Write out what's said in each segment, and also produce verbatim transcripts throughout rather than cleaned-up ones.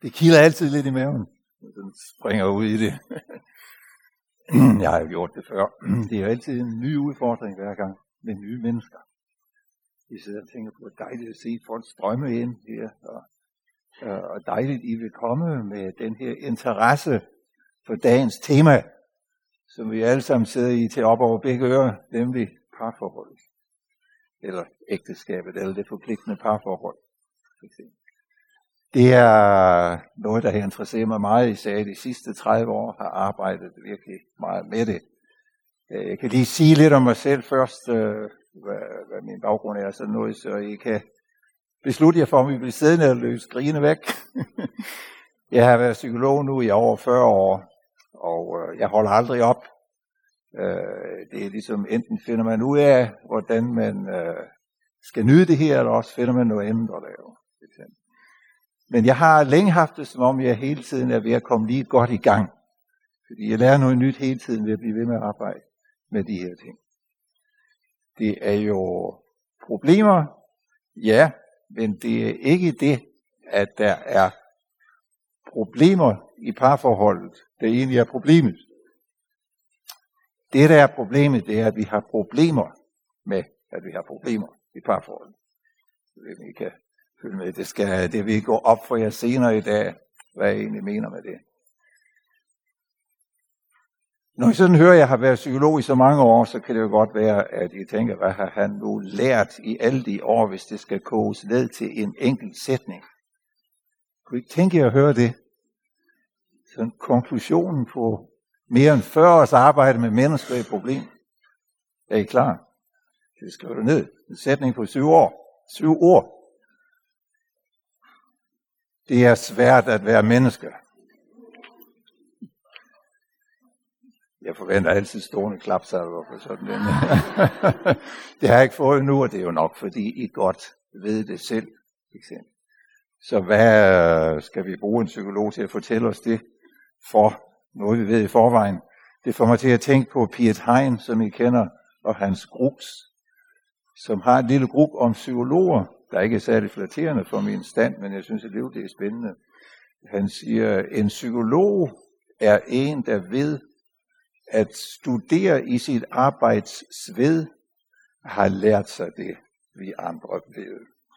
Det kilder altid lidt i maven, når den springer ud i det. Jeg har jo gjort det før. Det er jo altid en ny udfordring hver gang med nye mennesker. Vi sidder og tænker på, at det er dejligt at se folk strømme ind her, og, og dejligt, I vil komme med den her interesse for dagens tema, som vi alle sammen sidder i til op over begge ører, nemlig parforholdet. Eller ægteskabet, eller det forpligtende parforhold. Det er noget, der har interesseret mig meget, især de sidste tredive år, har arbejdet virkelig meget med det. Jeg kan lige sige lidt om mig selv først, hvad, hvad min baggrund er, sådan noget, så I kan beslutte jer for, om I bliver siddende eller løse skrigende væk. Jeg har været psykolog nu i over fyrre år, og jeg holder aldrig op. Det er ligesom, enten finder man ud af, hvordan man skal nyde det her, eller også finder man noget andet at lave. Men jeg har længe haft det, som om jeg hele tiden er ved at komme lige godt i gang. Fordi jeg lærer noget nyt hele tiden ved at blive ved med at arbejde med de her ting. Det er jo problemer, ja, men det er ikke det, at der er problemer i parforholdet. Det er egentlig er problemet. Det, der er problemet, det er, at vi har problemer med, at vi har problemer i parforholdet. Jeg ved, I kan følge med. Det, skal, det vil gå op for jer senere i dag, hvad jeg egentlig mener med det. Når I sådan hører, at jeg har været psykolog i så mange år, så kan det jo godt være, at I tænker, hvad har han nu lært i alle de år, hvis det skal koges ned til en enkelt sætning? Kunne I ikke tænke jer at høre det? Sådan konklusionen på mere end fyrre års arbejde med mennesker i problem. Er I klar? Kan vi skrive det ned? En sætning på syv år. Syv ord. Det er svært at være menneske. Jeg forventer altid stående klapsalver for sådan den. Det har jeg ikke fået nu, og det er jo nok, fordi I godt ved det selv. Så hvad skal vi bruge en psykolog til at fortælle os det for noget, vi ved i forvejen? Det får mig til at tænke på Piet Hein, som I kender, og hans Grux, som har et lille gruk om psykologer, der ikke er særlig flatterende for min stand, men jeg synes, at det er spændende. Han siger, en psykolog er en, der ved at studere i sit arbejds sved, har lært sig det, vi andre ved.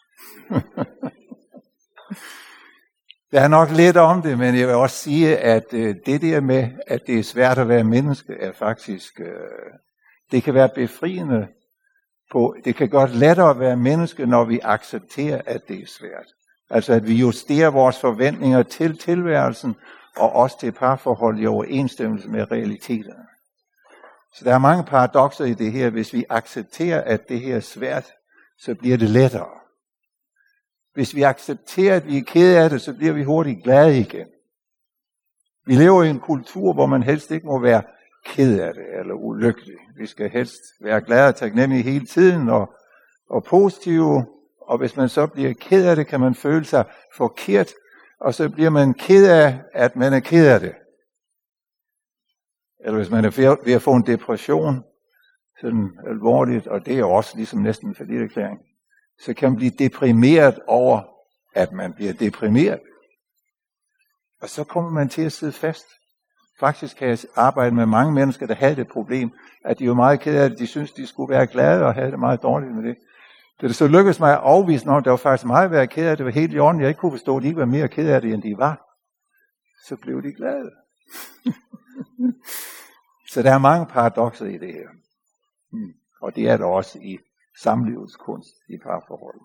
Der er nok lidt om det, men jeg vil også sige, at det der med, at det er svært at være menneske, er faktisk, det kan være befriende. På, det kan godt lettere at være menneske, når vi accepterer, at det er svært. Altså at vi justerer vores forventninger til tilværelsen, og også til parforhold i overensstemmelse med realiteterne. Så der er mange paradokser i det her. Hvis vi accepterer, at det her er svært, så bliver det lettere. Hvis vi accepterer, at vi er kede af det, så bliver vi hurtigt glade igen. Vi lever i en kultur, hvor man helst ikke må være ked af det eller ulykkelig. Vi skal helst være glade og taknemmelige hele tiden og, og positive. Og hvis man så bliver ked af det, kan man føle sig forkert. Og så bliver man ked af, at man er ked af det. Eller hvis man er ved at få en depression, sådan alvorligt, og det er jo også ligesom næsten en falliterklæring, så kan man blive deprimeret over, at man bliver deprimeret. Og så kommer man til at sidde fast. Faktisk kan jeg arbejde med mange mennesker, der havde det problem, at de var meget ked af det. De synes, de skulle være glade og have det meget dårligt med det. Da det så lykkedes mig at afvise noget, der var faktisk meget at være ked af det, var helt i orden. Jeg ikke kunne forstå, at de ikke var mere ked af det, end de var. Så blev de glade. Så der er mange paradokser i det her. Og det er der også i samlivets kunst i parforholdet.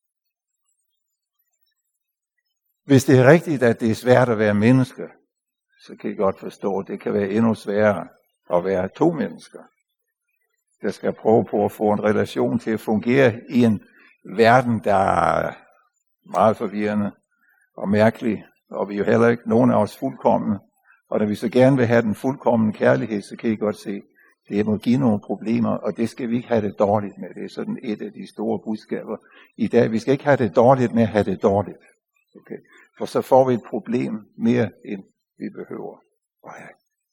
Hvis det er rigtigt, at det er svært at være menneske, så kan I godt forstå, at det kan være endnu sværere at være to mennesker, der skal prøve på at få en relation til at fungere i en verden, der er meget forvirrende og mærkelig, og vi er jo heller ikke nogen af os fuldkomne. Og når vi så gerne vil have den fuldkommen kærlighed, så kan I godt se, det må give nogle problemer, og det skal vi ikke have det dårligt med. Det er sådan et af de store budskaber i dag. Vi skal ikke have det dårligt med at have det dårligt. Okay? For så får vi et problem mere, end vi behøver at have.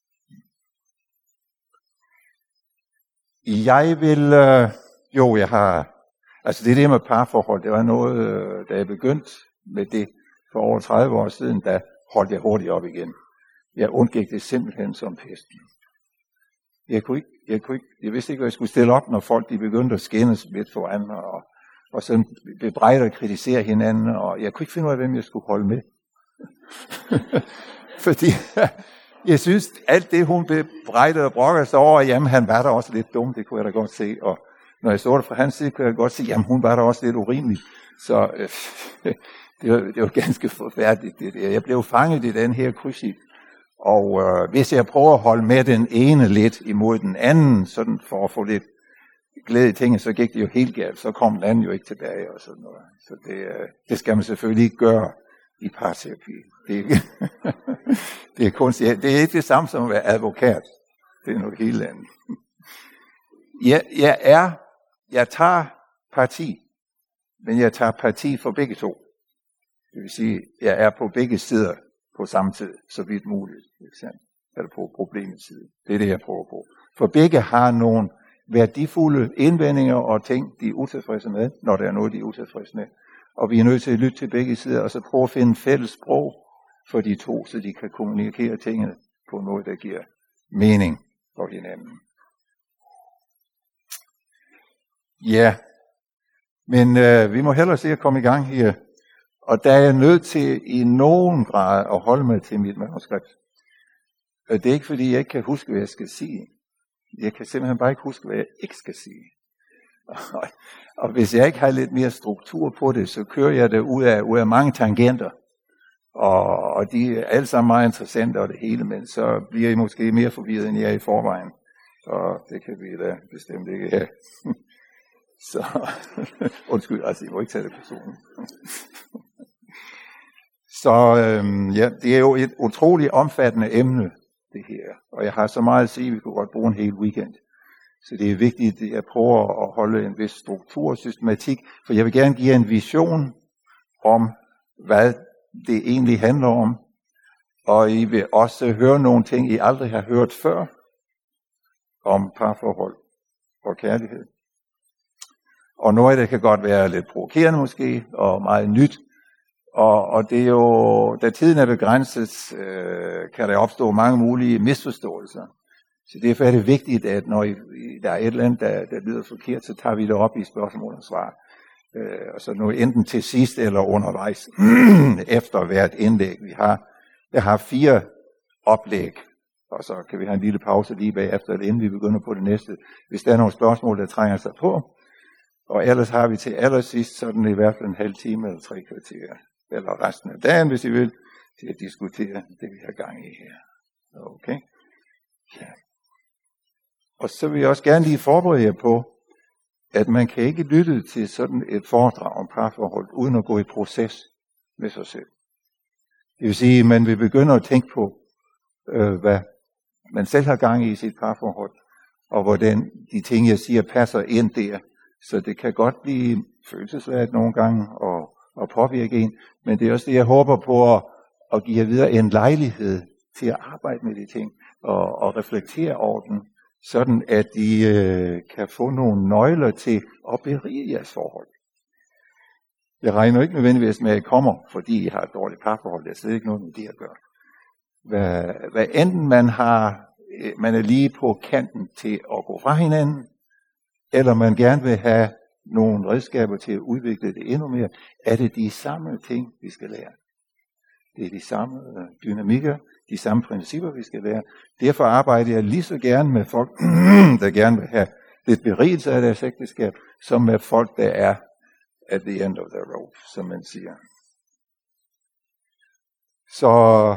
Jeg vil, øh, jo jeg har, altså det der med parforhold, det var noget, øh, da jeg begyndte med det for over tredive år siden, der holdt jeg hurtigt op igen. Jeg undgik det simpelthen som pesten. Jeg kunne ikke, jeg kunne ikke, jeg vidste ikke, hvad jeg skulle stille op, når folk de begyndte at skændes lidt foran mig, og, og sådan bebrejde og kritisere hinanden, og jeg kunne ikke finde ud af, hvem jeg skulle holde med. Fordi jeg synes, alt det, hun bebrejdede og brokkede sig over, jamen han var da også lidt dum, det kunne jeg da godt se, og når jeg så det fra hans side, kunne jeg godt se, jamen hun var da også lidt urimelig. Så øh, det, var, det var ganske forfærdeligt, det der. Jeg blev fanget i den her krydsild. Og øh, hvis jeg prøver at holde med den ene lidt imod den anden, sådan for at få lidt glæde i tingene, så gik det jo helt galt. Så kom den anden jo ikke tilbage og sådan noget. Så det, øh, det skal man selvfølgelig ikke gøre i parterapi. Det, det er kunstigt. Det er ikke det samme som at være advokat. Det er noget helt andet. Jeg, jeg er, jeg tager parti, men jeg tager parti for begge to. Det vil sige, jeg er på begge sider på samme tid, så vidt muligt. Eller på problemets side. Det er det, jeg prøver på. For begge har nogle værdifulde indvendinger og ting, de er utilfredse med, når der er noget, de er utilfredse med. Og vi er nødt til at lytte til begge sider, og så prøve at finde fælles sprog for de to, så de kan kommunikere tingene på noget, der giver mening for hinanden. Ja, men øh, vi må hellere se at komme i gang her. Og der er jeg nødt til i nogen grad at holde mig til mit manuskript. Og det er ikke fordi, jeg ikke kan huske, hvad jeg skal sige. Jeg kan simpelthen bare ikke huske, hvad jeg ikke skal sige. Og, og hvis jeg ikke har lidt mere struktur på det, så kører jeg det ud af, ud af mange tangenter. Og, og de er alle sammen meget interessante og det hele, men så bliver I måske mere forvirret, end jeg er i forvejen. Og det kan vi da bestemt ikke have. Så, undskyld, altså, I må ikke tage det personligt. Så øhm, ja, det er jo et utroligt omfattende emne, det her. Og jeg har så meget at sige, at vi kunne godt bruge en hel weekend. Så det er vigtigt, at jeg prøver at holde en vis struktur og systematik, for jeg vil gerne give en vision om, hvad det egentlig handler om. Og I vil også høre nogle ting, I aldrig har hørt før, om parforhold og kærlighed. Og noget af det kan godt være lidt provokerende måske, og meget nyt. Og, og det er jo, da tiden er begrænset, øh, kan der opstå mange mulige misforståelser. Så derfor er det vigtigt, at når I, der er et eller andet, der, der lyder forkert, så tager vi det op i spørgsmål og svar. Øh, og så nu enten til sidst eller undervejs, efter hvert indlæg. Vi har, jeg har fire oplæg, og så kan vi have en lille pause lige bagefter, inden vi begynder på det næste. Hvis der er nogle spørgsmål, der trænger sig på. Og ellers har vi til allersidst sådan i hvert fald en halv time eller tre kvarter, eller resten af dagen, hvis I vil, til at diskutere det, vi har gang i her. Okay? Ja. Og så vil jeg også gerne lige forberede jer på, at man kan ikke lytte til sådan et foredrag om parforhold, uden at gå i proces med sig selv. Det vil sige, at man vil begynde at tænke på, øh, hvad man selv har gang i i sit parforhold, og hvordan de ting, jeg siger, passer ind der. Så det kan godt blive følelsesladet nogle gange og, og påvirke en, men det er også det, jeg håber på at, at give jer videre en lejlighed til at arbejde med de ting og, og reflektere over den, sådan at I øh, kan få nogle nøgler til at berige jeres forhold. Jeg regner ikke nødvendigvis med, at I kommer, fordi I har et dårligt parforhold. Det er slet ikke noget med det at gøre. Hvad, hvad enten man, har, man er lige på kanten til at gå fra hinanden, eller man gerne vil have nogle redskaber til at udvikle det endnu mere, er det de samme ting, vi skal lære. Det er de samme dynamikker, de samme principper, vi skal lære. Derfor arbejder jeg lige så gerne med folk, der gerne vil have lidt berigelse af deres ægteskab, som med folk, der er at the end of the road, som man siger. Så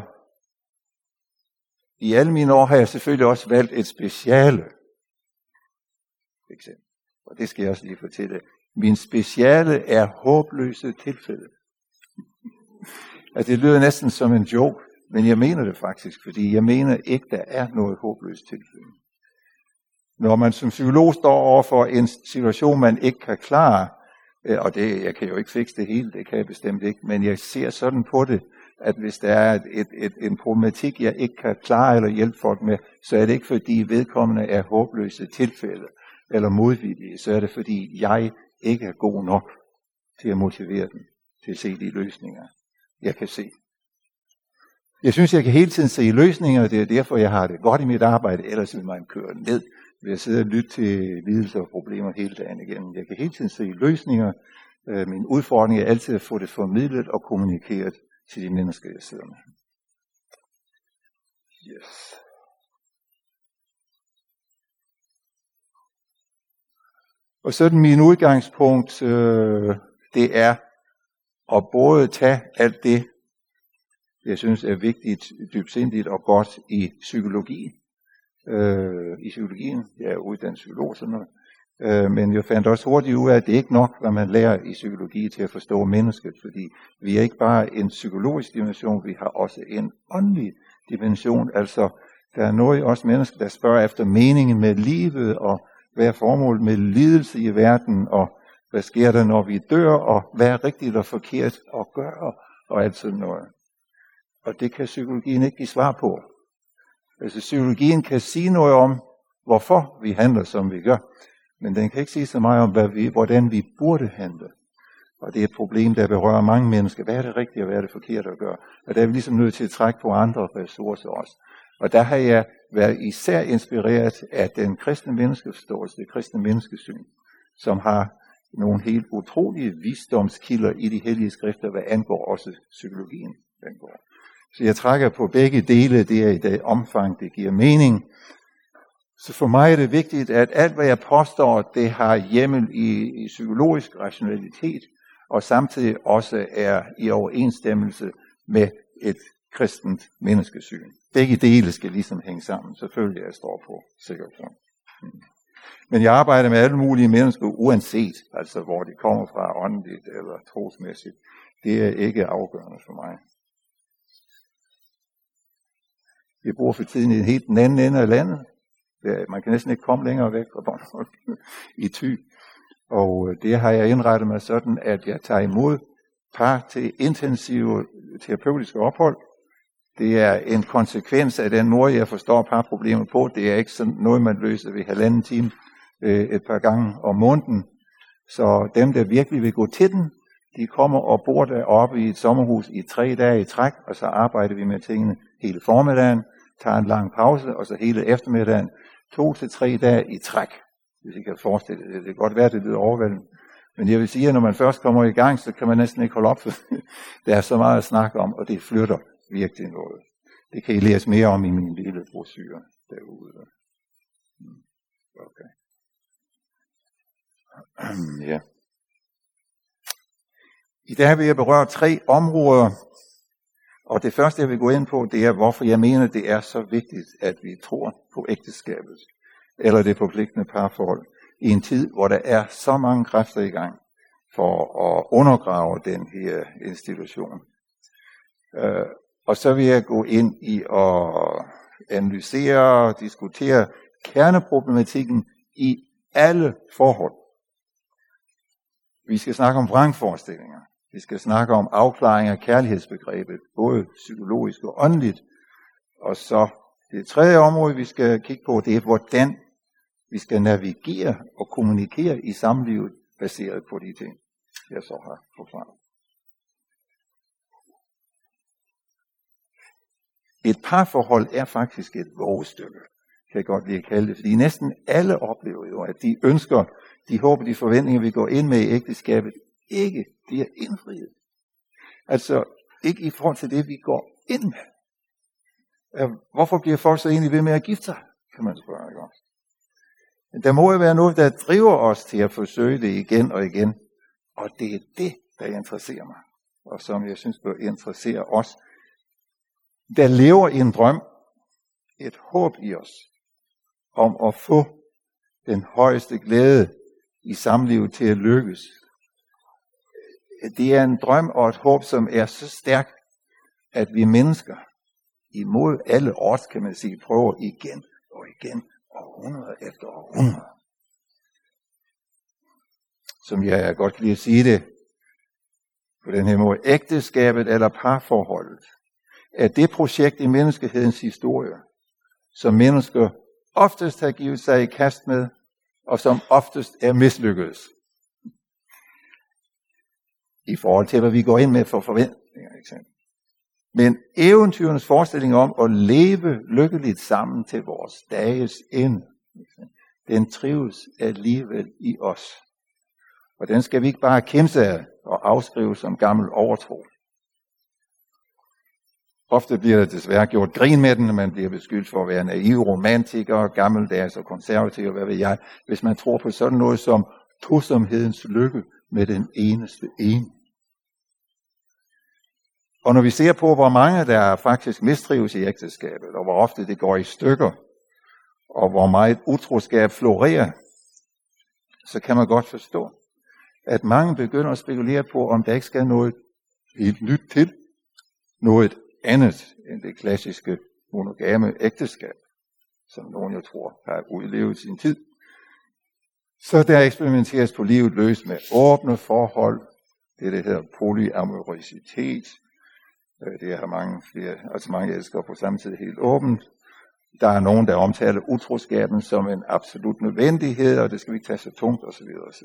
i alle mine år har jeg selvfølgelig også valgt et speciale. Eksempel. Og det skal jeg også lige fortælle. Min speciale er håbløse tilfælde. Altså det lyder næsten som en joke, men jeg mener det faktisk, fordi jeg mener ikke, der er noget håbløst tilfælde. Når man som psykolog står over for en situation, man ikke kan klare, og det, jeg kan jo ikke fikse det hele, det kan jeg bestemt ikke, men jeg ser sådan på det, at hvis der er et, et, et, en problematik, jeg ikke kan klare eller hjælpe folk med, så er det ikke fordi vedkommende er håbløse tilfælde eller modvillige, så er det fordi jeg ikke er god nok til at motivere dem til at se de løsninger, jeg kan se. Jeg synes, jeg kan hele tiden se løsninger, og det er derfor, jeg har det godt i mit arbejde, ellers vil man køre ned ved at sidde og lytte til lidelser og problemer hele dagen igennem. Jeg kan hele tiden se løsninger. Min udfordring er altid at få det formidlet og kommunikeret til de mennesker, jeg sidder med. Yes. Og sådan min udgangspunkt, øh, det er at både tage alt det, jeg synes er vigtigt, dybsindigt og godt i psykologi. Øh, I psykologien, jeg er uddannet psykolog, sådan noget. Øh, men jeg fandt også hurtigt ud af, at det ikke nok, hvad man lærer i psykologi til at forstå mennesket, fordi vi er ikke bare en psykologisk dimension, vi har også en åndelig dimension. Altså, der er noget i os mennesker, der spørger efter meningen med livet, og hvad er formålet med lidelse i verden, og hvad sker der, når vi dør, og hvad er rigtigt og forkert at gøre, og alt sådan noget. Og det kan psykologien ikke give svar på. Altså, psykologien kan sige noget om, hvorfor vi handler, som vi gør, men den kan ikke sige så meget om, hvad vi, hvordan vi burde handle. Og det er et problem, der berører mange mennesker. Hvad er det rigtigt, og hvad er det forkert at gøre? Og der er vi ligesom nødt til at trække på andre ressourcer også. Og der har jeg været især inspireret af den kristne menneskeforståelse, det kristne menneskesyn, som har nogle helt utrolige visdomskilder i de hellige skrifter, hvad angår også psykologien. Angår. Så jeg trækker på begge dele, det er i det omfang, det giver mening. Så for mig er det vigtigt, at alt, hvad jeg påstår, det har hjemmel i, i psykologisk rationalitet, og samtidig også er i overensstemmelse med et kristent menneskesyn. Begge dele skal ligesom hænge sammen. Selvfølgelig jeg står på sikker grund. Men jeg arbejder med alle mulige mennesker, uanset altså hvor de kommer fra, åndeligt eller trosmæssigt. Det er ikke afgørende for mig. Vi bor for tiden i en helt anden ende af landet. Man kan næsten ikke komme længere væk fra Bornholm i Thy. Og det har jeg indrettet mig sådan, at jeg tager imod par til intensive terapeutiske ophold. Det er en konsekvens af den måde, jeg forstår parproblemer på. Det er ikke sådan noget, man løser ved halvanden time øh, et par gange om måneden. Så dem, der virkelig vil gå til den, de kommer og bor deroppe i et sommerhus i tre dage i træk, og så arbejder vi med tingene hele formiddagen, tager en lang pause, og så hele eftermiddagen, to til tre dage i træk, hvis I kan forestille det. Det kan godt være, at det lyder overvældende. Men jeg vil sige, at når man først kommer i gang, så kan man næsten ikke holde op, for der er så meget at snakke om, og det flytter virkelig noget. Det kan I læse mere om i min lille brochure derude. Okay. Ja. I dag vil jeg berøre tre områder, og det første, jeg vil gå ind på, det er, hvorfor jeg mener, det er så vigtigt, at vi tror på ægteskabet, eller det forpligtende parforhold, i en tid, hvor der er så mange kræfter i gang for at undergrave den her institution. Uh, og så vil jeg gå ind i at analysere og diskutere kerneproblematikken i alle forhold. Vi skal snakke om vrangforestillinger. Vi skal snakke om afklaring af kærlighedsbegrebet, både psykologisk og åndeligt. Og så det tredje område, vi skal kigge på, det er, hvordan vi skal navigere og kommunikere i samlivet, baseret på de ting, jeg så har forklaret. Et parforhold er faktisk et vågestykke, kan jeg godt lide at kalde det, fordi næsten alle oplever jo, at de ønsker, de håber, de forventninger, vi går ind med i ægteskabet, ikke bliver indfriet. Altså ikke i forhold til det, vi går ind med. Hvorfor bliver folk så egentlig ved med at gifte sig, kan man spørge, ikke også? Der må jo være noget, der driver os til at forsøge det igen og igen. Og det er det, der interesserer mig. Og som jeg synes bør interessere os. Der lever en drøm, et håb i os, om at få den højeste glæde i samlivet til at lykkes. Det er en drøm og et håb, som er så stærkt, at vi mennesker imod alle odds, kan man sige, prøver igen og igen, århundrede efter århundrede. Som jeg godt kan lide at sige det på den her måde, ægteskabet eller parforholdet er det projekt i menneskehedens historie, som mennesker oftest har givet sig i kast med, og som oftest er mislykkedes. I forhold til, hvad vi går ind med for modsætninger, ikke sandt? Men eventyrens forestilling om at leve lykkeligt sammen til vores dages ende, den trives alligevel i os. Og den skal vi ikke bare kæmpe af og afskrive som gammel overtro. Ofte bliver det desværre gjort grin med den, når man bliver beskyldt for at være naive romantikere, gammeldags og konservative, hvad ved jeg, hvis man tror på sådan noget som tosomhedens lykke med den eneste ene. Og når vi ser på, hvor mange der faktisk mistrives i ægteskabet, og hvor ofte det går i stykker, og hvor meget utroskab florerer, så kan man godt forstå, at mange begynder at spekulere på, om der ikke skal noget helt nyt til, noget andet end det klassiske monogame ægteskab, som nogen jo tror har udlevet sin tid. Så der eksperimenteres på livet løs med åbne forhold, det det hedder polyamorositet, det har mange flere, altså mange elskere på samme tid helt åbent. Der er nogen, der omtaler utroskaben som en absolut nødvendighed, og det skal vi ikke tage så tungt osv. osv.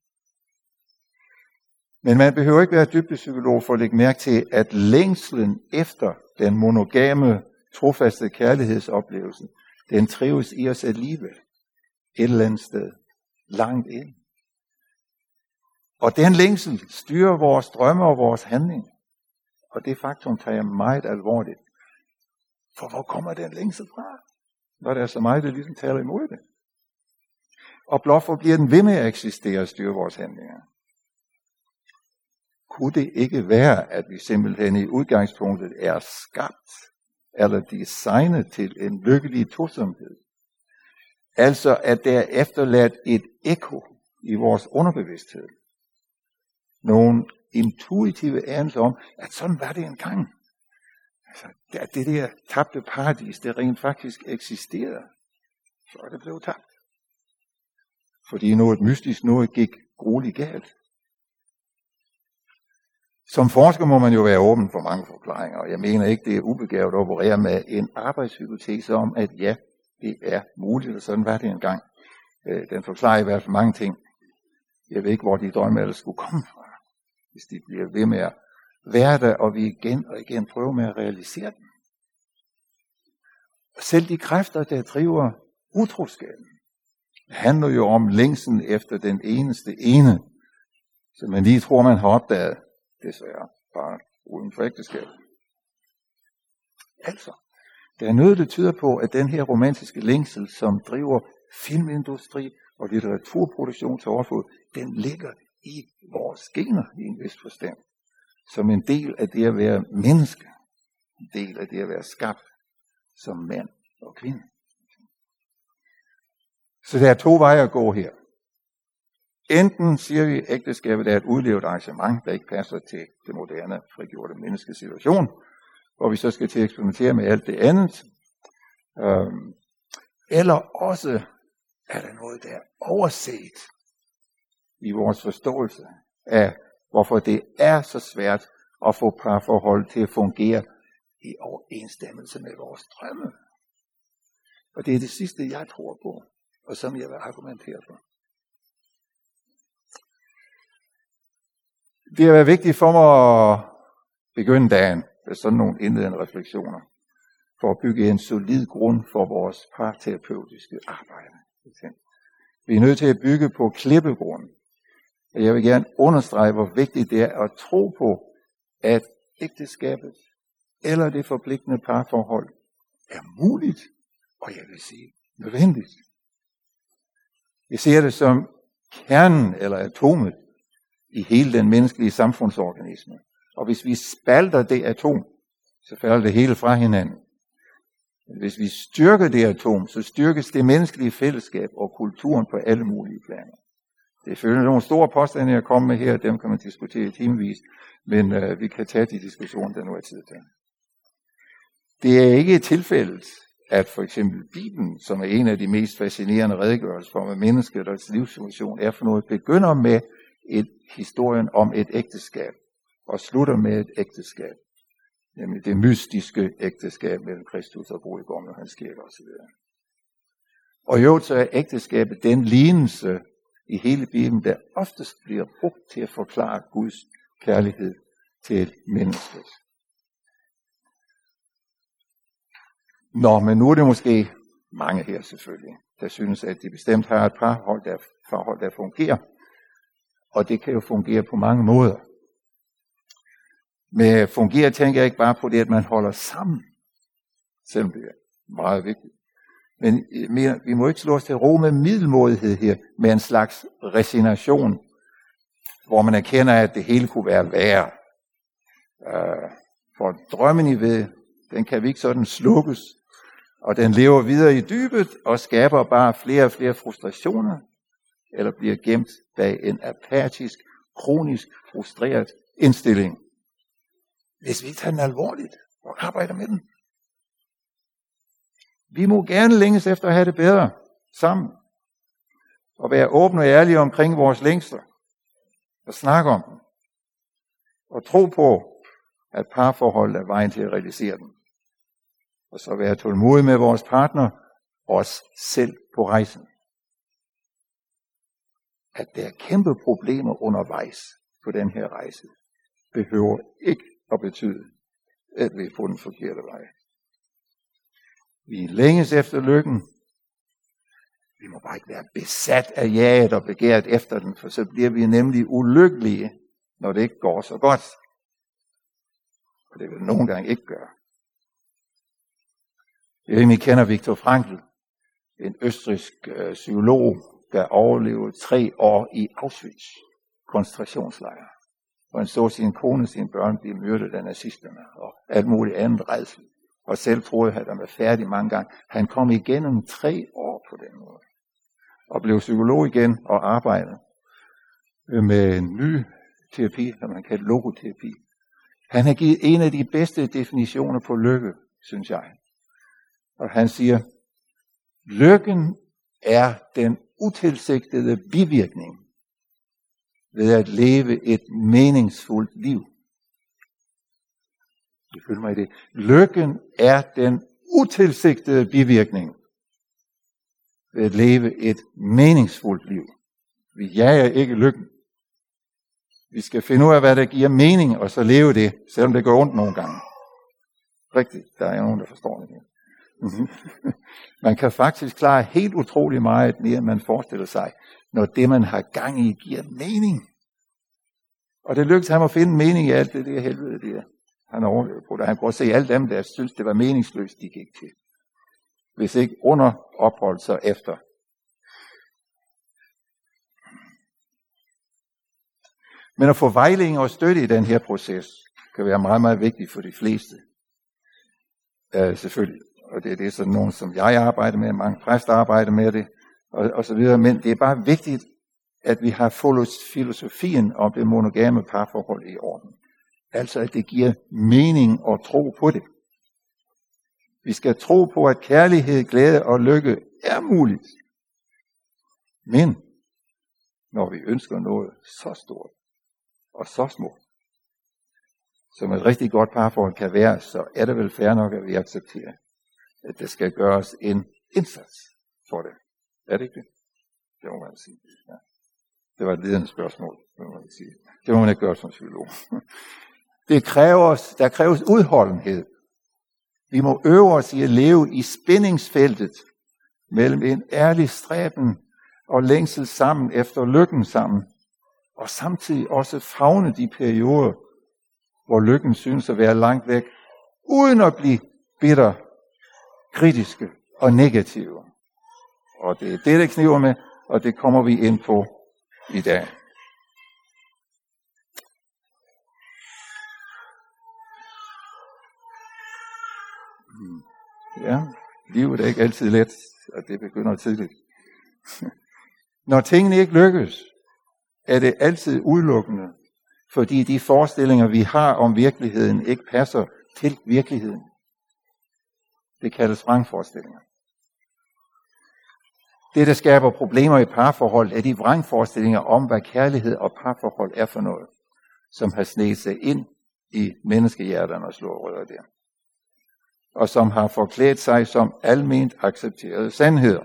Men man behøver ikke være dybdepsykolog for at lægge mærke til, at længslen efter den monogame, trofaste kærlighedsoplevelse, den trives i os alligevel. Et eller andet sted. Langt ind. Og den længsel styrer vores drømme og vores handling. Og det faktum tager jeg meget alvorligt. For hvor kommer den længsel fra? Når der er så meget, der ligesom taler imod det. Og blot for bliver den ved med at eksistere og styre vores handlinger. Kunne det ikke være, at vi simpelthen i udgangspunktet er skabt eller designet til en lykkelig tosomhed? Altså at der er efterladt et ekko i vores underbevidsthed. Nogle intuitive anelser om, at sådan var det engang. Altså, at det der tabte paradis, det rent faktisk eksisterede, så er det blevet tabt. Fordi noget mystisk noget gik grueligt galt. Som forsker må man jo være åben for mange forklaringer, og jeg mener ikke, det er ubegavet at operere med en arbejdshypotese om, at ja, det er muligt, og sådan var det engang. Den forklarer i hvert fald mange ting. Jeg ved ikke, hvor de drømme ellers skulle komme fra, hvis de bliver ved med at være der, og vi igen og igen prøver med at realisere dem. Selv de kræfter, der driver utroskaben, handler jo om længslen efter den eneste ene, som man lige tror, man har opdaget, desværre bare uden for ægteskab. Altså, der er noget, der tyder på, at den her romantiske længsel, som driver filmindustri og litteraturproduktion til overflod, den ligger i vores gener i en vis forstand. Som en del af det at være menneske. En del af det at være skabt som mand og kvinde. Så der er to veje at gå her. Enten siger vi, at ægteskabet er et udlevet arrangement, der ikke passer til det moderne, frigjorte menneskesituation, hvor vi så skal til at eksperimentere med alt det andet. Øhm, eller også er der noget, der er overset i vores forståelse af, hvorfor det er så svært at få parforhold til at fungere i overensstemmelse med vores drømme. Og det er det sidste, jeg tror på, og som jeg vil argumentere for. Det har været vigtigt for mig at begynde dagen med sådan nogle indledende refleksioner, for at bygge en solid grund for vores parterapeutiske arbejde. Vi er nødt til at bygge på klippegrund. Og jeg vil gerne understrege, hvor vigtigt det er at tro på, at ægteskabet eller det forpligtende parforhold er muligt, og jeg vil sige nødvendigt. Jeg ser det som kernen eller atomet i hele den menneskelige samfundsorganisme. Og hvis vi spalter det atom, så falder det hele fra hinanden. Men hvis vi styrker det atom, så styrkes det menneskelige fællesskab og kulturen på alle mulige planer. Det er selvfølgelig nogle store påstande, jeg kommer med her, dem kan man diskutere timevis, men øh, vi kan tage de diskussioner, der nu er tid til. Det er ikke tilfældet, at for eksempel Bibelen, som er en af de mest fascinerende redegørelser for, hvad mennesket og dets livssituation er for noget, begynder med et historien om et ægteskab, og slutter med et ægteskab, nemlig det mystiske ægteskab mellem Kristus og brudgommen og hans kirke osv. Og jo, så er ægteskabet den lignelse i hele Bibelen, der oftest bliver brugt til at forklare Guds kærlighed til mennesket. Nå, men nu er det måske mange her selvfølgelig, der synes, at de bestemt har et parforhold, der, forhold, der fungerer. Og det kan jo fungere på mange måder. Men fungerer tænker jeg ikke bare på det, at man holder sammen, selvom det er meget vigtigt. Men vi må ikke slå os til ro med middelmådighed her, med en slags resignation, hvor man erkender, at det hele kunne være værre. For drømmen i ved, den kan vi ikke sådan slukkes, og den lever videre i dybet og skaber bare flere og flere frustrationer, eller bliver gemt bag en apatisk, kronisk frustreret indstilling. Hvis vi tager den alvorligt og arbejder med den. Vi må gerne længes efter at have det bedre sammen. Og være åbne og ærlige omkring vores længsler. Og snakke om dem. Og tro på, at parforholdet er vejen til at realisere dem. Og så være tålmodige med vores partner, os selv på rejsen. At der er kæmpe problemer undervejs på den her rejse, behøver ikke at betyde, at vi er på den forkerte vej. Vi længes efter lykken. Vi må bare ikke være besat af jaget og begæret efter den, for så bliver vi nemlig ulykkelige, når det ikke går så godt. Og det vil nogle gange ikke gøre. Jeg ved, I kender Viktor Frankl, en østrigsk øh, psykolog, der overlevede tre år i Auschwitz, koncentrationslejr. Og han så sin kone og sine børn blive myrdet af nazisterne og alt muligt andet rædsel. Og selv troede han, at han var færdig mange gange. Han kom igennem tre år på den måde. Og blev psykolog igen og arbejdede med en ny terapi, som man kalder logoterapi. Han har givet en af de bedste definitioner på lykke, synes jeg. Og han siger, lykken er den utilsigtede bivirkning ved at leve et meningsfuldt liv. I følger mig i det. Lykken er den utilsigtede bivirkning ved at leve et meningsfuldt liv. Vi jager ikke lykken. Vi skal finde ud af, hvad der giver mening, og så leve det, selvom det gør ondt nogle gange. Rigtigt, der er nogen, der forstår det her. Man kan faktisk klare helt utrolig meget mere, end man forestiller sig, når det, man har gang i, giver mening. Og det lykkedes ham at finde mening i alt det der helvede, det han overlevede på det. Han kunne se alle dem, der synes det var meningsløst, de gik til. Hvis ikke under ophold, så efter. Men at få vejledning og støtte i den her proces, kan være meget, meget vigtigt for de fleste. Uh, selvfølgelig. Og det er det sådan nogen, som jeg arbejder med, mange præster arbejder med det, og, og så videre. Men det er bare vigtigt, at vi har filosofien om det monogame parforhold i orden. Altså, at det giver mening og tro på det. Vi skal tro på, at kærlighed, glæde og lykke er muligt. Men, når vi ønsker noget så stort og så smukt, som et rigtig godt parforhold kan være, så er det vel fair nok, at vi accepterer, at der skal gøres en indsats for det. Er det ikke det? Det må man sige. Ja. Det var et ledende spørgsmål, må man sige. Det må man ikke gøre som psykolog. Det kræver, der kræves udholdenhed. Vi må øve os i at leve i spændingsfeltet mellem en ærlig stræben og længsel sammen efter lykken sammen, og samtidig også favne de perioder, hvor lykken synes at være langt væk, uden at blive bitter, kritiske og negative. Og det er det, der kniver med, og det kommer vi ind på i dag. Ja, livet er ikke altid let, og det begynder tidligt. Når tingene ikke lykkes, er det altid udelukkende, fordi de forestillinger, vi har om virkeligheden, ikke passer til virkeligheden. Det kaldes vrangforestillinger. Det, der skaber problemer i parforhold, er de vrangforestillinger om, hvad kærlighed og parforhold er for noget, som har sneget sig ind i menneskehjerterne og slået rødder der. Og som har forklædt sig som alment accepterede sandheder.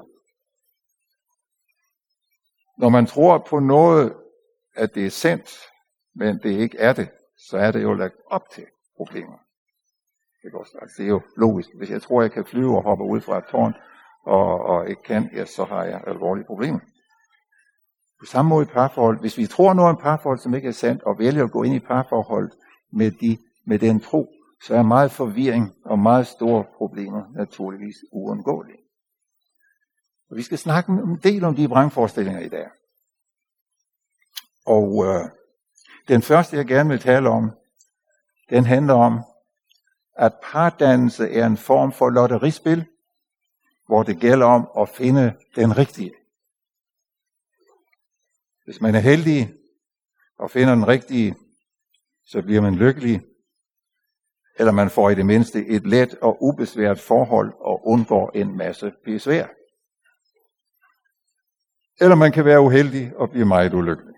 Når man tror på noget, at det er sandt, men det ikke er det, så er det jo lagt op til problemer. Det, også, altså det er jo logisk. Hvis jeg tror, jeg kan flyve og hoppe ud fra et tårn, og, og ikke kan, ja, så har jeg alvorlige problemer. På samme måde i parforhold, hvis vi tror noget om parforhold, som ikke er sandt, og vælger at gå ind i parforhold med, de, med den tro, så er meget forvirring og meget store problemer naturligvis uundgåelige. Og vi skal snakke en del om de vrangforestillinger i dag. Og øh, den første, jeg gerne vil tale om, den handler om, at pardannelse er en form for lotterispil, hvor det gælder om at finde den rigtige. Hvis man er heldig og finder den rigtige, så bliver man lykkelig, eller man får i det mindste et let og ubesværet forhold og undgår en masse besvær. Eller man kan være uheldig og blive meget ulykkelig.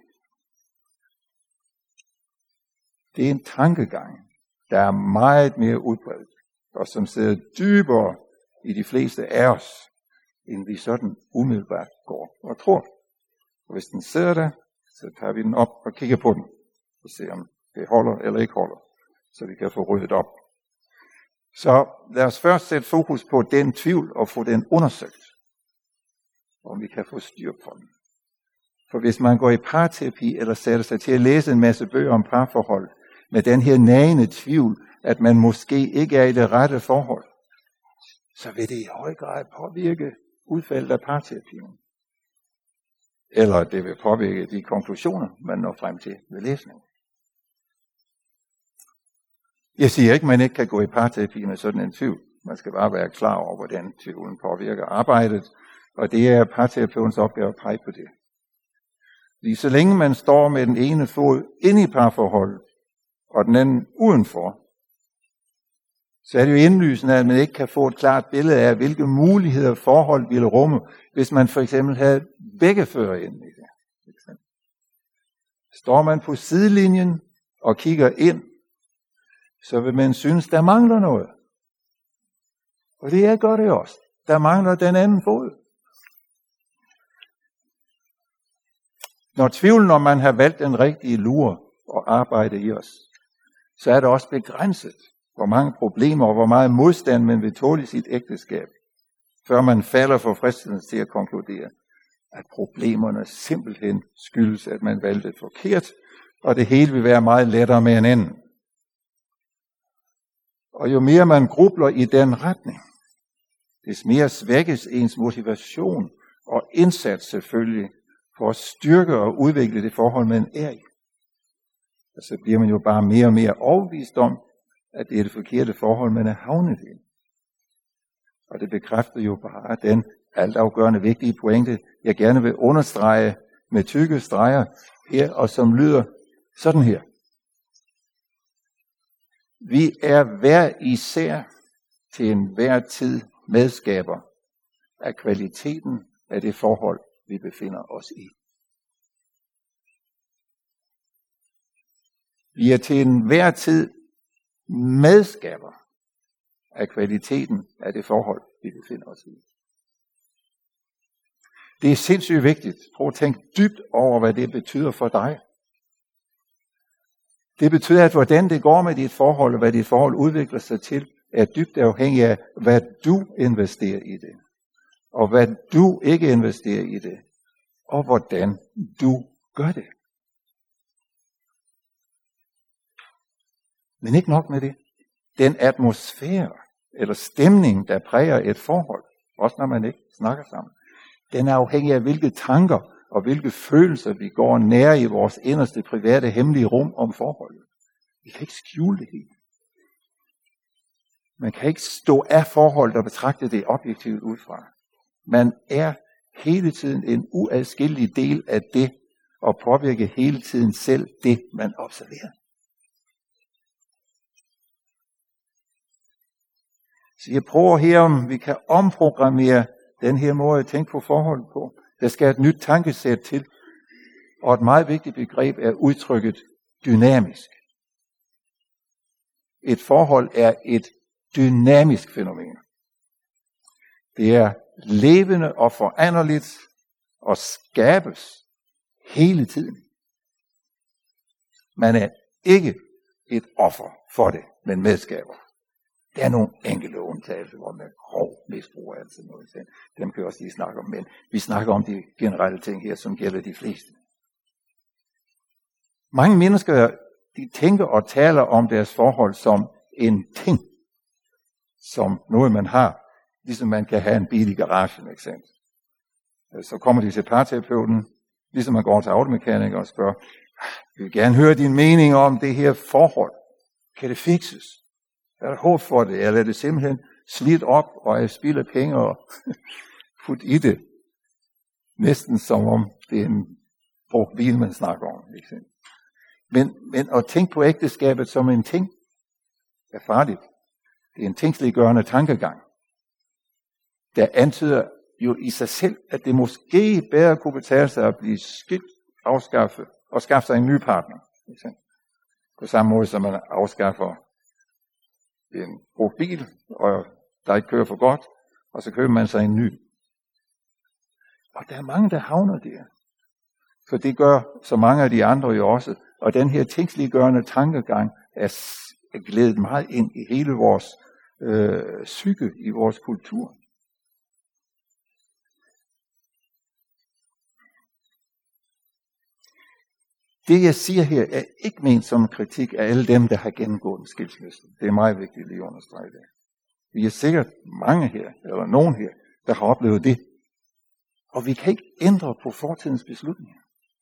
Det er en tankegang, der er meget mere udbredt, og som sidder dybere i de fleste af os, end vi sådan umiddelbart går og tror. Og hvis den sidder der, så tager vi den op og kigger på den, og ser om det holder eller ikke holder, så vi kan få ryddet op. Så lad os først sætte fokus på den tvivl og få den undersøgt, om vi kan få styr på den. For hvis man går i parterapi eller sætter sig til at læse en masse bøger om parforhold, med den her nagende tvivl, at man måske ikke er i det rette forhold, så vil det i høj grad påvirke udfaldet af parterapien. Eller det vil påvirke de konklusioner, man når frem til ved læsning. Jeg siger ikke, at man ikke kan gå i parterapi med sådan en tvivl. Man skal bare være klar over, hvordan tvivlen påvirker arbejdet, og det er parterapeutens opgave at pege på det. Lige så længe man står med den ene fod inde i parforholdet, og den anden udenfor, så er det jo indlysende, at man ikke kan få et klart billede af, hvilke muligheder forhold ville rumme, hvis man for eksempel havde begge fødder inde i det. Står man på sidelinjen og kigger ind, så vil man synes, der mangler noget. Og det er godt det også. Der mangler den anden fod. Når tvivlen om man har valgt den rigtige lure og arbejde i os, så er det også begrænset, hvor mange problemer og hvor meget modstand man vil tåle i sit ægteskab, før man falder for fristelsen til at konkludere, at problemerne simpelthen skyldes, at man valgte forkert, og det hele vil være meget lettere med en anden. Og jo mere man grubler i den retning, des mere svækkes ens motivation og indsats selvfølgelig for at styrke og udvikle det forhold, man er i. Og så bliver man jo bare mere og mere overbevist om, at det er det forkerte forhold, man er havnet i. Og det bekræfter jo bare den altafgørende vigtige pointe, jeg gerne vil understrege med tykke streger her, og som lyder sådan her. Vi er hver især til enhver tid medskaber af kvaliteten af det forhold, vi befinder os i. Vi er til enhver tid medskaber af kvaliteten af det forhold, vi befinder os i. Det er sindssygt vigtigt. Prøv at tænke dybt over, hvad det betyder for dig. Det betyder, at hvordan det går med dit forhold, og hvad dit forhold udvikler sig til, er dybt afhængig af, hvad du investerer i det. Og hvad du ikke investerer i det. Og hvordan du gør det. Men ikke nok med det. Den atmosfære eller stemning, der præger et forhold, også når man ikke snakker sammen, den er afhængig af, hvilke tanker og hvilke følelser vi går nær i vores inderste private hemmelige rum om forholdet. Vi kan ikke skjule det helt. Man kan ikke stå af forholdet og betragte det objektivt udefra. Man er hele tiden en uadskillelig del af det, og påvirker hele tiden selv det, man observerer. Så jeg prøver her, om vi kan omprogrammere den her måde at tænke på forholdet på. Der skal et nyt tankesæt til, og et meget vigtigt begreb er udtrykket dynamisk. Et forhold er et dynamisk fænomen. Det er levende og foranderligt og skabes hele tiden. Man er ikke et offer for det, men medskaber. Der er nogle enkelte undtagelser, hvor man grov misbruger altså noget. Dem kan vi også lige snakke om, men vi snakker om de generelle ting her, som gælder de fleste. Mange mennesker, de tænker og taler om deres forhold som en ting, som noget man har, ligesom man kan have en bil i garagen, eksempel. Så kommer de til parterapeuten, ligesom man går til automekaniker og spørger, jeg vil gerne høre din mening om det her forhold. Kan det fikses? Er der håb for det? Eller er det simpelthen slidt op, og jeg spilder penge og put i det? Næsten som om det er en brugt bil, man snakker om. Ikke? Men, men at tænke på ægteskabet som en ting, er farligt. Det er en tingsliggørende tankegang, der antyder jo i sig selv, at det måske bedre kunne betale sig at blive skilt, afskaffe og skaffe sig en ny partner. Ikke? På samme måde som man afskaffer en brugt bil, og der ikke kører for godt, og så køber man sig en ny. Og der er mange, der havner der. For det gør så mange af de andre jo også. Og den her tingsliggørende tankegang er glædet meget ind i hele vores øh, psyke, i vores kultur. Det jeg siger her er ikke ment som kritik af alle dem, der har gennemgået en skilsmisse. Det er meget vigtigt lige at understrege det. Vi er sikkert mange her, eller nogen her, der har oplevet det. Og vi kan ikke ændre på fortidens beslutninger.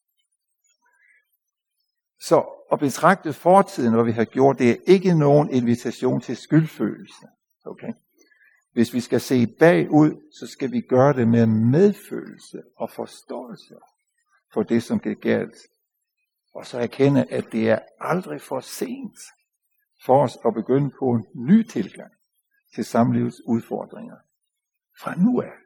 Så at betragte fortiden, hvad vi har gjort, det er ikke nogen invitation til skyldfølelse. Okay? Hvis vi skal se bagud, så skal vi gøre det med medfølelse og forståelse for det, som gik galt. Og så erkende, at det er aldrig for sent for os at begynde på en ny tilgang til samlivets udfordringer. Fra nu af.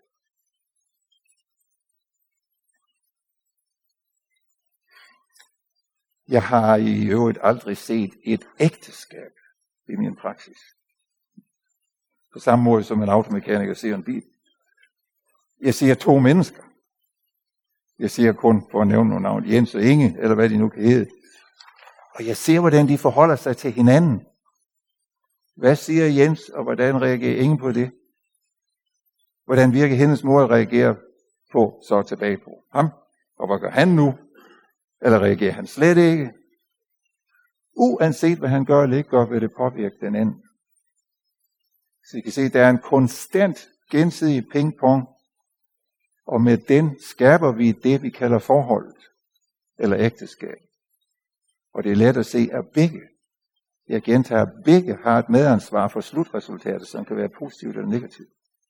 Jeg har i øvrigt aldrig set et ægteskab i min praksis. På samme måde som en automekaniker ser en bil. Jeg ser to mennesker. Jeg ser kun, for at nævne nogle navn, Jens og Inge, eller hvad de nu kan hedde. Og jeg ser, hvordan de forholder sig til hinanden. Hvad siger Jens, og hvordan reagerer Inge på det? Hvordan virker hendes mor at reagere på, så tilbage på ham? Og hvad gør han nu? Eller reagerer han slet ikke? Uanset hvad han gør eller ikke gør, vil det påvirke den anden. Så I kan se, der er en konstant gensidig pingpong, og med den skaber vi det, vi kalder forholdet, eller ægteskab. Og det er let at se, at begge, jeg gentager, begge har et medansvar for slutresultatet, som kan være positivt eller negativt.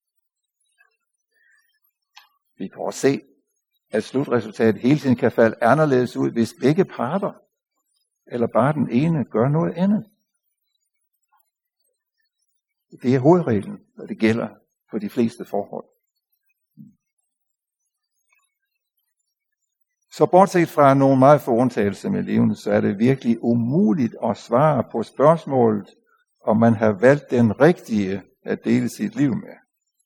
Vi kan også se, at slutresultatet hele tiden kan falde anderledes ud, hvis begge parter, eller bare den ene, gør noget andet. Det er hovedreglen, og det gælder for de fleste forhold. Så bortset fra nogle meget få undtagelser med livet, så er det virkelig umuligt at svare på spørgsmålet, om man har valgt den rigtige at dele sit liv med.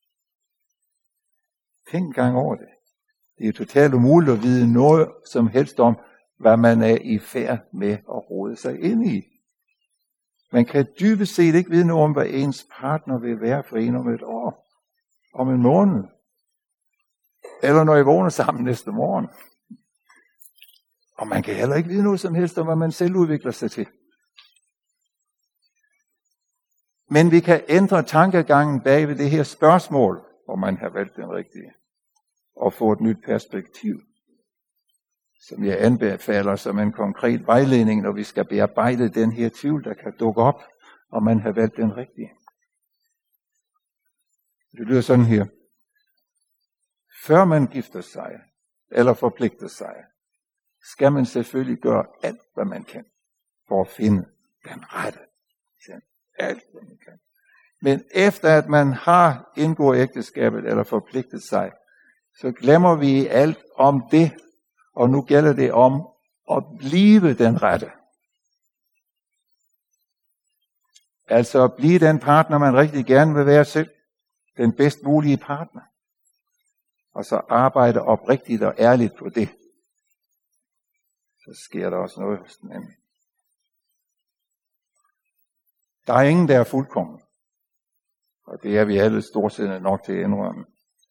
Tænk en gang over det. Det er totalt umuligt at vide noget som helst om, hvad man er i færd med at rode sig ind i. Man kan dybest set ikke vide noget om, hvad ens partner vil være for en om et år, om en måned, eller når I vågner sammen næste morgen. Og man kan heller ikke vide noget som helst om, hvad man selv udvikler sig til. Men vi kan ændre tankegangen bag ved det her spørgsmål, om man har valgt den rigtige, og få et nyt perspektiv, som jeg anbefaler som en konkret vejledning, når vi skal bearbejde den her tvivl, der kan dukke op, om man har valgt den rigtige. Det lyder sådan her. Før man gifter sig, eller forpligter sig, skal man selvfølgelig gøre alt, hvad man kan, for at finde den rette. Alt, hvad man kan. Men efter at man har indgået ægteskabet, eller forpligtet sig, så glemmer vi alt om det, og nu gælder det om at blive den rette. Altså at blive den partner, man rigtig gerne vil være selv. Den bedst mulige partner. Og så arbejde oprigtigt og ærligt på det. Så sker der også noget hos den anden. Der er ingen, der er fuldkommen. Og det er vi alle storsindede nok til at indrømme.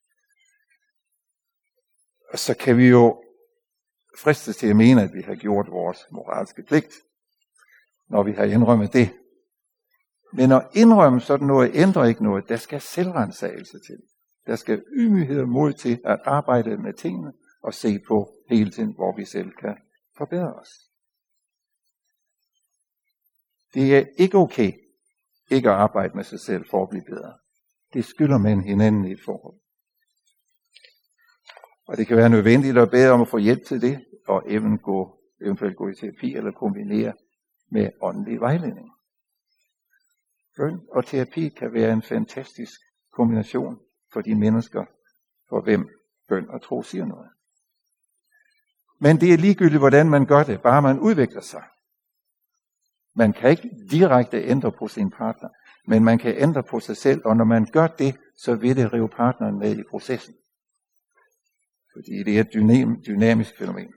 Og så kan vi jo fristes til at mene, at vi har gjort vores moralske pligt, når vi har indrømmet det. Men at indrømme sådan noget ændrer ikke noget. Der skal selvrensagelse til. Der skal ydmyghed og mod til at arbejde med tingene og se på hele tiden, hvor vi selv kan forbedre os. Det er ikke okay ikke at arbejde med sig selv for at blive bedre. Det skylder man hinanden i et forhold. Og det kan være nødvendigt at bede om at få hjælp til det, og eventuelt gå, eventuelt gå i terapi eller kombinere med åndelig vejledning. Bøn og terapi kan være en fantastisk kombination for de mennesker, for hvem bøn og tro siger noget. Men det er ligegyldigt, hvordan man gør det, bare man udvikler sig. Man kan ikke direkte ændre på sin partner, men man kan ændre på sig selv, og når man gør det, så vil det rive partneren med i processen. Fordi det er et dynam, dynamisk fænomen.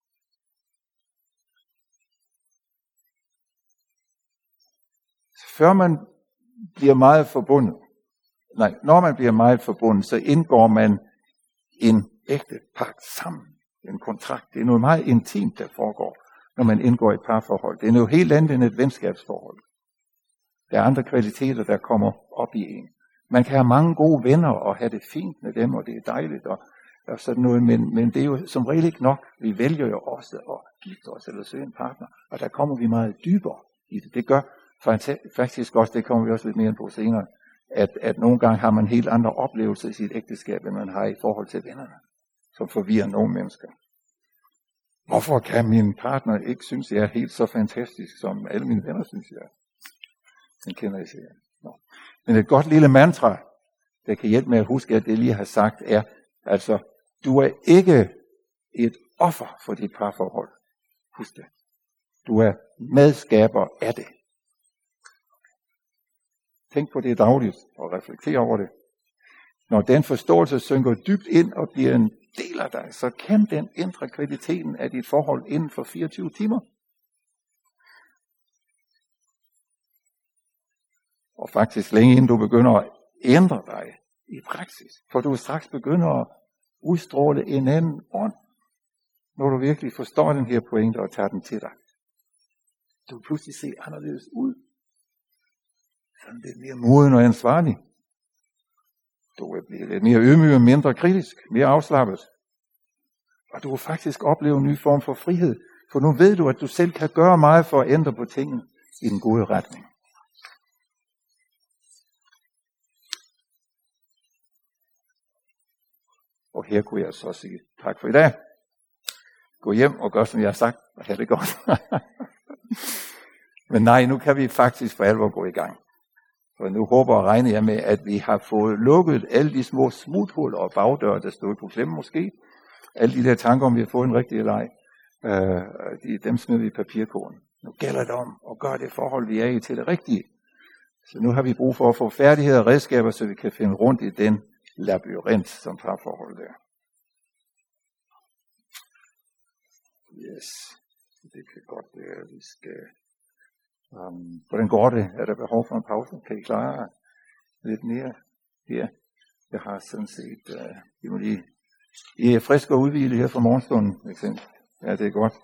Så før man bliver meget forbundet, nej, når man bliver meget forbundet, så indgår man en ægte pagt sammen. En kontrakt. Det er noget meget intimt, der foregår, når man indgår i et parforhold. Det er noget helt andet end et venskabsforhold. Der er andre kvaliteter, der kommer op i en. Man kan have mange gode venner og have det fint med dem, og det er dejligt og, og sådan noget, men, men det er jo som regel ikke nok. Vi vælger jo også at gifte os eller søge en partner, og der kommer vi meget dybere i det. Det gør faktisk også, det kommer vi også lidt mere ind på senere, at, at nogle gange har man helt andre oplevelser i sit ægteskab, end man har i forhold til vennerne, som forvirrer nogle mennesker. Hvorfor kan min partner ikke synes, jeg er helt så fantastisk, som alle mine venner synes, jeg er? Den kender jeg sikkert. Nå. Men et godt lille mantra, der kan hjælpe med at huske, at det jeg lige har sagt, er, altså, du er ikke et offer for dit parforhold. Husk det. Du er medskaber af det. Tænk på det dagligt og reflekter over det. Når den forståelse synker dybt ind og bliver en del af dig, så kan den ændre kvaliteten af dit forhold inden for fireogtyve timer. Og faktisk længe inden du begynder at ændre dig i praksis. For du straks begynder at udstråle en anden ånd, når du virkelig forstår den her pointe og tager den til dig. Du vil pludselig se anderledes ud. Sådan lidt mere moden og ansvarlig. Du vil blive lidt mere ydmyg og mindre kritisk, mere afslappet. Og du vil faktisk opleve en ny form for frihed, for nu ved du, at du selv kan gøre meget for at ændre på tingene i den gode retning. Og her kunne jeg så sige tak for i dag. Gå hjem og gør, som jeg har sagt, og have det godt. Men nej, nu kan vi faktisk for alvor gå i gang. For nu håber og regner jeg med, at vi har fået lukket alle de små smuthuller og bagdøre, der stod på klemme måske. Alle de der tanker, om vi har fået en rigtig leg, øh, de, dem smider vi i papirkurven. Nu gælder det om at gøre det forhold, vi er i, til det rigtige. Så nu har vi brug for at få færdigheder og redskaber, så vi kan finde rundt i den labyrint, som parforholdet er. Yes, det kan godt være, at vi skal... Um, hvordan går det? Er der behov for en pause? Kan I klare lidt mere her? Jeg har sådan set... Uh, I, må lige, I er friske og udhvilede her fra morgenstunden, eksempel. Ja, det er godt.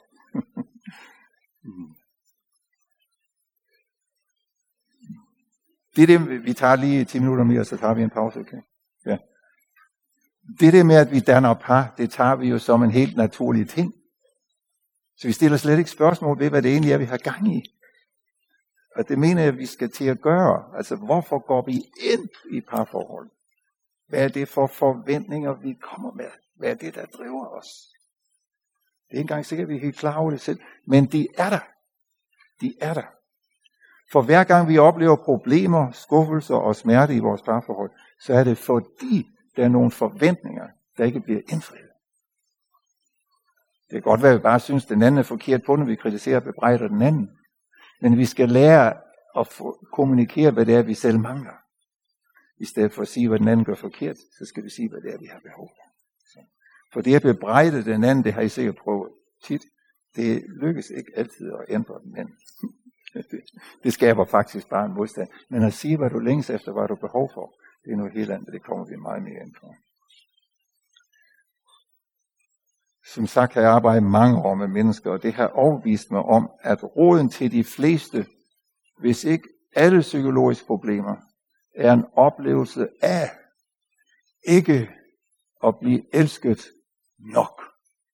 Det er det, vi tager lige ti minutter mere, så tager vi en pause, okay? Ja. Det der med, at vi danner par, det tager vi jo som en helt naturlig ting. Så vi stiller slet ikke spørgsmål ved, hvad det egentlig er, vi har gang i. Og det mener jeg, vi skal til at gøre. Altså, hvorfor går vi ind i parforhold? Hvad er det for forventninger, vi kommer med? Hvad er det, der driver os? Det er ikke engang sikkert, at vi er helt klar over det selv. Men de er der. De er der. For hver gang vi oplever problemer, skuffelser og smerte i vores parforhold, så er det fordi, der er nogle forventninger, der ikke bliver indfriet. Det kan godt være, at vi bare synes, at den anden er forkert på, når vi kritiserer og bebrejder den anden. Men vi skal lære at kommunikere, hvad det er, vi selv mangler. I stedet for at sige, hvad den anden gør forkert, så skal vi sige, hvad det er, vi har behov for. For det at bebrejde den anden, det har I sikkert prøvet tit. Det lykkes ikke altid at ændre den anden. Det, det skaber faktisk bare en modstand. Men at sige, hvad du længes efter, hvad du har behov for, det er noget helt andet. Det kommer vi meget mere ind på. Som sagt har jeg arbejdet mange år med mennesker, og det har overbevist mig om, at roden til de fleste, hvis ikke alle psykologiske problemer, er en oplevelse af ikke at blive elsket nok.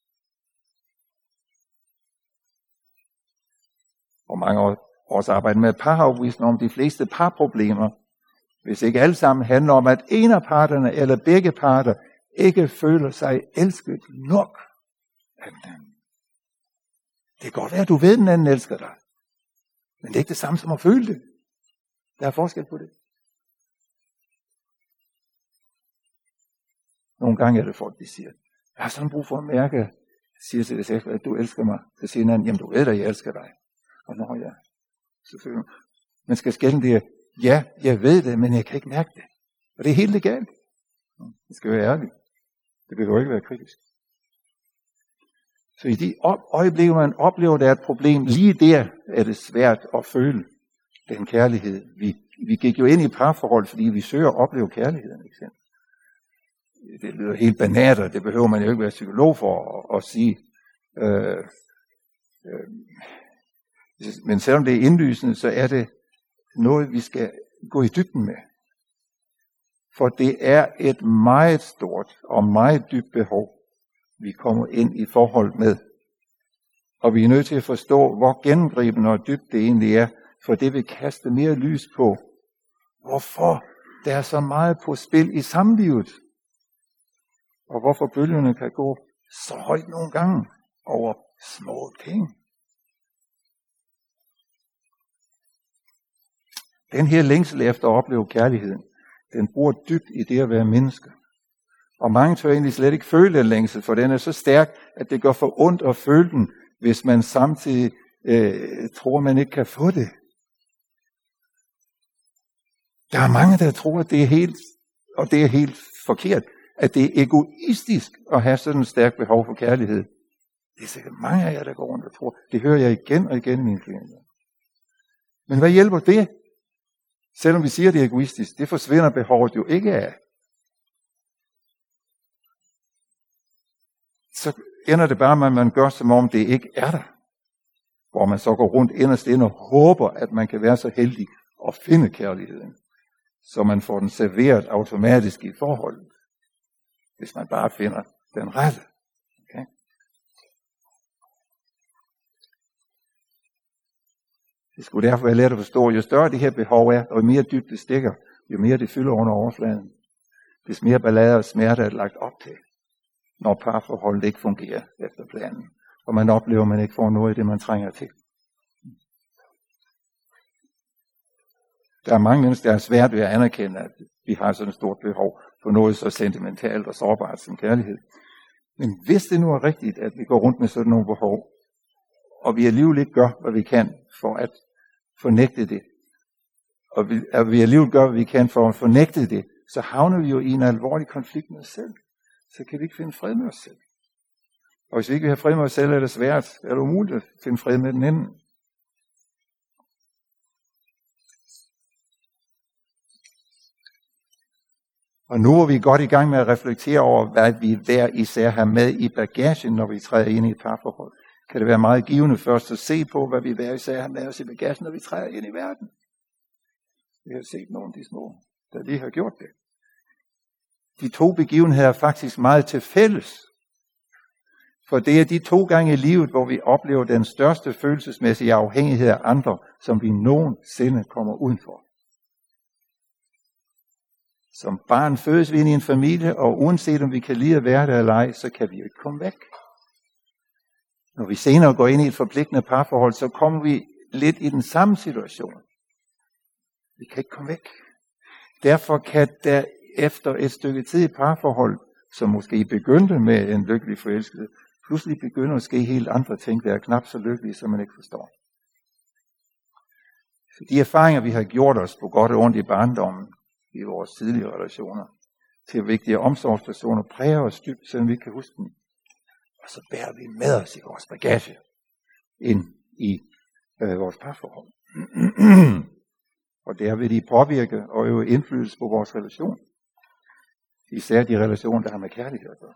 Og mange års arbejde med parafvisning om de fleste parproblemer, hvis ikke alle sammen handler om, at en af parterne eller begge parter ikke føler sig elsket nok af den anden. Det kan godt være, at du ved, at den anden elsker dig. Men det er ikke det samme som at føle det. Der er forskel på det. Nogle gange er det folk, de siger, jeg har sådan brug for at mærke, siger til dig selv, at du elsker mig. Så siger en anden, jamen du ved at jeg elsker dig. Og når jeg selvfølgelig. Man skal skælde det, ja, jeg ved det, men jeg kan ikke mærke det. Og det er helt legalt. Det skal være ærligt. Det behøver ikke være kritisk. Så i de øjeblikke, man oplever, at der er et problem, lige der er det svært at føle den kærlighed. Vi, vi gik jo ind i parforhold, fordi vi søger at opleve kærligheden. Ikke sandt? Det lyder helt banalt, og det behøver man jo ikke være psykolog for at, at sige. Øh, øh, men selvom det er indlysende, så er det noget, vi skal gå i dybden med. For det er et meget stort og meget dybt behov, vi kommer ind i forhold med. Og vi er nødt til at forstå, hvor gennemgribende og dybt det egentlig er, for det vil kaste mere lys på, hvorfor der er så meget på spil i samlivet, og hvorfor bølgerne kan gå så højt nogle gange over små ting. Den her længsel efter at opleve kærligheden, den bor dybt i det at være menneske. Og mange tør egentlig slet ikke føle den længsel, for den er så stærk, at det gør for ondt at føle den, hvis man samtidig øh, tror, man ikke kan få det. Der er mange, der tror, at det er helt, og det er helt forkert, at det er egoistisk at have sådan et stærkt behov for kærlighed. Det er sikkert mange af jer, der går rundt og tror. Det hører jeg igen og igen i mine klienter. Men hvad hjælper det? Selvom vi siger, det er egoistisk, det forsvinder behovet jo ikke af. Så ender det bare med, at man gør, som om det ikke er der. Hvor man så går rundt inderst ind og håber, at man kan være så heldig at finde kærligheden. Så man får den serveret automatisk i forholdet. Hvis man bare finder den rette. Okay? Det skulle derfor være let at forstå, jo større det her behov er, og jo mere dybt det stikker, jo mere det fylder under overfladen, des mere ballade og smerte er lagt op til, når parforholdet ikke fungerer efter planen, og man oplever, at man ikke får noget af det, man trænger til. Der er mange mennesker, der er svært ved at anerkende, at vi har sådan et stort behov for noget så sentimentalt og sårbart som kærlighed. Men hvis det nu er rigtigt, at vi går rundt med sådan nogle behov, og vi alligevel ikke gør, hvad vi kan for at fornægte det, og vi, at vi alligevel gør, hvad vi kan for at fornægte det, så havner vi jo i en alvorlig konflikt med os selv. Så kan vi ikke finde fred med os selv. Og hvis vi ikke vil have fred med os selv, er det svært, er det umuligt at finde fred med den anden. Og nu er vi godt i gang med at reflektere over, hvad vi hver især har med i bagagen, når vi træder ind i et parforhold. Kan det være meget givende først at se på, hvad vi hver især har med os i bagagen, når vi træder ind i verden. Vi har set nogle af de små, der lige har gjort det. De to begivenheder er faktisk meget til fælles. For det er de to gange i livet, hvor vi oplever den største følelsesmæssige afhængighed af andre, som vi nogensinde kommer udenfor. Som barn fødes vi ind i en familie, og uanset om vi kan lide at være der eller ej, så kan vi jo ikke komme væk. Når vi senere går ind i et forpligtende parforhold, så kommer vi lidt i den samme situation. Vi kan ikke komme væk. Derfor kan der efter et stykke tid i parforhold, som måske begyndte med en lykkelig forelskelse, pludselig begynder at ske helt andre ting, der er knap så lykkelige, som man ikke forstår. Så de erfaringer, vi har gjort os på godt og ondt i barndommen, i vores tidlige relationer, til vigtige omsorgspersoner, præger os dybt, selvom vi ikke kan huske dem. Og så bærer vi med os i vores bagage ind i øh, vores parforhold. Og der vil de påvirke og øve indflydelse på vores relation. Især de relationer, der har med kærlighed at gøre.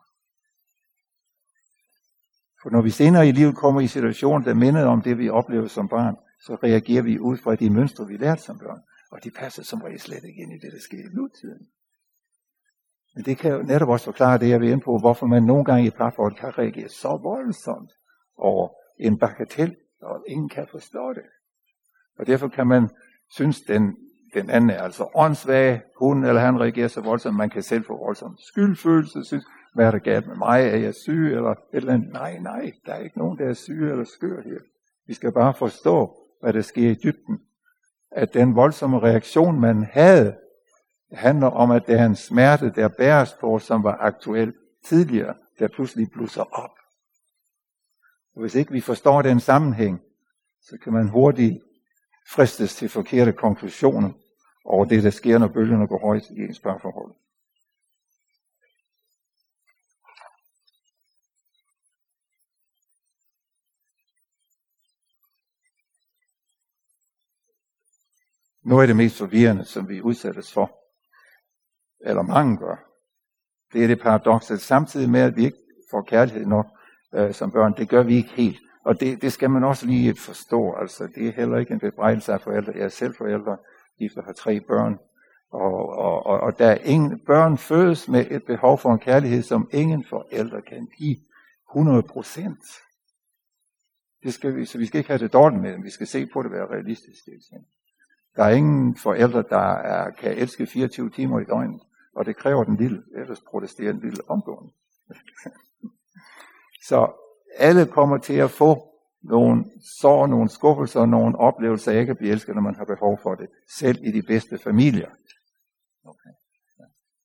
For når vi senere i livet kommer i situationer, der minder om det, vi oplever som barn, så reagerer vi ud fra de mønstre, vi lærte som børn. Og de passer som regel slet ikke ind i det, der sker i nutiden. Men det kan jo netop også forklare det, jeg vil ind på, hvorfor man nogle gange i et parforhold kan reagere så voldsomt over en bagatel, og ingen kan forstå det. Og derfor kan man synes, den, den anden er altså åndssvag, hun eller han reagerer så voldsomt, man kan selv få voldsom skyldfølelse, synes, hvad er der galt med mig, er jeg syg, eller et eller andet. Nej, nej, der er ikke nogen, der er syge eller skør her. Vi skal bare forstå, hvad der sker i dybden. At den voldsomme reaktion, man havde, handler om, at der er en smerte, der bæres på, som var aktuel tidligere, der pludselig blusser op. Og hvis ikke vi forstår den sammenhæng, så kan man hurtigt fristes til forkerte konklusioner over det, der sker, når bølgerne går højt i ens parforhold. Noget af det mest forvirrende, som vi udsættes for, eller mange gør, det er det paradoks, at samtidig med, at vi ikke får kærlighed nok øh, som børn, det gør vi ikke helt. Og det, det skal man også lige forstå. Altså, det er heller ikke en bebrejdelse af forældre. Jeg er selv forældre, gift og har tre børn. Og, og, og, og der er ingen, børn fødes med et behov for en kærlighed, som ingen forældre kan give hundrede procent. Det skal vi, så vi skal ikke have det dårligt med dem. Vi skal se på det være realistisk. Der er ingen forældre, der er, kan elske fireogtyve timer i døgnet. Og det kræver den lille, ellers protesterer den lille omgående. Så alle kommer til at få nogle sorg, nogle skuffelser, nogle oplevelser af ikke at blive elsket, når man har behov for det. Selv i de bedste familier. Okay. Ja.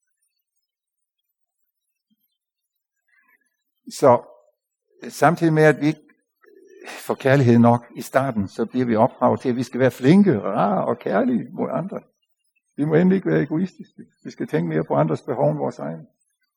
Så samtidig med, at vi ikke får kærlighed nok i starten, så bliver vi opdraget til, at vi skal være flinke, rare og kærlige mod andre. Vi må endelig ikke være egoistiske. Vi skal tænke mere på andres behov end vores egen.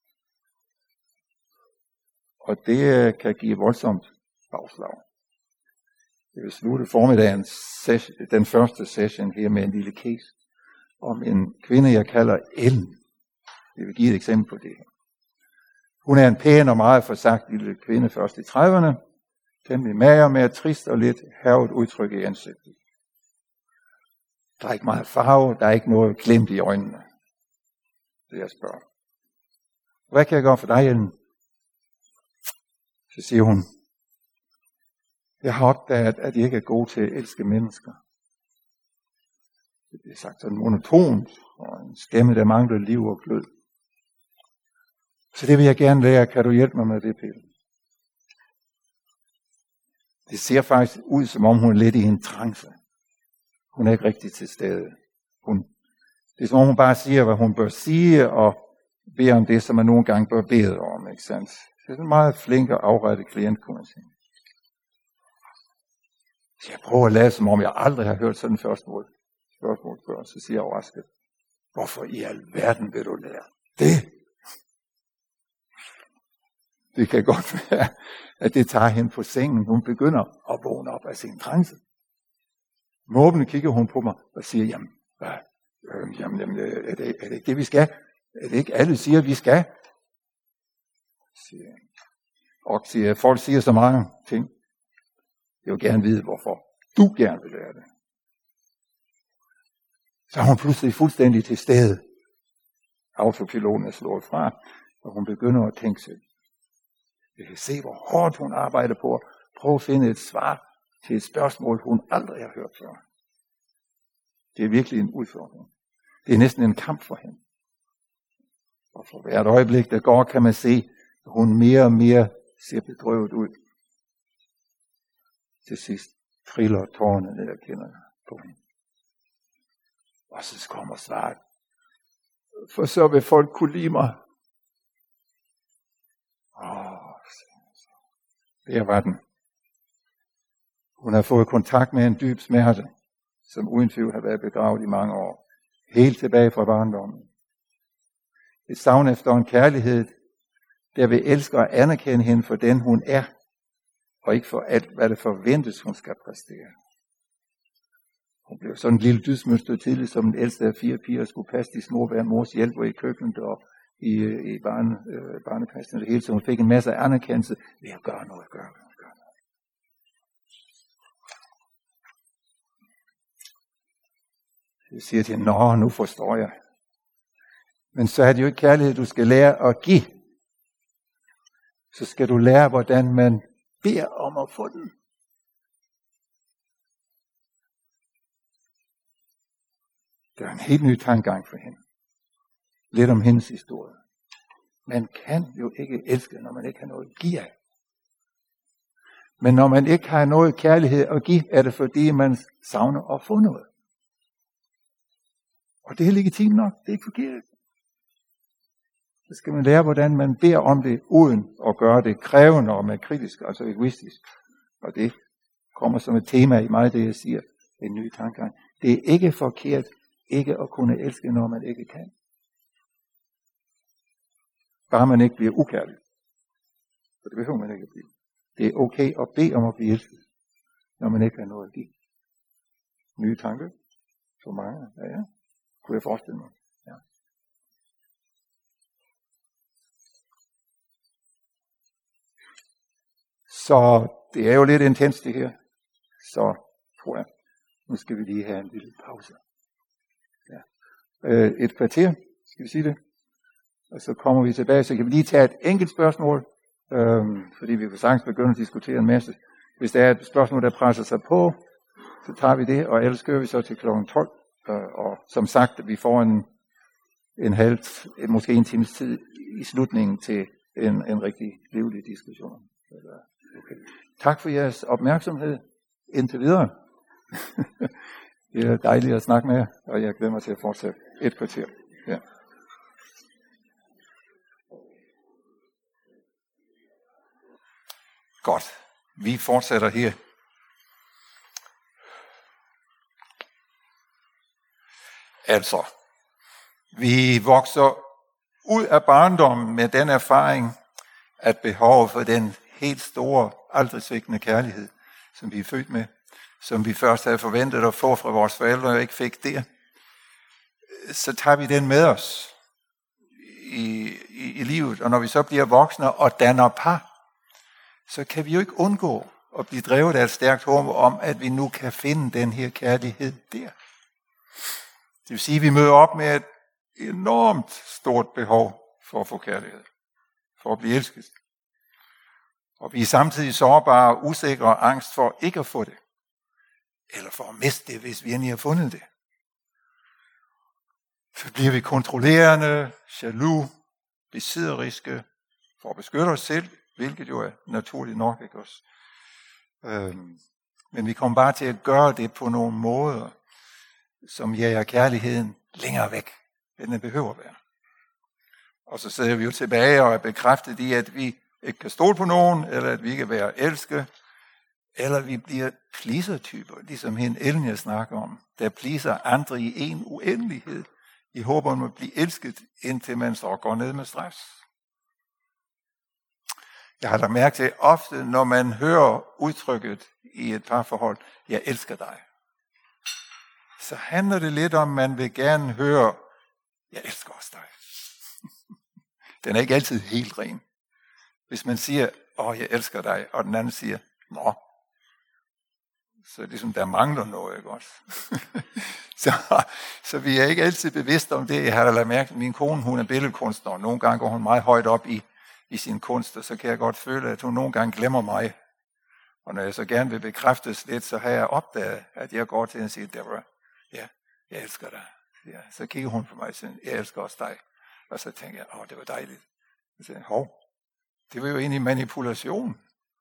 Og det kan give voldsomt bagslag. Jeg vil slutte formiddagens session, den første session her med en lille case om en kvinde, jeg kalder Ellen. Jeg vil give et eksempel på det her. Hun er en pæn og meget forsagt lille kvinde først i trediverne. Temmelig mager, mere trist og lidt hærget udtryk i ansigtet. Der er ikke meget farve, der er ikke noget glimt i øjnene. Det jeg spørger. Hvad kan jeg gøre for dig, Ellen? Så siger hun, jeg har opdaget, at jeg ikke er god til at elske mennesker. Det bliver sagt sådan monotont, og en stemme, der mangler liv og glød. Så det vil jeg gerne lære. Kan du hjælpe mig med det, Peter? Det ser faktisk ud, som om hun er lidt i en trance. Hun er ikke rigtig til stede. Hun, det er som om hun bare siger, hvad hun bør sige, og beder om det, som man nogle gange bør bede om. Ikke sandt? Det er en meget flink og afrettet klient, kunne man sige. Så jeg prøver at lade, som om jeg aldrig har hørt sådan et spørgsmål, spørgsmål før. Så siger jeg overrasket, hvorfor i alverden vil du lære det? Det kan godt være, at det tager hende på sengen. Hun begynder at vågne op af sin trance. Måbende kigger hun på mig og siger, jamen, hvad? Jamen, jamen er, det, er det ikke det, vi skal? Er det ikke alle siger, vi skal? Siger, og siger, folk siger så mange ting. Jeg vil gerne vide, hvorfor du gerne vil lære det. Så er hun pludselig fuldstændig til stede. Autopiloten er slået fra, og hun begynder at tænke sig. Jeg kan se, hvor hårdt hun arbejder på at prøve at finde et svar til et spørgsmål, hun aldrig har hørt før. Det er virkelig en udfordring. Det er næsten en kamp for hende. Og for hvert øjeblik, der går, kan man se, at hun mere og mere ser bedrøvet ud. Til sidst triller tårerne ned ad kinderne på hende. Og så kommer svaret. For så vil folk kunne lide mig. Åh, der var den. Hun har fået kontakt med en dyb smerte, som uden tvivl har været begravet i mange år. Helt tilbage fra barndommen. Et savn efter en kærlighed, der vil elske og anerkende hende for den hun er, og ikke for alt, hvad det forventes, hun skal præstere. Hun blev sådan en lille dydsmøster tidligt, som den ældste af fire piger, skulle passe de små, være mors hjælper i køkkenet og i, i barne, øh, barnepasningen det hele. Så hun fik en masse anerkendelse ved at gøre noget, gøre noget, gøre noget. Jeg siger til hende, nå, nu forstår jeg. Men så er det jo ikke kærlighed, du skal lære at give. Så skal du lære, hvordan man beder om at få den. Det er en helt ny tankegang for hende. Lidt om hendes historie. Man kan jo ikke elske, når man ikke har noget at give af. Men når man ikke har noget kærlighed at give, er det fordi, man savner at få noget. Og det er legitimt nok. Det er ikke forkert. Så skal man lære, hvordan man beder om det, uden at gøre det krævende og med kritisk, altså egoistisk. Og det kommer som et tema i mig, det jeg siger. Det er en ny tankegang. Det er ikke forkert, ikke at kunne elske, når man ikke kan. Bare man ikke bliver ukærlig. For det behøver man ikke at blive. Det er okay at bede om at blive elsket, når man ikke har noget at give. Nye tanker? Så mange? Ja, ja. Kunne jeg forestille mig. Ja. Så det er jo lidt intenst det her. Så tror jeg, nu skal vi lige have en lille pause. Ja. Øh, et kvarter, skal vi sige det? Og så kommer vi tilbage, så kan vi lige tage et enkelt spørgsmål, øhm, fordi vi kan sagtens begynde at diskutere en masse. Hvis der er et spørgsmål, der presser sig på, så tager vi det, og ellers kører vi så til klokken tolv. Øh, og som sagt, vi får en, en halv, måske en times tid i slutningen til en, en rigtig livlig diskussion. Okay. Tak for jeres opmærksomhed indtil videre. Det er dejligt at snakke med jer, og jeg glæder mig til at fortsætte et kvarter. Ja. Godt. Vi fortsætter her. Altså, vi vokser ud af barndommen med den erfaring, at behovet for den helt store, aldrig svigtende kærlighed, som vi er født med, som vi først havde forventet at få fra vores forældre og ikke fik der, så tager vi den med os i, i, i livet. Og når vi så bliver voksne og danner par, så kan vi jo ikke undgå at blive drevet af et stærkt håb om, at vi nu kan finde den her kærlighed der. Det vil sige, at vi møder op med et enormt stort behov for at få kærlighed, for at blive elsket. Og vi er samtidig sårbare og usikre og angst for ikke at få det, eller for at miste det, hvis vi endelig har fundet det. Så bliver vi kontrollerende, jaloux, besidderiske, for at beskytte os selv, hvilket jo er naturligt nok, ikke også? Øhm, men vi kommer bare til at gøre det på nogle måder, som jager kærligheden længere væk, end den behøver at være. Og så sidder vi jo tilbage og er bekræftet i, at vi ikke kan stole på nogen, eller at vi ikke kan være elske, eller vi bliver pleaser-typer, ligesom hende Ellen, jeg snakker om, der pleaser andre i en uendelighed, i håb om at blive elsket, indtil man så går ned med stress. Jeg har da mærket til ofte, når man hører udtrykket i et parforhold, jeg elsker dig, så handler det lidt om, at man vil gerne høre, jeg elsker også dig. Den er ikke altid helt ren. Hvis man siger, åh, jeg elsker dig, og den anden siger, nå, så ligesom der mangler noget, ikke også? så, så vi er ikke altid bevidste om det. Jeg har da lagt mærke til, min kone, hun er billedkunstner, og nogle gange går hun meget højt op i, i sin kunst, og så kan jeg godt føle, at hun nogle gange glemmer mig. Og når jeg så gerne vil bekræftes lidt, så har jeg opdaget, at jeg går til hende og siger, Deborah, ja, jeg elsker dig. Ja, så kigger hun på mig og siger, jeg elsker også dig. Og så tænker jeg, åh, det var dejligt. Så siger jeg, hov, det var jo egentlig manipulation.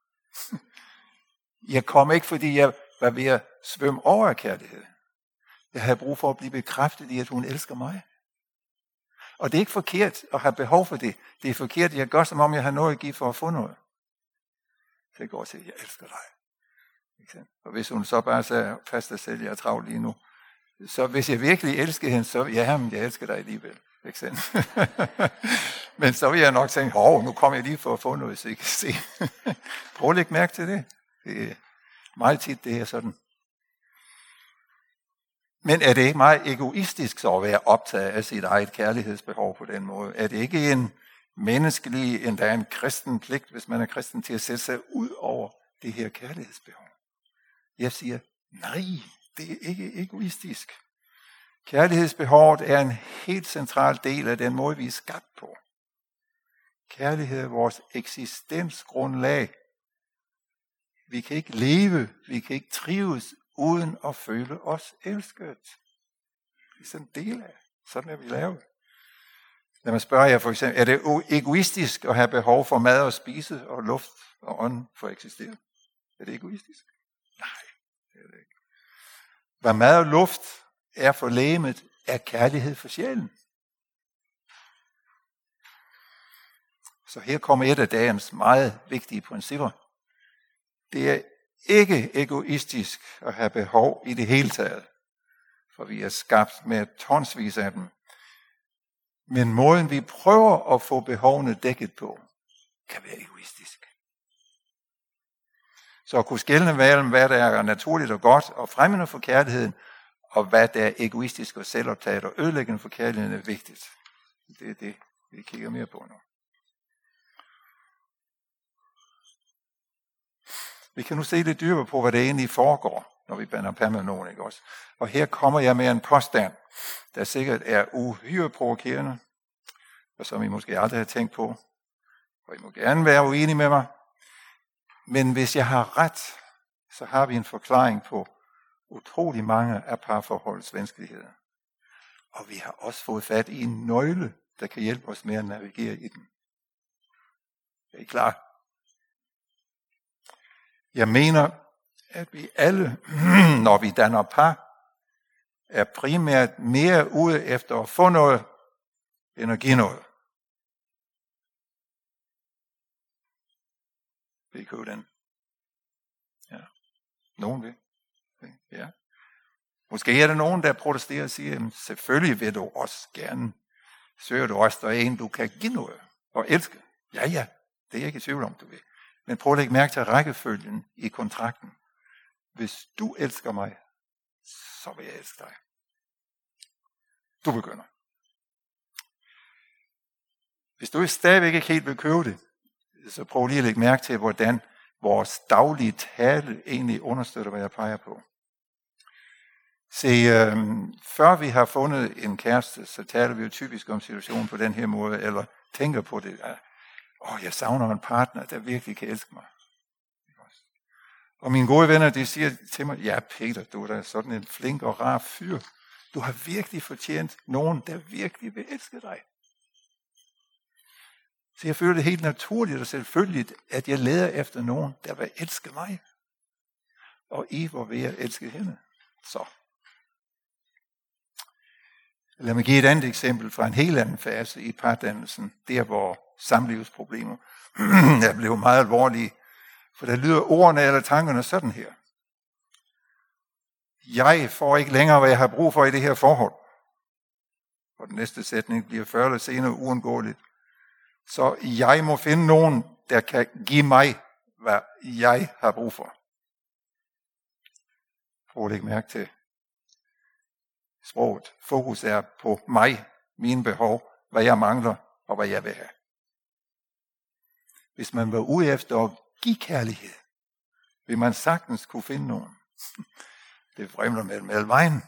Jeg kom ikke, fordi jeg var ved at svømme over af kærlighed. Jeg havde brug for at blive bekræftet i, at hun elsker mig. Og det er ikke forkert at have behov for det. Det er forkert, at jeg gør, som om jeg har noget at give for at få noget. Så jeg går og siger, jeg elsker dig. Og hvis hun så bare sagde, fast dig selv, jeg er travlt lige nu. Så hvis jeg virkelig elsker hende, så ja, men jeg elsker dig alligevel. Men så vil jeg nok tænke, hov, nu kommer jeg lige for at få noget, så I kan se. Prøv at lægge mærke til det. Det er meget tit, det er sådan. Men er det ikke meget egoistisk så at være optaget af sit eget kærlighedsbehov på den måde? Er det ikke en menneskelig, endda en kristen pligt, hvis man er kristen, til at sætte sig ud over det her kærlighedsbehov? Jeg siger, nej, det er ikke egoistisk. Kærlighedsbehovet er en helt central del af den måde, vi er skabt på. Kærlighed er vores eksistensgrundlag. Vi kan ikke leve, vi kan ikke trives, uden at føle os elsket. Det er sådan en del af, sådan er vi lavet. Lad mig spørge jer for eksempel, er det egoistisk at have behov for mad og spise og luft og ånd for at eksistere? Er det egoistisk? Nej, det er det ikke. Hvad mad og luft er for legemet, er kærlighed for sjælen. Så her kommer et af dagens meget vigtige principper. Det er ikke egoistisk at have behov i det hele taget, for vi er skabt med tonsvis af dem. Men måden vi prøver at få behovene dækket på, kan være egoistisk. Så at kunne skelne mellem, hvad der er naturligt og godt og fremmende for kærligheden, og hvad der er egoistisk og selvoptaget og ødelæggende for kærligheden, er vigtigt. Det er det, vi kigger mere på nu. Vi kan nu se lidt dybere på, hvad det egentlig foregår, når vi bander på med nogen, ikke også? Og her kommer jeg med en påstand, der sikkert er uhyre provokerende, og som I måske aldrig har tænkt på, og I må gerne være uenige med mig. Men hvis jeg har ret, så har vi en forklaring på utrolig mange af parforholdets vanskeligheder. Og vi har også fået fat i en nøgle, der kan hjælpe os med at navigere i den. Er I klar? Jeg mener, at vi alle, når vi danner par, er primært mere ude efter at få noget, end at give noget. Vil I købe den? Ja. Nogen vil. Ja. Måske er der nogen, der protesterer og siger, at selvfølgelig vil du også gerne, søger du også, der er en, du kan give noget og elske. Ja, ja, det er jeg ikke i tvivl om, du vil. Men prøv at lægge mærke til rækkefølgen i kontrakten. Hvis du elsker mig, så vil jeg elske dig. Du begynder. Hvis du stadigvæk ikke helt vil købe det, så prøv lige at lægge mærke til, hvordan vores daglige tale egentlig understøtter, hvad jeg peger på. Se, øh, før vi har fundet en kæreste, så taler vi jo typisk om situationen på den her måde, eller tænker på det. Åh, oh, jeg savner en partner, der virkelig kan elske mig. Og mine gode venner, de siger til mig, ja Peter, du er da sådan en flink og rar fyr. Du har virkelig fortjent nogen, der virkelig vil elske dig. Så jeg føler det helt naturligt og selvfølgeligt, at jeg leder efter nogen, der vil elske mig. Og I var ved at elske hende. Så. Lad mig give et andet eksempel fra en helt anden fase i pardannelsen. Der hvor samlivsproblemer er blevet meget alvorlige. For der lyder ordene eller tankerne sådan her. Jeg får ikke længere, hvad jeg har brug for i det her forhold. Og den næste sætning bliver før eller senere uundgåeligt. Så jeg må finde nogen, der kan give mig, hvad jeg har brug for. Prøv at lægge mærke til sproget. Fokus er på mig, mine behov, hvad jeg mangler og hvad jeg vil have. Hvis man var ude efter at give kærlighed, vil man sagtens kunne finde nogen. Det fremler mellem alle vejen.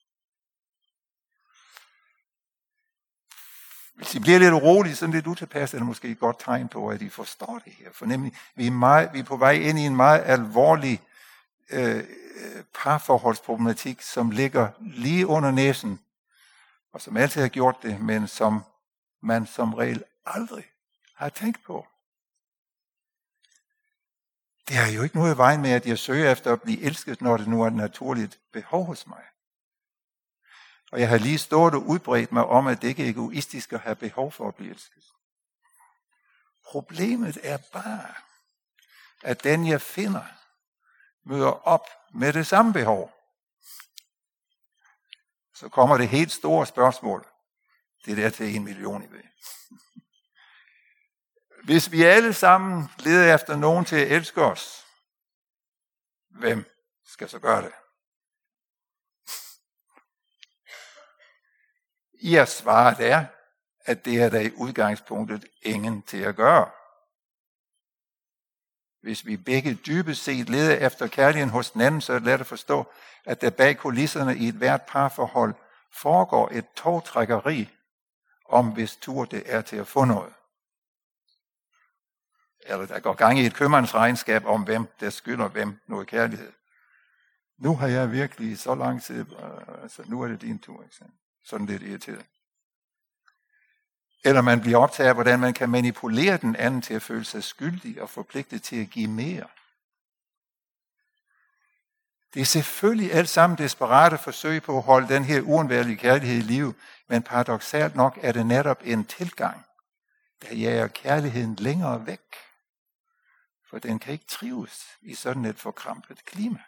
Hvis I bliver lidt urolige, sådan lidt utilpas, er det måske et godt tegn på, at I forstår det her. For nemlig, vi er, meget, vi er på vej ind i en meget alvorlig øh, parforholdsproblematik, som ligger lige under næsen, og som altid har gjort det, men som man som regel aldrig har tænkt på. Det er jo ikke noget i vejen med, at jeg søger efter at blive elsket, når det nu er et naturligt behov hos mig. Og jeg har lige stået og udbredt mig om, at det ikke er egoistisk at have behov for at blive elsket. Problemet er bare, at den jeg finder, møder op med det samme behov. Så kommer det helt store spørgsmål. Det er der til en million i ved. Hvis vi alle sammen leder efter nogen til at elske os, hvem skal så gøre det? Jeres svaret er, at det er der i udgangspunktet ingen til at gøre. Hvis vi begge dybest set leder efter kærligheden hos den anden, så er det let at forstå, at der bag kulisserne i et hvert parforhold foregår et togtrækkeri om, hvis tur det er til at få noget. Eller der går gang i et købmandsregnskab om, hvem der skylder hvem noget kærlighed. Nu har jeg virkelig så lang tid, altså nu er det din tur. Ikke? Sådan lidt irriteret. Eller man bliver optaget af, hvordan man kan manipulere den anden til at føle sig skyldig og forpligtet til at give mere. Det er selvfølgelig alt sammen desperate forsøg på at holde den her uundværlige kærlighed i live, men paradoksalt nok er det netop en tilgang, der jager kærligheden længere væk. For den kan ikke trives i sådan et forkrampet klima.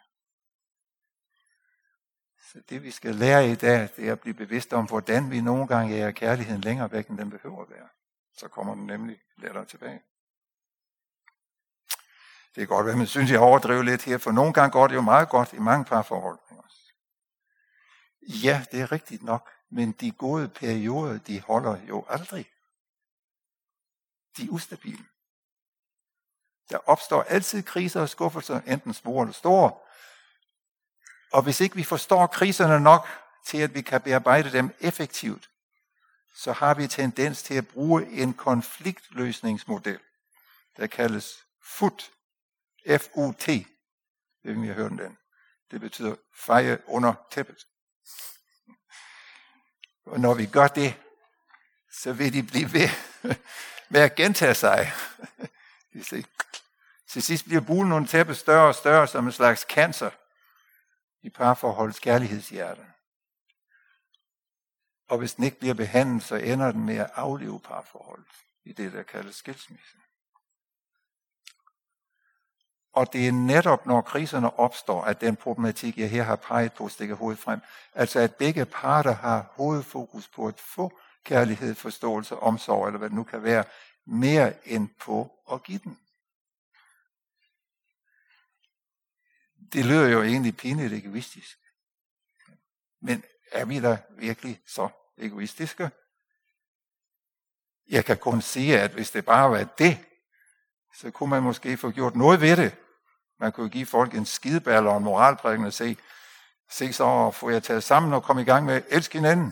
Så det vi skal lære i dag, det er at blive bevidst om, hvordan vi nogle gange jager kærligheden længere væk, end den behøver at være. Så kommer den nemlig lettere tilbage. Det er godt, hvad man synes, jeg overdriver lidt her, for nogle gange går det jo meget godt i mange parforhold. Ja, det er rigtigt nok, men de gode perioder, de holder jo aldrig. De er ustabile. Der opstår altid kriser og skuffelser, enten små eller store. Og hvis ikke vi forstår kriserne nok til, at vi kan bearbejde dem effektivt, så har vi tendens til at bruge en konfliktløsningsmodel, der kaldes F U T. F U T. Jeg ved ikke, om I har hørt om den. Det betyder feje under tæppet. Og når vi gør det, så vil de blive ved med at gentage sig. Til sidst bliver bulen under tæppet større og større som en slags cancer i parforholdets kærlighedshjerte. Og hvis den ikke bliver behandlet, så ender den med at afleve parforholdet i det, der kaldes skilsmisse. Og det er netop, når kriserne opstår, at den problematik, jeg her har peget på, stikker hovedet frem. Altså at begge parter har hovedfokus på at få kærlighed, forståelse, omsorg, eller hvad det nu kan være, mere end på at give den. Det lyder jo egentlig pinligt egoistisk. Men er vi da virkelig så egoistiske? Jeg kan kun sige, at hvis det bare var det, så kunne man måske få gjort noget ved det. Man kunne give folk en skideballe og en moralprædiken og se, se så og få jer taget sammen og komme i gang med at elske hinanden.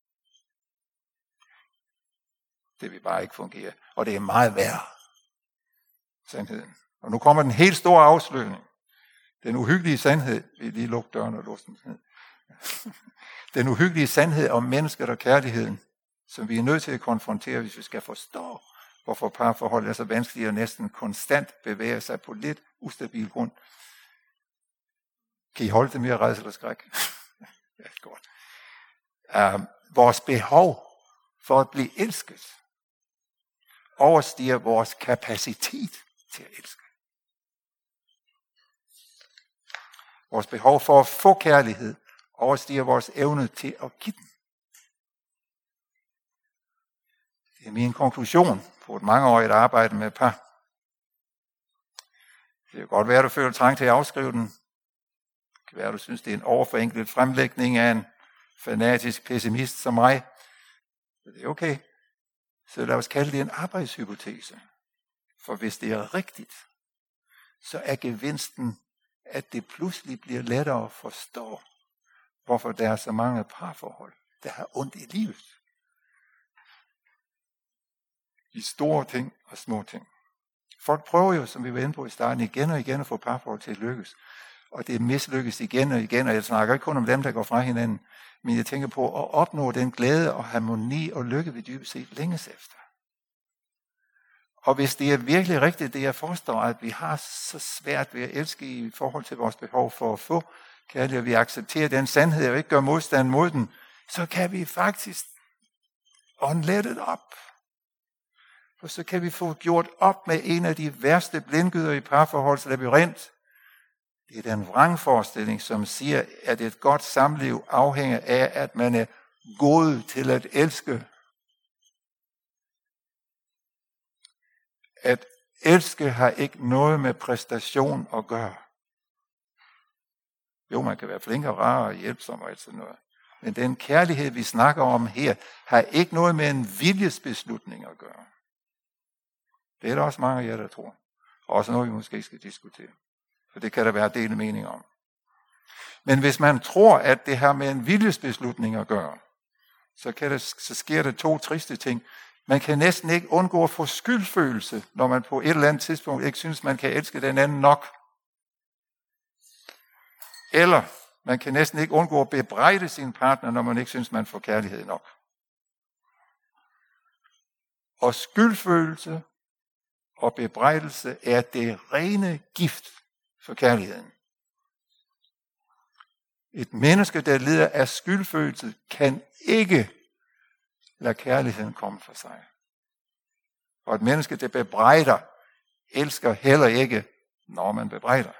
Det vil bare ikke fungere. Og det er meget værre. Sandheden. Og nu kommer den helt store afsløring. Den uhyggelige sandhed. Vi lige lukke døren og låse den ned. Den uhyggelige sandhed om mennesket og kærligheden, som vi er nødt til at konfrontere, hvis vi skal forstå, hvorfor parforhold er så vanskeligt og næsten konstant bevæger sig på lidt ustabil grund. Kan I holde det mere rædsel og skræk? Ja, godt. Uh, vores behov for at blive elsket overstiger vores kapacitet til at elske. Vores behov for at få kærlighed overstiger vores evne til at give den. Det er min konklusion på et mangeårigt arbejde med par. Det kan godt være, at du føler trang til at afskrive den. Det kan være, at du synes, det er en overforenklet fremlægning af en fanatisk pessimist som mig. Det er okay. Så lad os kalde det en arbejdshypotese. For hvis det er rigtigt, så er gevinsten, at det pludselig bliver lettere at forstå, hvorfor der er så mange parforhold, der har ondt i livet. I store ting og små ting. Folk prøver jo, som vi var inde på i starten, igen og igen at få parforhold til at lykkes. Og det mislykkes igen og igen, og jeg snakker ikke kun om dem, der går fra hinanden, men jeg tænker på at opnå den glæde og harmoni og lykke, vi dybest set længes efter. Og hvis det er virkelig rigtigt, det jeg forstår, at vi har så svært ved at elske i forhold til vores behov for at få kærlighed, og vi accepterer den sandhed og ikke gør modstand mod den, så kan vi faktisk unlet op. Og så kan vi få gjort op med en af de værste blindgyder i parforholds labyrint. Det er den vrangforestilling, som siger, at et godt samliv afhænger af, at man er god til at elske. At elske har ikke noget med præstation at gøre. Jo, man kan være flink og rar og hjælpsom og alt sådan noget. Men den kærlighed, vi snakker om her, har ikke noget med en viljesbeslutning at gøre. Det er der også mange af jer, der tror. Og også noget, vi måske skal diskutere. For det kan der være dele mening om. Men hvis man tror, at det har med en viljesbeslutning at gøre, så, kan det, så sker der to triste ting. Man kan næsten ikke undgå at få skyldfølelse, når man på et eller andet tidspunkt ikke synes, man kan elske den anden nok. Eller man kan næsten ikke undgå at bebrejde sin partner, når man ikke synes, man får kærlighed nok. Og skyldfølelse og bebrejdelse er det rene gift for kærligheden. Et menneske, der lider af skyldfølelse, kan ikke lade kærligheden komme for sig. Og et menneske, der bebrejder, elsker heller ikke, når man bebrejder.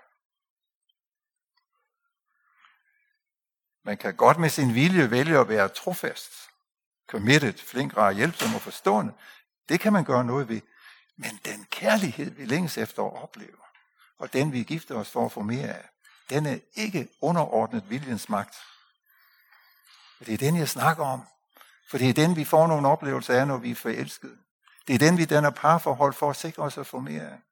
Man kan godt med sin vilje vælge at være trofast, committed, flink, rar, hjælpsom og forstående. Det kan man gøre noget ved. Men den kærlighed, vi længes efter at opleve, og den vi gifter os for at få mere af, den er ikke underordnet viljens magt. Og det er den, jeg snakker om. For det er den, vi får nogle oplevelser af, når vi er forelskede. Det er den, vi danner parforhold for at sikre os at få mere af.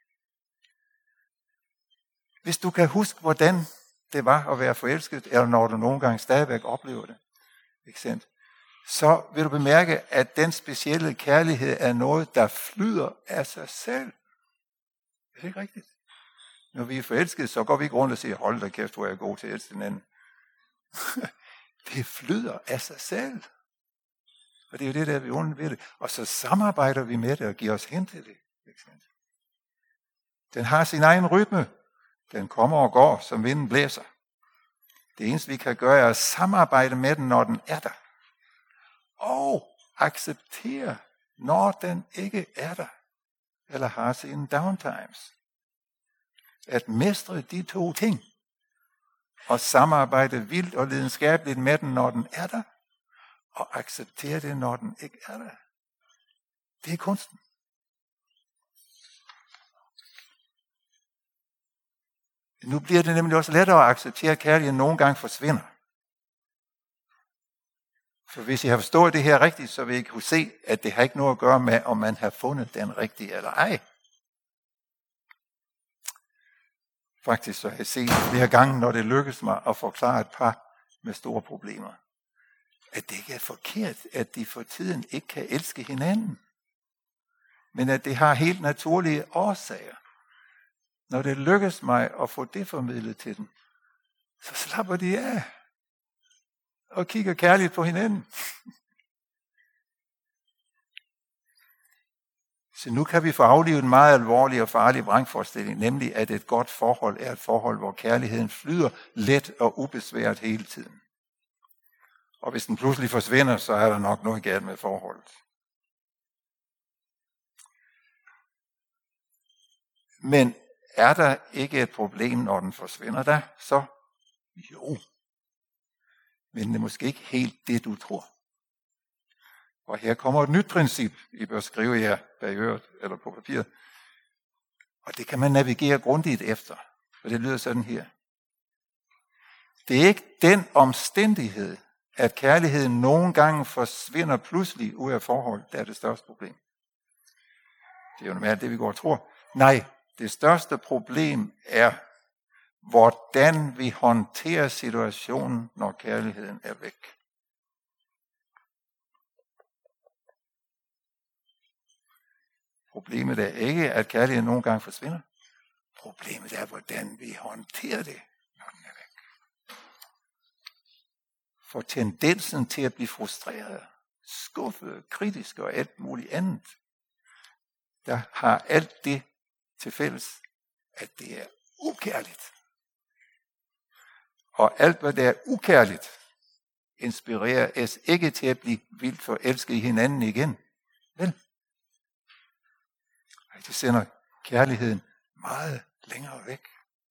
Hvis du kan huske, hvordan det var at være forelsket, eller når du nogle gange stadigvæk oplever det, ikke sandt? Så vil du bemærke, at den specielle kærlighed er noget, der flyder af sig selv. Er det ikke rigtigt? Når vi er forelskede, så går vi ikke rundt og siger, hold da kæft, hvor er jeg god til at elske den anden. Det flyder af sig selv. Og det er jo det, der vi under ved det. Og så samarbejder vi med det og giver os hen til det. Ikke sandt? Den har sin egen rytme. Den kommer og går, som vinden blæser. Det eneste, vi kan gøre, er at samarbejde med den, når den er der. Og acceptere, når den ikke er der. Eller har sine downtimes. At mestre de to ting. Og samarbejde vildt og lidenskabeligt med den, når den er der. Og acceptere det, når den ikke er der. Det er kunsten. Nu bliver det nemlig også lettere at acceptere, at kærligheden nogle gange forsvinder. For hvis I har forstået det her rigtigt, så vil I kunne se, at det har ikke noget at gøre med, om man har fundet den rigtige eller ej. Faktisk så har jeg set flere gange, når det lykkes mig at forklare et par med store problemer, at det ikke er forkert, at de for tiden ikke kan elske hinanden. Men at det har helt naturlige årsager. Når det lykkes mig at få det formidlet til dem, så slapper de af og kigger kærligt på hinanden. Så nu kan vi få aflivet en meget alvorlig og farlig vrangforestilling, nemlig at et godt forhold er et forhold, hvor kærligheden flyder let og ubesværet hele tiden. Og hvis den pludselig forsvinder, så er der nok noget galt med forholdet. Men er der ikke et problem, når den forsvinder der? Så jo. Men det er måske ikke helt det, du tror. Og her kommer et nyt princip, I bør skrive jer bag øret eller på papiret. Og det kan man navigere grundigt efter. For det lyder sådan her. Det er ikke den omstændighed, at kærligheden nogle gange forsvinder pludselig ud af forhold, der er det største problem. Det er jo normalt det, vi går og tror. Nej, det største problem er, hvordan vi håndterer situationen, når kærligheden er væk. Problemet er ikke, at kærligheden nogle gange forsvinder. Problemet er, hvordan vi håndterer det, når den er væk. For tendensen til at blive frustreret, skuffet, kritisk og alt muligt andet, der har alt det til fælles, at det er ukærligt. Og alt, hvad der er ukærligt, inspirerer os ikke til at blive vildt forelsket i hinanden igen. Vel? Det sender kærligheden meget længere væk.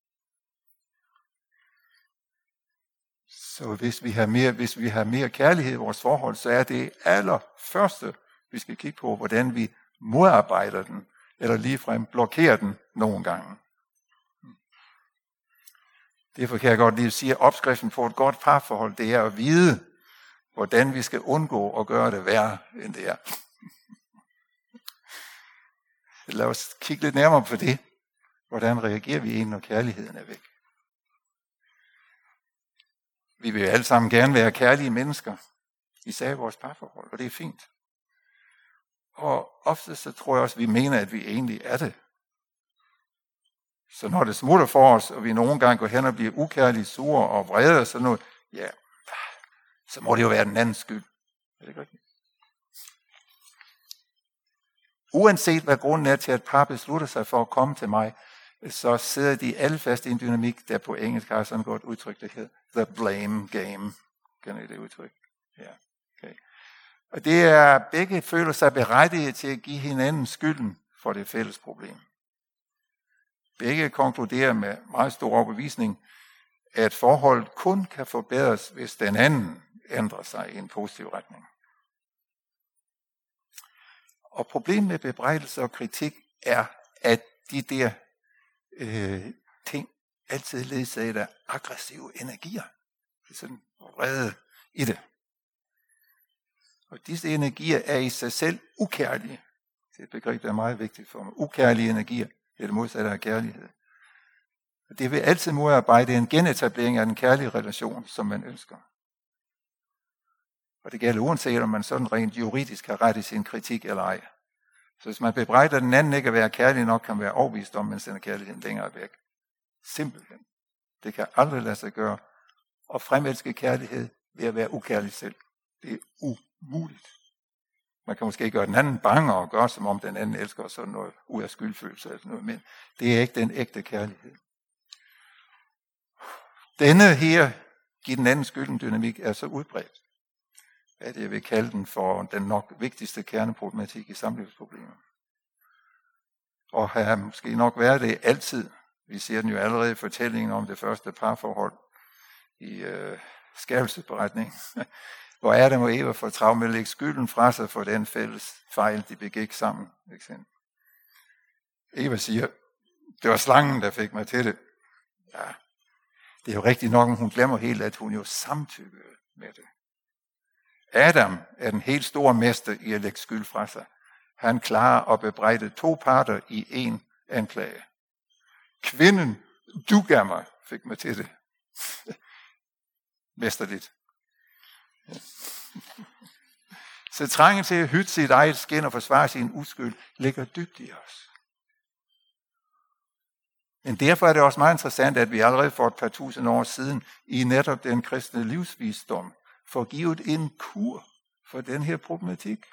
Så hvis vi har mere, hvis vi har mere kærlighed i vores forhold, så er det allerførste, vi skal kigge på, hvordan vi modarbejder den, eller ligefrem blokerer den nogle gange. Derfor kan jeg godt lige sige, at opskriften på et godt parforhold, det er at vide, hvordan vi skal undgå at gøre det værre, end det er. Lad os kigge lidt nærmere på det. Hvordan reagerer vi egentlig, når kærligheden er væk? Vi vil jo alle sammen gerne være kærlige mennesker, især i vores parforhold, og det er fint. Og ofte så tror jeg også, at vi mener, at vi egentlig er det. Så når det smutter for os, og vi nogle gange går hen og bliver ukærlige, sure og vrede og sådan noget, ja, så må det jo være den andens skyld. Er det ikke rigtigt? Uanset hvad grunden er til, at par beslutter sig for at komme til mig, så sidder de alle fast i en dynamik, der på engelsk har sådan godt udtryk, der hedder the blame game. Kender I det udtryk? Ja, okay. Og det er, begge føler sig berettiget til at give hinanden skylden for det fælles problem. Begge konkluderer med meget stor overbevisning, at forholdet kun kan forbedres, hvis den anden ændrer sig i en positiv retning. Og problemet med bebrejdelse og kritik er, at de der øh, ting altid ledsaget af aggressive energier. Det er sådan vrede i det. Og disse energier er i sig selv ukærlige. Det er et begreb, der er meget vigtigt for mig. Ukærlige energier, det er det modsatte af kærlighed. Og det vil altid modarbejde en genetablering af den kærlige relation, som man ønsker. Og det gælder uanset, om man sådan rent juridisk har ret i sin kritik eller ej. Så hvis man bebrejder den anden ikke at være kærlig nok, kan man være overbevist om, at man sender kærligheden længere væk. Simpelthen. Det kan aldrig lade sig gøre. Og fremelske kærlighed ved at være ukærlig selv. Det er umuligt. Man kan måske gøre den anden bange og gøre, som om den anden elsker sådan noget ud af skyldfølelse eller noget, men det er ikke den ægte kærlighed. Denne her, giver den anden skylden dynamik, er så udbredt, at jeg vil kalde den for den nok vigtigste kerneproblematik i samlivsproblemer. Og har måske nok været det altid. Vi ser den jo allerede i fortællingen om det første parforhold i øh, skabelsesberetningen, hvor Adam og Eva får travlt med at lægge skylden fra sig for den fælles fejl, de begik sammen. Eva siger, det var slangen, der fik mig til det. Ja, det er jo rigtigt nok, men hun glemmer helt, at hun jo samtykkede med det. Adam er den helt store mester i at lægge skyld fra sig. Han klarer at bebrejde to parter i en anklage. Kvinden, du gav mig, fik mig til det. Mesterligt. Så trængen til at hytte sit eget skin og forsvare sin uskyld ligger dybt i os. Men derfor er det også meget interessant, at vi allerede for et par tusind år siden i netop den kristne livsvisdom får givet en kur for den her problematik.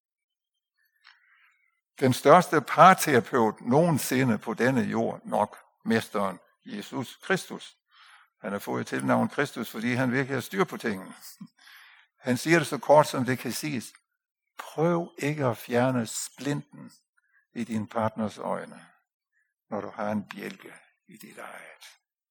Den største parterapeut nogensinde på denne jord, nok mesteren Jesus Kristus. Han har fået tilnavnet Kristus, fordi han virkelig har styr på tingene. Han siger det så kort, som det kan siges. Prøv ikke at fjerne splinten i din partners øjne, når du har en bjælke i dit eget.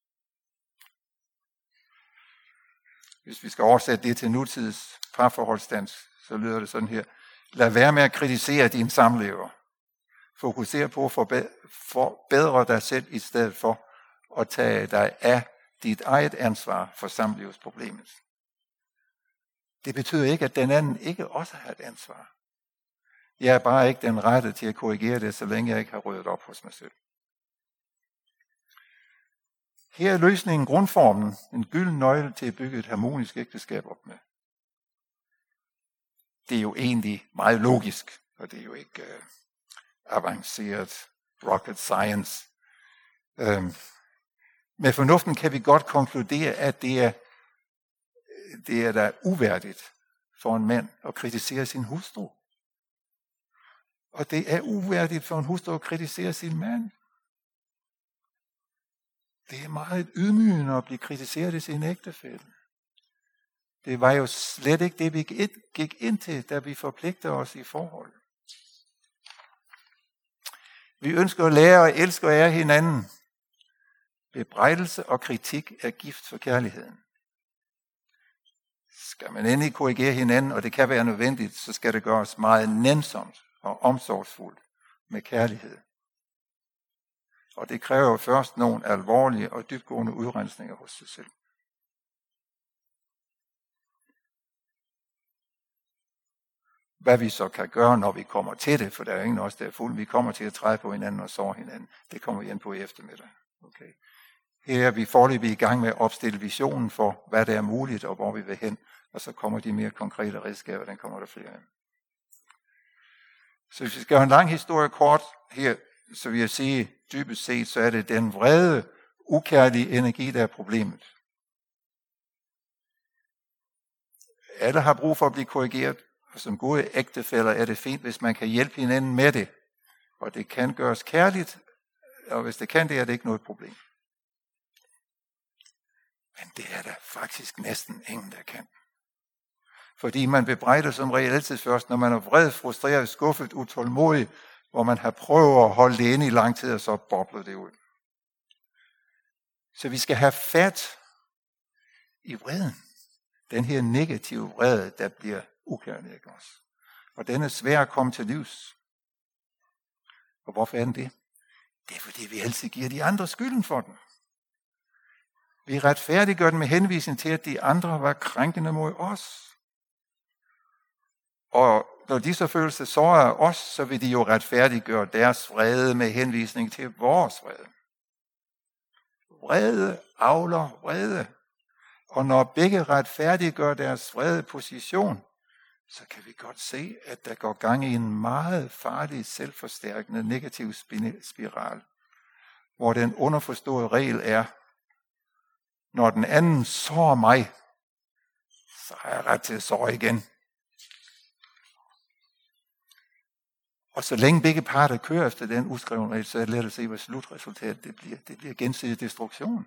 Hvis vi skal oversætte det til nutids parforholdsdans, så lyder det sådan her. Lad være med at kritisere din samlever. Fokuser på at forbedre dig selv i stedet for at tage dig af dit eget ansvar for samlivsproblemet. Det betyder ikke, at den anden ikke også har et ansvar. Jeg er bare ikke den rette til at korrigere det, så længe jeg ikke har ryddet op hos mig selv. Her er løsningen grundformen, en gylden nøgle til at bygge et harmonisk ægteskab op med. Det er jo egentlig meget logisk, og det er jo ikke uh, avanceret rocket science. Um, med fornuften kan vi godt konkludere, at det er, det er da uværdigt for en mand at kritisere sin hustru. Og det er uværdigt for en hustru at kritisere sin mand. Det er meget ydmygende at blive kritiseret af sin ægtefælle. Det var jo slet ikke det, vi gik ind til, da vi forpligtede os i forhold. Vi ønsker at lære og elske og ære hinanden. Bebrejdelse og kritik er gift for kærligheden. Skal man endelig korrigere hinanden, og det kan være nødvendigt, så skal det gøres meget nænsomt og omsorgsfuldt med kærlighed. Og det kræver først nogle alvorlige og dybtgående udrensninger hos sig selv. hvad vi så kan gøre, når vi kommer til det, for der er ingen af os, der er fuld. Vi kommer til at træde på hinanden og sår hinanden. Det kommer vi ind på i eftermiddag. Okay. Her er vi foreløbig i gang med at opstille visionen for, hvad der er muligt og hvor vi vil hen. Og så kommer de mere konkrete redskaber, den kommer der flere af. Så hvis vi skal have en lang historie kort her, så vil jeg sige, dybest set, så er det den vrede, ukærlige energi, der er problemet. Alle har brug for at blive korrigeret, og som gode ægtefæller er det fint, hvis man kan hjælpe hinanden med det. Og det kan gøres kærligt, og hvis det kan, det er det ikke noget problem. Men det er der faktisk næsten ingen, der kan. Fordi man bebrejder som regel altid først, når man er vred, frustreret, skuffet, utålmodig, hvor man har prøvet at holde det inde i lang tid, og så bobler det ud. Så vi skal have fat i vreden. Den her negative vrede, der bliver ukærlig også. Og den er svær at komme til livs. Og hvorfor er den det? Det er fordi, vi altid giver de andre skylden for den. Vi retfærdiggør den med henvisning til, at de andre var krænkende mod os. Og når de så føler sig såret af os, så vil de jo retfærdiggøre deres vrede med henvisning til vores vrede. Vrede avler vrede. Og når begge retfærdiggør deres vrede position, så kan vi godt se, at der går gang i en meget farlig, selvforstærkende negativ spiral, hvor den underforståede regel er, når den anden sårer mig, så har jeg ret til at såre igen. Og så længe begge parter kører efter den uskrevne regel, så er det let at se, hvad slutresultatet det bliver. Det bliver gensidig destruktion.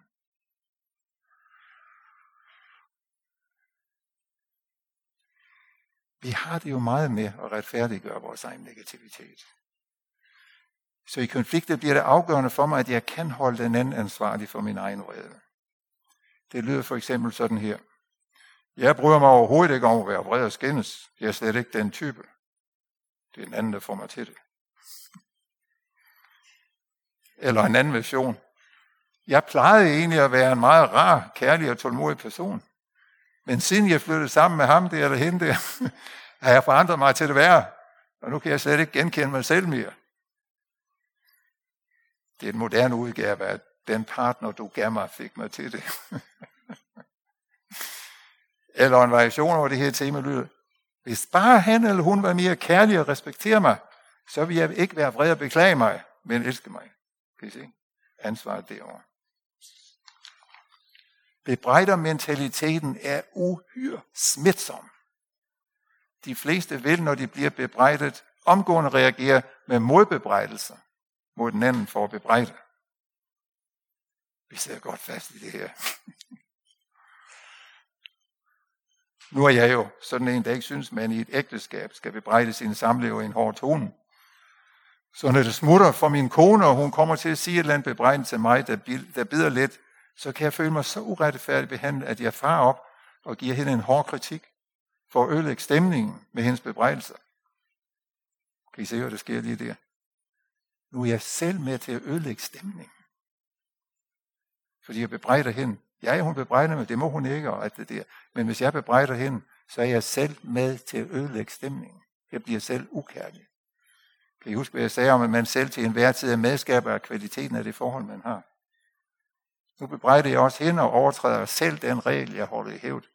Vi har det jo meget med at retfærdiggøre vores egen negativitet. Så i konflikter bliver det afgørende for mig, at jeg kan holde den anden ansvarlig for min egen vrede. Det lyder for eksempel sådan her. Jeg bryder mig overhovedet ikke om at være vred og skændes. Jeg er slet ikke den type. Det er en anden, der får mig til det. Eller en anden version. Jeg plejede egentlig at være en meget rar, kærlig og tålmodig person. Men siden jeg flyttede sammen med ham der eller hende der, har jeg forandret mig til det værre. Og nu kan jeg slet ikke genkende mig selv mere. Det er en moderne udgave af den partner, du gav mig, fik mig til det. Eller en variation over det her tema lyder. Hvis bare han eller hun var mere kærlig og respekterer mig, så vil jeg ikke være vred og beklage mig, men elske mig. Kan I se? Ansvaret derovre. Bebrejdermentaliteten er uhyre smitsom. De fleste vil, når de bliver bebrejdet, omgående reagere med modbebrejdelser mod den anden for at bebrejde. Vi sidder godt fast i det her. Nu er jeg jo sådan en, der ikke synes, man i et ægteskab skal bebrejde sine samlever i en hård tone. Så når det smutter for min kone, og hun kommer til at sige et eller andet bebrejdende til mig, der bider lidt, så kan jeg føle mig så uretfærdigt behandlet, at jeg farer op og giver hende en hård kritik for at ødelægge stemningen med hendes bebrejdelser. Kan I se, hvad der sker lige der? Nu er jeg selv med til at ødelægge stemningen. Fordi jeg bebrejder hende. Ja, hun bebrejder mig, det må hun ikke, og alt det der. Men hvis jeg bebrejder hende, så er jeg selv med til at ødelægge stemningen. Jeg bliver selv ukærlig. Kan I huske, hvad jeg sagde om, at man selv til enhver tid er medskaber af kvaliteten af det forhold, man har? Nu bebrejder jeg også hende og overtræder selv den regel, jeg holder i hævd.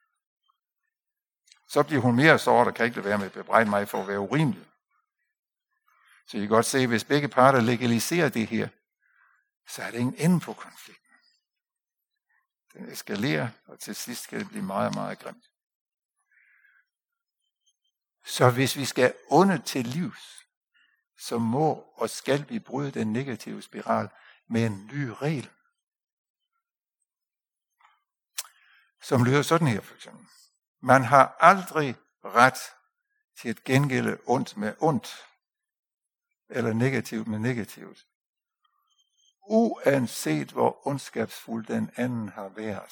Så bliver hun mere såret og kan ikke lade være med at bebrejde mig for at være urimelig. Så I kan godt se, at hvis begge parter legaliserer det her, så er det ingen ende på konflikten. Den eskalerer, og til sidst skal det blive meget, meget grimt. Så hvis vi skal onde til livs, så må og skal vi bryde den negative spiral med en ny regel. Som lyder sådan her for eksempel. Man har aldrig ret til at gengælde ondt med ondt, eller negativt med negativt. Uanset hvor ondskabsfuld den anden har været.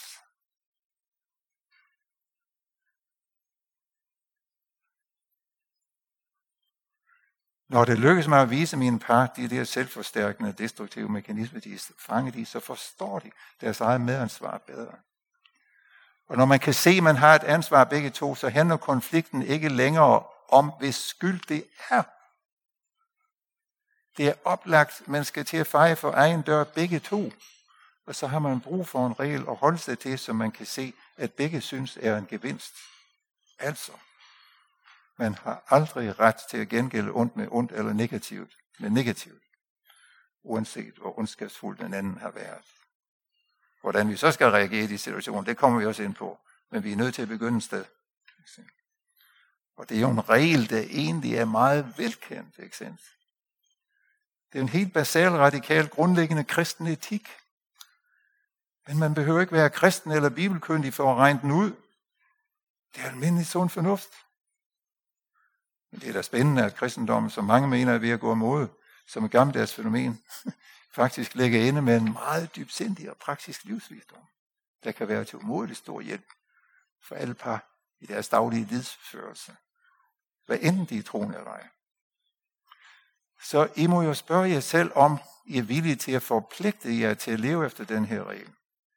Når det lykkes mig at vise mine par, de der selvforstærkende, destruktive mekanismer, de er fanget i, så forstår de deres eget medansvar bedre. Og når man kan se, at man har et ansvar begge to, så handler konflikten ikke længere om, hvis skyld det er. Det er oplagt, man skal til at feje for egen dør begge to. Og så har man brug for en regel at holde sig til, så man kan se, at begge synes er en gevinst. Altså, man har aldrig ret til at gengælde ondt med ondt eller negativt med negativt, uanset hvor ondskabsfuld den anden har været. Hvordan vi så skal reagere i de situationer, det kommer vi også ind på, men vi er nødt til at begynde et sted. Og det er jo en regel, der egentlig er meget velkendt, ikke sandt? Det er en helt basal, radikal, grundlæggende kristen etik. Men man behøver ikke være kristen eller bibelkyndig for at regne den ud. Det er almindelig sund fornuft. Men det er da spændende, at kristendommen, som mange mener er ved at gå imod, som et gammeldags fænomen, faktisk lægger inde med en meget dybsindig og praktisk livsvisdom, der kan være til umådelig stor hjælp for alle par i deres daglige livsførelse. Hvad enten de er troende eller ej. Så I må jo spørge jer selv, om I er villige til at forpligte jer til at leve efter den her regel.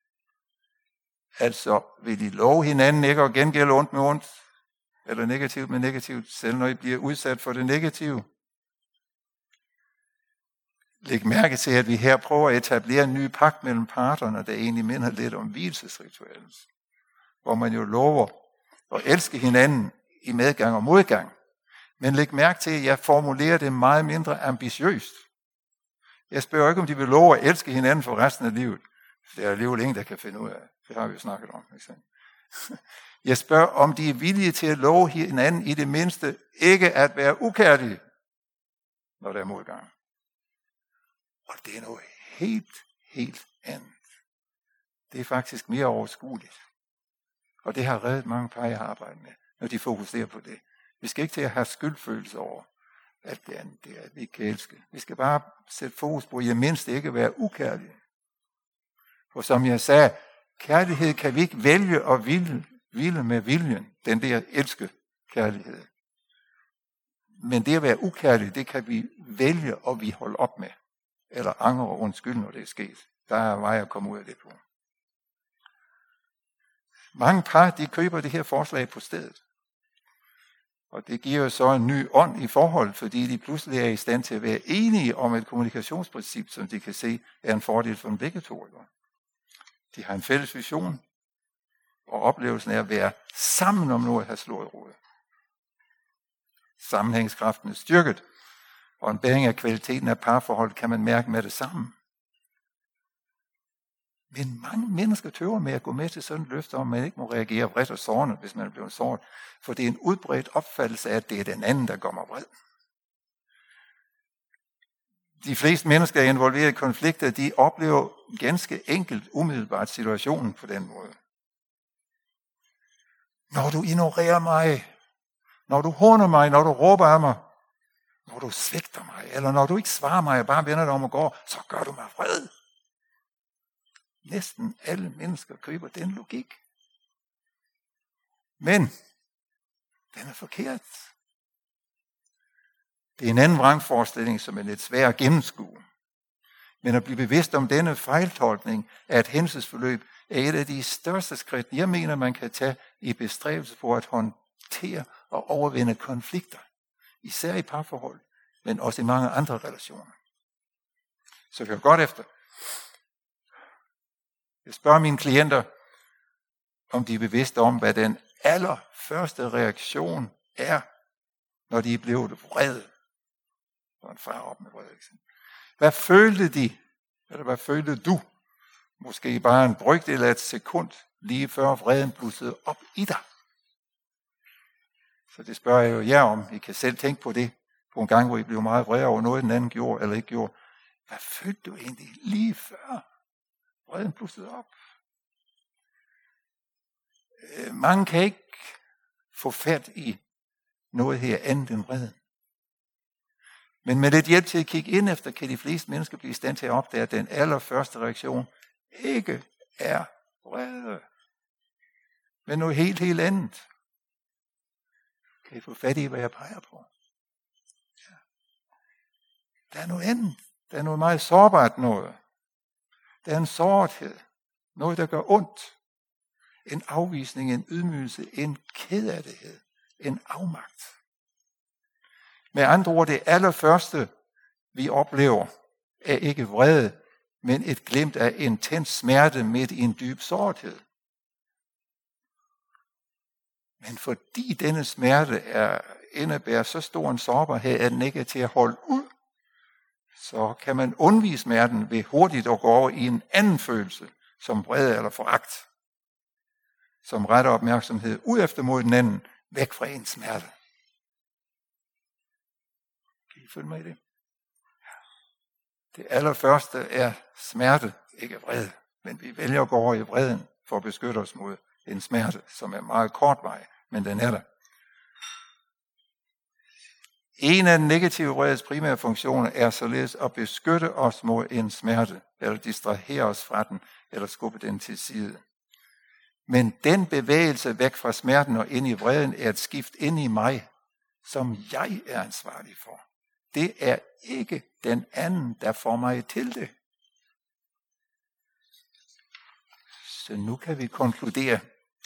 Altså, vil I love hinanden ikke at gengælde ondt med ondt, eller negativt med negativt, selv når I bliver udsat for det negative? Læg mærke til, at vi her prøver at etablere en ny pagt mellem parterne, der egentlig minder lidt om vielsesritualen, hvor man jo lover at elske hinanden i medgang og modgang. Men læg mærke til, at jeg formulerer det meget mindre ambitiøst. Jeg spørger ikke, om de vil love at elske hinanden for resten af livet. Det er alligevel ingen, der kan finde ud af. Det har vi jo snakket om. Ikke? Jeg spørger, om de er villige til at love hinanden i det mindste ikke at være ukærlige, når der er modgang. Og det er noget helt, helt andet. Det er faktisk mere overskueligt. Og det har reddet mange par, jeg har arbejdet med, når de fokuserer på det. Vi skal ikke til at have skyldfølelse over alt det andet, det er, at vi ikke kan elske. Vi skal bare sætte fokus på, at jeg mindst ikke være ukærlige. For som jeg sagde, kærlighed kan vi ikke vælge at ville, ville med viljen, den der elske kærlighed. Men det at være ukærlig, det kan vi vælge at vi holde op med. Eller angre og undskyld, når det er sket. Der er vej at komme ud af det på. Mange par, de køber det her forslag på stedet. Og det giver jo så en ny ånd i forhold, fordi de pludselig er i stand til at være enige om et kommunikationsprincip, som de kan se er en fordel for dem begge to. De har en fælles vision, og oplevelsen er at være sammen om noget at have slået rod. Sammenhængskraften er styrket, og en bedring af kvaliteten af parforhold kan man mærke med det samme. Men mange mennesker tøver med at gå med til sådan et løfte om, at man ikke må reagere vredt og sårende, hvis man er blevet såret. For det er en udbredt opfattelse af, at det er den anden, der går mig vred. De fleste mennesker, der er involveret i konflikter, de oplever ganske enkelt umiddelbart situationen på den måde. Når du ignorerer mig, når du håner mig, når du råber af mig, når du svigter mig, eller når du ikke svarer mig og bare vender dig om og går, så gør du mig vred. Næsten alle mennesker køber den logik. Men den er forkert. Det er en anden vrangforestilling, som er lidt svær at gennemskue. Men at blive bevidst om denne fejltolkning af et hændelsesforløb er et af de største skridt, jeg mener, man kan tage i bestræbelse på at håndtere og overvinde konflikter. Især i parforhold, men også i mange andre relationer. Så hør godt efter. Jeg spørger mine klienter, om de er bevidste om, hvad den allerførste reaktion er, når de er blevet vrede. Og en far op med vrede. Hvad følte de, eller hvad følte du? Måske bare en brøkdel af et sekund, lige før vreden blussede op i dig. Så det spørger jeg jo jer om. I kan selv tænke på det, på en gang, hvor I blev meget vrede over noget, den anden gjorde eller ikke gjorde. Hvad følte du egentlig lige før vreden blussede op? Mange kan ikke få fat i noget her andet end vreden. Men med lidt hjælp til at kigge ind efter, kan de fleste mennesker blive i stand til at opdage, at den allerførste reaktion ikke er vrede, men noget helt, helt andet. Kan I få fat i, hvad jeg peger på? Ja. Der er noget andet. Der er noget meget sårbart noget. Der er en sårthed. Noget, der gør ondt. En afvisning, en ydmygelse, en kederlighed, en afmagt. Med andre ord, det allerførste, vi oplever, er ikke vrede, men et glimt af intens smerte midt i en dyb sårthed. Men fordi denne smerte er, indebærer så stor en sårbarhed, at den ikke er til at holde ud, så kan man undvige smerten ved hurtigt at gå over i en anden følelse, som vrede eller foragt, som retter opmærksomhed ud efter mod den anden, væk fra en smerte. Kan I følge mig i det? Det allerførste er smerte, ikke vrede, men vi vælger at gå over i vreden for at beskytte os mod en smerte, som er meget kortvarig, men den er der. En af den negative vredes primære funktioner er således at beskytte os mod en smerte, eller distrahere os fra den, eller skubbe den til side. Men den bevægelse væk fra smerten og ind i vreden er et skift ind i mig, som jeg er ansvarlig for. Det er ikke den anden, der får mig til det. Så nu kan vi konkludere,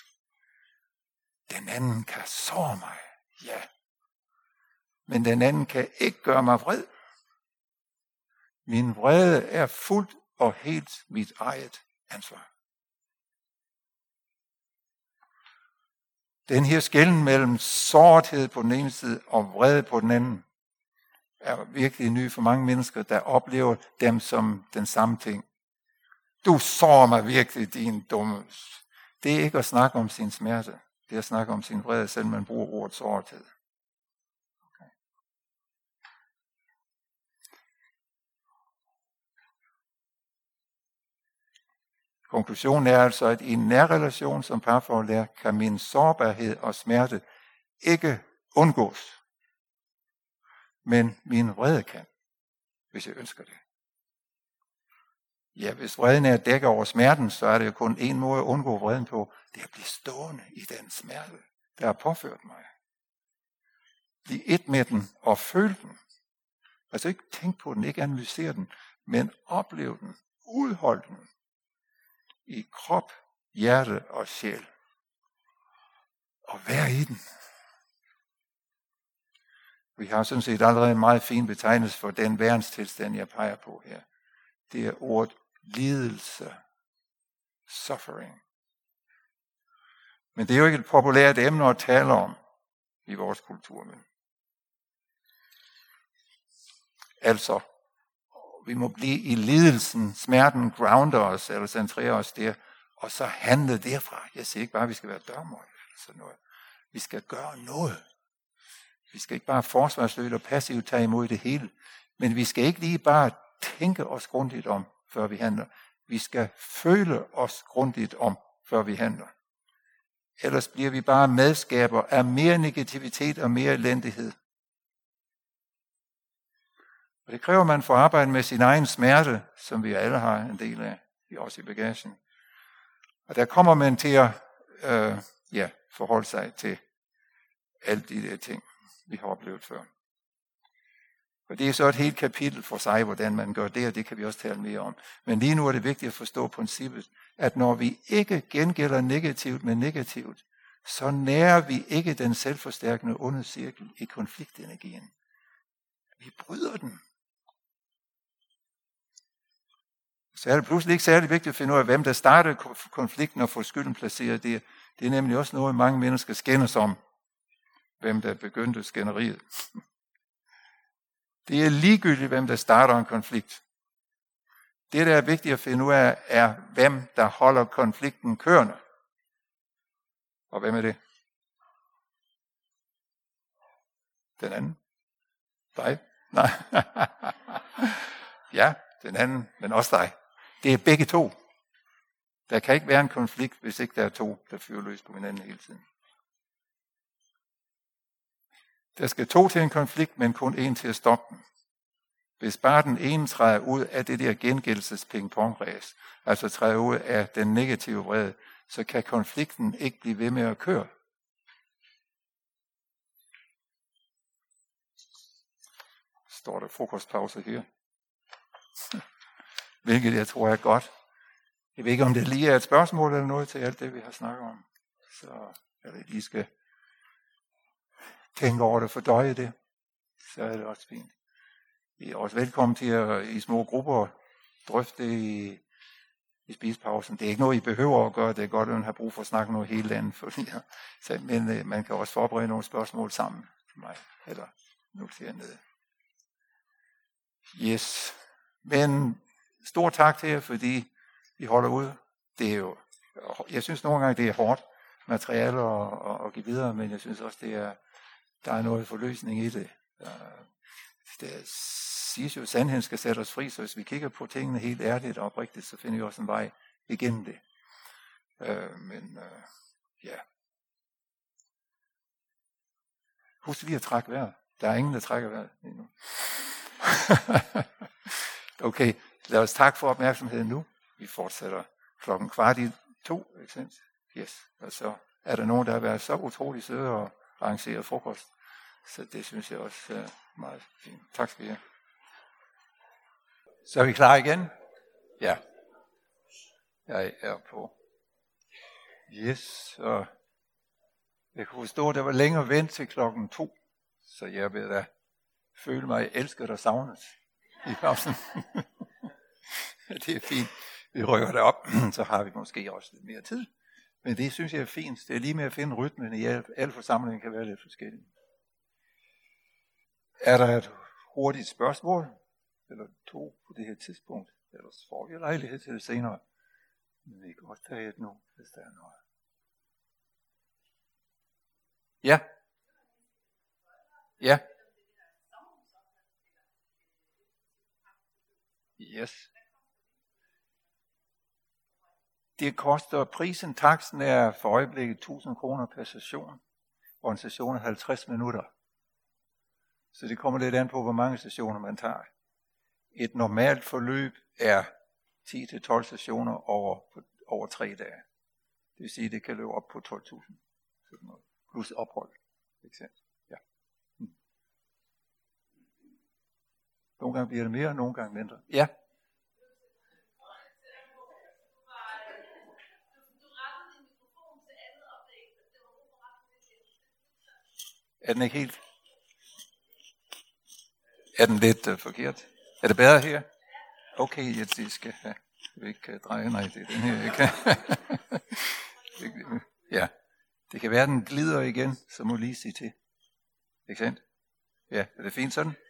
den anden kan såre mig, ja. Men den anden kan ikke gøre mig vred. Min vrede er fuldt og helt mit eget ansvar. Den her skelnen mellem sårthed på den ene side og vrede på den anden, er virkelig ny for mange mennesker, der oplever dem som den samme ting. Du sårer mig virkelig, din dumme. Det er ikke at snakke om sin smerte. Det er at snakke om sin vrede, selv man bruger ordet sårthed. Okay. Konklusionen er altså, at i en nærrelation som parforhold er, kan min sårbarhed og smerte ikke undgås. Men min vrede kan, hvis jeg ønsker det. Ja, hvis vreden er dækket over smerten, så er det jo kun en måde at undgå vreden på. Det er at blive stående i den smerte, der har påført mig. Bliv et med den og føl den. Altså ikke tænk på den, ikke analysere den, men oplev den, udhold den i krop, hjerte og sjæl. Og vær i den. Vi har sådan set allerede en meget fin betegnelse for den værenstilstand, jeg peger på her. Det er ordet lidelse, suffering. Men det er jo ikke et populært emne at tale om i vores kultur. Men altså, vi må blive i lidelsen, smerten grounder os, eller centrerer os der, og så handle derfra. Jeg siger ikke bare, at vi skal være dørmål, eller sådan noget. Vi skal gøre noget. Vi skal ikke bare forsvarsløst og passivt tage imod det hele, men vi skal ikke lige bare tænke os grundigt om, før vi handler. Vi skal føle os grundigt om, før vi handler. Ellers bliver vi bare medskaber af mere negativitet og mere elendighed. Og det kræver, man får arbejde med sin egen smerte, som vi alle har en del af, også i bagagen. Og der kommer man til at øh, ja, forholde sig til alle de der ting, vi har oplevet før. Og det er så et helt kapitel for sig, hvordan man gør det, og det kan vi også tale mere om. Men lige nu er det vigtigt at forstå princippet, at når vi ikke gengælder negativt med negativt, så nærer vi ikke den selvforstærkende onde cirkel i konfliktenergien. Vi bryder den. Så er det pludselig ikke særlig vigtigt at finde ud af, hvem der startede konflikten og får skylden placeret der. Det er nemlig også noget, mange mennesker skændes om, hvem der begyndte skænderiet. Det er ligegyldigt, hvem der starter en konflikt. Det, der er vigtigt at finde ud af, er, hvem der holder konflikten kørende. Og hvem er det? Den anden? Dig? Nej. Ja, den anden, men også dig. Det er begge to. Der kan ikke være en konflikt, hvis ikke der er to, der fyrer løs på hinanden hele tiden. Der skal to til en konflikt, men kun en til at stoppe den. Hvis bare den ene træder ud af det der gengældelses ping-pong-ræs, altså træder ud af den negative vrede, så kan konflikten ikke blive ved med at køre. Står der frokostpause her? Hvilket jeg tror er godt. Jeg ved ikke, om det lige er et spørgsmål eller noget til alt det, vi har snakket om. Så jeg lige skal tænke over det, fordøje det. så er det også fint. I er også velkommen til at i små grupper drøfte i, i spisepausen. Det er ikke noget, I behøver at gøre. Det er godt, at man har brug for at snakke noget helt andet. Fordi, ja. Så, men øh, man kan også forberede nogle spørgsmål sammen til mig. Eller nu til hernede. Yes. Men stor tak til jer, fordi I holder ud. Det er jo, jeg synes nogle gange, det er hårdt materiale at, at, at give videre, men jeg synes også, det er, der er noget forløsning i det. Det siges jo, at sandheden skal sætte os fri, så hvis vi kigger på tingene helt ærligt og oprigtigt, så finder vi også en vej igennem det. Øh, men øh, ja. Husk lige at trække vejret. Der er ingen, der trækker vejret endnu. Okay, lad os takke for opmærksomheden nu. Vi fortsætter klokken kvart i to, ikke sandt? Yes. Og så er der nogen, der har været så utrolig søde og arrangeret frokost. Så det synes jeg også er meget fint. Tak skal I have. Så er vi klar igen? Ja. Jeg er på. Yes, og jeg kunne forstå, at der var længere vent til klokken to. Så jeg vil da føle mig elsket og savnet i pausen. Det er fint. Vi rykker det op, så har vi måske også lidt mere tid. Men det synes jeg er fint. Det er lige med at finde rytmen i alle forsamlinger kan være lidt forskellige. Er der et hurtigt spørgsmål? Eller to på det her tidspunkt? Ellers får vi lejlighed til det senere. Men vi kan også tage et nu, hvis der er noget. Ja. Ja. Yes. Det koster, prisen, taksten er for øjeblikket tusind kroner per session, og en session er halvtreds minutter. Så det kommer lidt an på, hvor mange sessioner man tager. Et normalt forløb er ti til tolv sessioner over, over tre dage. Det vil sige, at det kan løbe op på tolv tusind. Plus ophold. Ja. Hmm. Nogle gange bliver det mere, nogle gange mindre. Ja. Er den ikke helt? Er den lidt uh, forkert? Er det bedre her? Okay, jeg det skal have. Jeg ikke uh, dreje. Nej, det er den her. Jeg kan. Ja, det kan være, at den glider igen, så må lige sige til. Ikke sandt? Ja, er det fint sådan?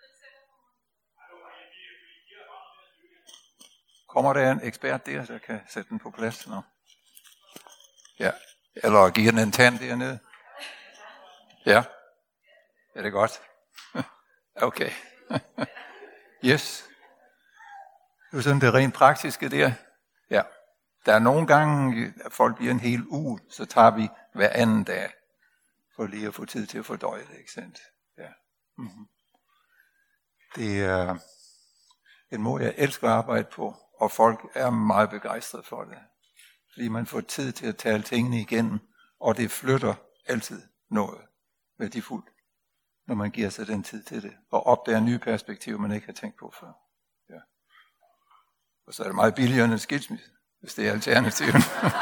Kommer der en ekspert der, der kan sætte den på plads? Nå. Ja, eller giver den en tand dernede? Ja, er det godt? Okay. Yes. Det er sådan det rent praktiske der. Ja. Der er nogle gange, at folk bliver en hel uge, så tager vi hver anden dag, for lige at få tid til at fordøje det, ikke sandt? Ja. Mm-hmm. Det er en måde, jeg elsker at arbejde på, og folk er meget begejstrede for det. Fordi man får tid til at tale tingene igennem, og det flytter altid noget værdifuldt, når man giver sig den tid til det, og opdager nye perspektiver, man ikke har tænkt på før. Ja. Og så er det meget billigere end en skilsmisse, hvis det er alternativet.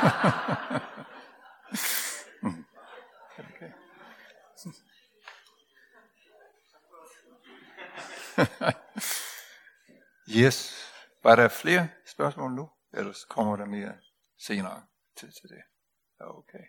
Okay. Yes. Var der flere spørgsmål nu? Ellers kommer der mere senere tid til det. Okay.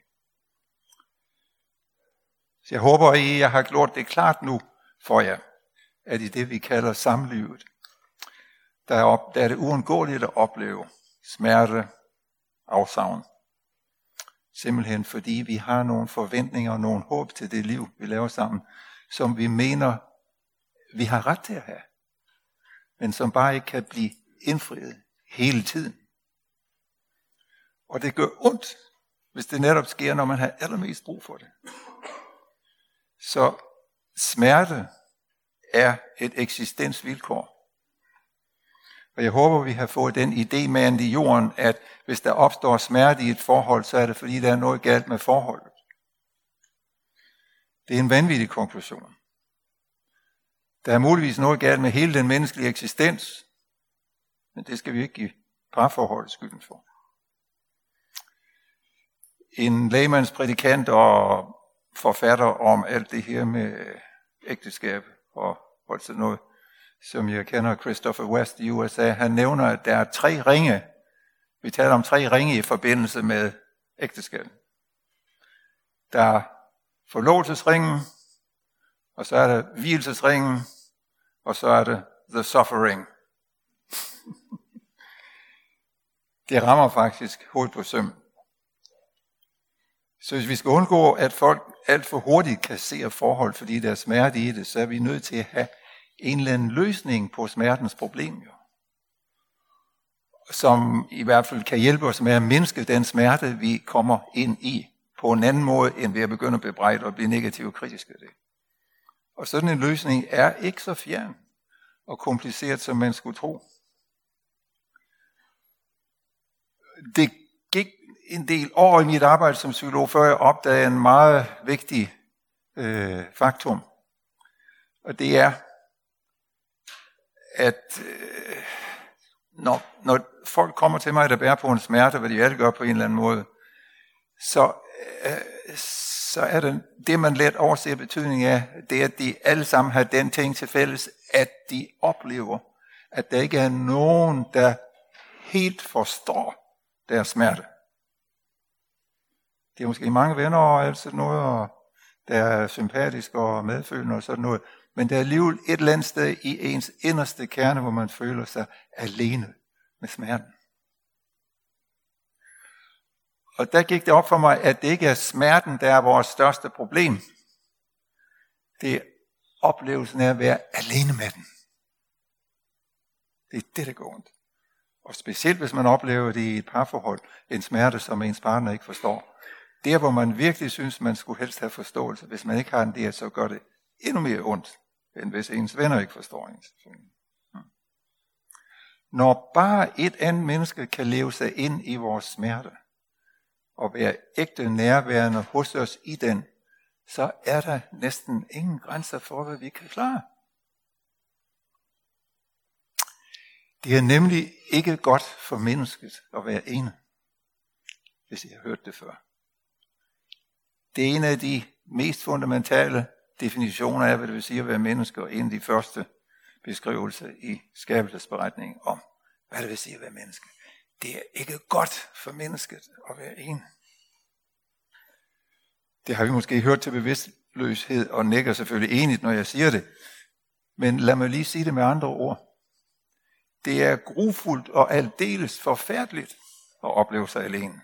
Så jeg håber, at I har gjort det klart nu for jer, at i det, vi kalder samlivet, der er, op, der er det uundgåeligt at opleve smerte, afsavn. Simpelthen fordi vi har nogle forventninger og nogle håb til det liv, vi laver sammen, som vi mener, vi har ret til at have, men som bare ikke kan blive indfriet hele tiden. Og det gør ondt, hvis det netop sker, når man har allermest brug for det. Så smerte er et eksistensvilkår. Og jeg håber, vi har fået den idé med i jorden, at hvis der opstår smerte i et forhold, så er det fordi, der er noget galt med forholdet. Det er en vanvittig konklusion. Der er muligvis noget galt med hele den menneskelige eksistens, men det skal vi ikke give parforholdet skylden for. En lægmandsprædikant og forfatter om alt det her med ægteskab og, og sådan noget, som jeg kender Christopher West i U S A. Han nævner, at der er tre ringe. Vi taler om tre ringe i forbindelse med ægteskab. Der er forlovelsesringen, og så er der vielsesringen, og så er det the suffering. Det rammer faktisk hovedet på søm. Så hvis vi skal undgå, at folk alt for hurtigt kasserer forhold, fordi der er smerte i det, så er vi nødt til at have en eller anden løsning på smertens problem, jo. Som i hvert fald kan hjælpe os med at mindske den smerte, vi kommer ind i, på en anden måde, end ved at begynde at bebrejde og blive negativ og kritisk af det. Og sådan en løsning er ikke så fjern og kompliceret, som man skulle tro. Det gik en del år i mit arbejde som psykolog, før jeg opdagede en meget vigtig øh, faktum. Og det er, at øh, når, når folk kommer til mig, der bærer på en smerte, hvad de alle gør på en eller anden måde, så, øh, så er det, det man let overser betydning af, det er, at de alle sammen har den ting til fælles, at de oplever, at der ikke er nogen, der helt forstår deres smerte. Det er måske mange venner og alt sådan noget, og der er sympatisk og medfølende og sådan noget, men der er alligevel et eller andet sted i ens inderste kerne, hvor man føler sig alene med smerten. Og der gik det op for mig, at det ikke er smerten, der er vores største problem. Det er oplevelsen af at være alene med den. Det er det, der går ondt. Og specielt hvis man oplever det i et parforhold, en smerte, som ens partner ikke forstår. Der, hvor man virkelig synes, man skulle helst have forståelse. Hvis man ikke har den der, så gør det endnu mere ondt, end hvis ens venner ikke forstår en. Når bare et andet menneske kan leve sig ind i vores smerte, og være ægte nærværende hos os i den, så er der næsten ingen grænser for, hvad vi kan klare. Det er nemlig ikke godt for mennesket at være ene, hvis I har hørt det før. Det er en af de mest fundamentale definitioner af, hvad det vil sige at være menneske, og en af de første beskrivelser i skabelsesberetningen om, hvad det vil sige at være menneske. Det er ikke godt for mennesket at være ene. Det har vi måske hørt til bevidstløshed, og nikker selvfølgelig enigt, når jeg siger det. Men lad mig lige sige det med andre ord. Det er grufuldt og aldeles forfærdeligt at opleve sig alene.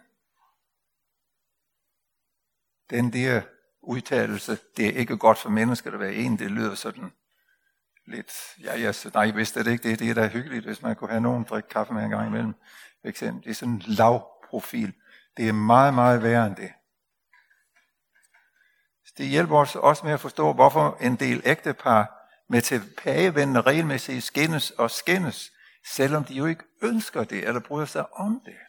Den der udtalelse, det er ikke godt for mennesker at være en, det lyder sådan lidt, ja, jeg, nej, jeg vidste det ikke, det, det er da hyggeligt, hvis man kunne have nogen drikke kaffe med en gang imellem. Det er sådan en lav profil. Det er meget, meget værre end det. Det hjælper os også med at forstå, hvorfor en del ægtepar med tilbagevendende regelmæssigt skændes og skændes, selvom de jo ikke ønsker det, eller bryder sig om det.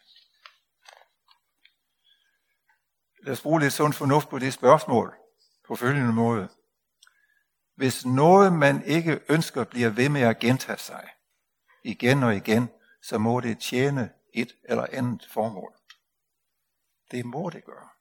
Lad os bruge lidt sund fornuft på det spørgsmål på følgende måde. Hvis noget, man ikke ønsker, bliver ved med at gentage sig igen og igen, så må det tjene et eller andet formål. Det må det gøre.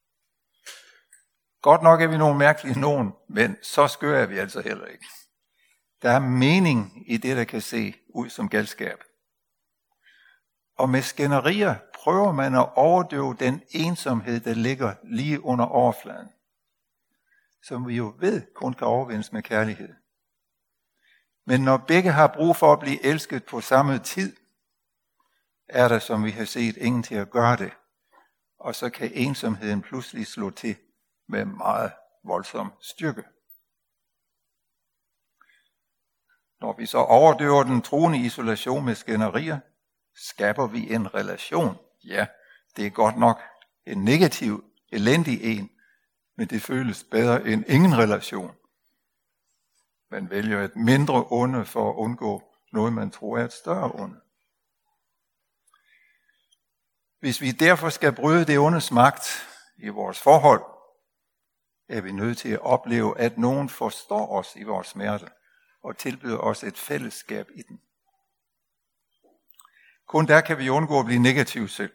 Godt nok er vi nogle mærkelige nogen, men så skør er vi altså heller ikke. Der er mening i det, der kan se ud som galskab. Og med skænderier prøver man at overdøve den ensomhed, der ligger lige under overfladen, som vi jo ved kun kan overvindes med kærlighed. Men når begge har brug for at blive elsket på samme tid, er der, som vi har set, ingen til at gøre det. Og så kan ensomheden pludselig slå til med meget voldsom styrke. Når vi så overdøver den truende isolation med skænderier, skaber vi en relation. Ja, det er godt nok en negativ, elendig en, men det føles bedre end ingen relation. Man vælger et mindre onde for at undgå noget, man tror er et større onde. Hvis vi derfor skal bryde det ondes magt i vores forhold, er vi nødt til at opleve, at nogen forstår os i vores smerte og tilbyder os et fællesskab i den. Kun der kan vi undgå at blive negative selv.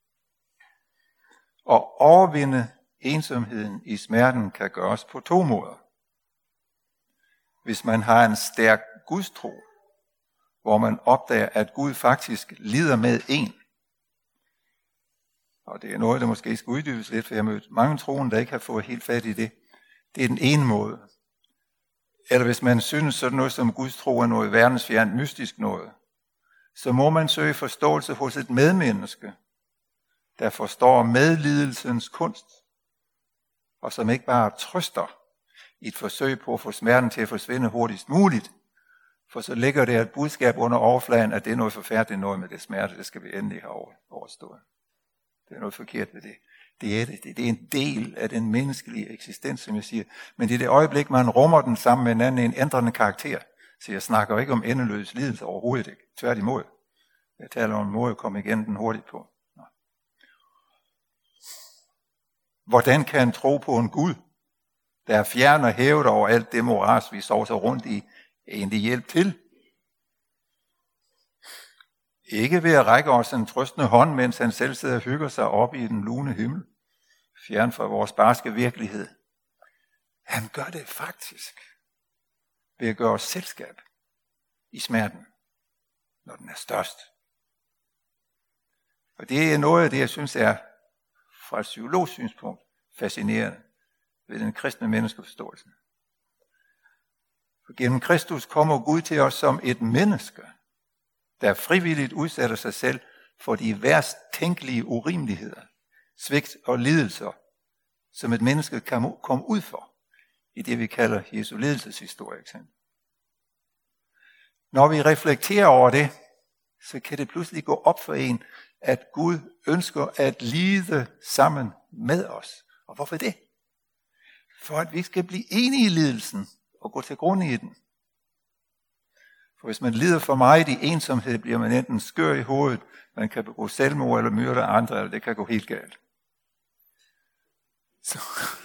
Og overvinde ensomheden i smerten kan gøres på to måder. hvis man har en stærk gudstro, hvor man opdager, at Gud faktisk lider med en. Og det er noget, der måske skal uddybes lidt, for jeg har mødt mange troende, der ikke har fået helt fat i det. Det er den ene måde. Eller hvis man synes sådan noget som Guds tro er noget verdensfjernt, mystisk noget, så må man søge forståelse hos et medmenneske, der forstår medlidelsens kunst, og som ikke bare trøster i et forsøg på at få smerten til at forsvinde hurtigst muligt, for så ligger der et budskab under overfladen, at det er noget forfærdeligt noget med det smerte, det skal vi endelig have overstået. Det er noget forkert ved det. Det er det. Det er en del af den menneskelige eksistens, som jeg siger. Men det er det øjeblik, man rummer den sammen med en anden, en ændrende karakter. Så jeg snakker ikke om endeløs lidelse overhovedet ikke. Tværtimod. Jeg taler om en måde at komme igennem den hurtigt på. Nå. Hvordan kan en tro på en Gud, der er fjern og hævet over alt det moras, vi sovser rundt i, egentlig hjælp til? Ikke ved at række os en trøstende hånd, mens han selv sidder og hygger sig op i den lune himmel, fjern fra vores barske virkelighed. Han gør det faktisk ved at gøre os selskab i smerten, når den er størst. Og det er noget af det, jeg synes er fra et psykologisk synspunkt fascinerende ved den kristne menneskeforståelse. For gennem Kristus kommer Gud til os som et menneske, der frivilligt udsætter sig selv for de værst tænkelige urimeligheder, svigt og lidelser, som et menneske kan komme ud for i det, vi kalder Jesu lidelseshistorie. Når vi reflekterer over det, så kan det pludselig gå op for en, at Gud ønsker at lide sammen med os. Og hvorfor det? For at vi skal blive enige i lidelsen og gå til grund i den. For hvis man lider for meget i ensomhed, bliver man enten skør i hovedet, man kan begå selvmord eller myrde andre, eller det kan gå helt galt. Så.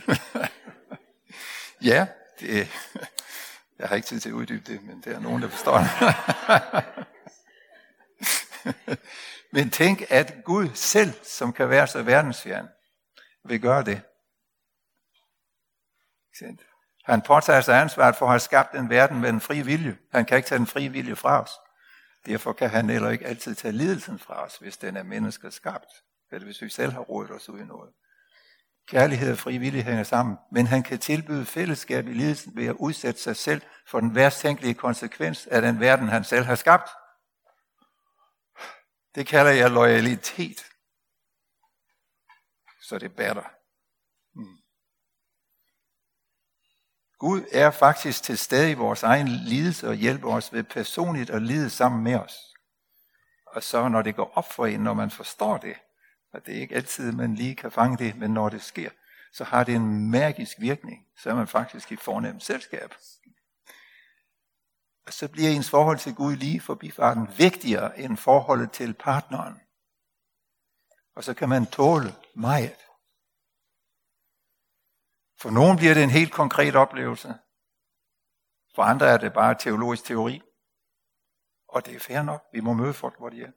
Ja, det, jeg har ikke tid til at uddybe det, men det er nogen, der forstår det. Men tænk, at Gud selv, som kan være så verdensfjern, vil gøre det. Han påtager sig ansvaret for at have skabt en verden med en fri vilje. Han kan ikke tage den frie vilje fra os. Derfor kan han heller ikke altid tage lidelsen fra os, hvis den er menneskeskabt. Eller hvis vi selv har rodet os ud i noget. Kærlighed og fri vilje hænger sammen. Men han kan tilbyde fællesskab i lidelsen ved at udsætte sig selv for den værst tænkelige konsekvens af den verden, han selv har skabt. Det kalder jeg loyalitet. Så det batter. Hmm. Gud er faktisk til stede i vores egen lidelse og hjælper os ved personligt at lide sammen med os. Og så når det går op for en, når man forstår det, og det er ikke altid, man lige kan fange det, men når det sker, så har det en magisk virkning. Så er man faktisk i fornemt selskab. Og så bliver ens forhold til Gud lige forbifarten vigtigere end forholdet til partneren. Og så kan man tåle meget. For nogen bliver det en helt konkret oplevelse. For andre er det bare teologisk teori. Og det er fair nok. Vi må møde folk, hvor de er.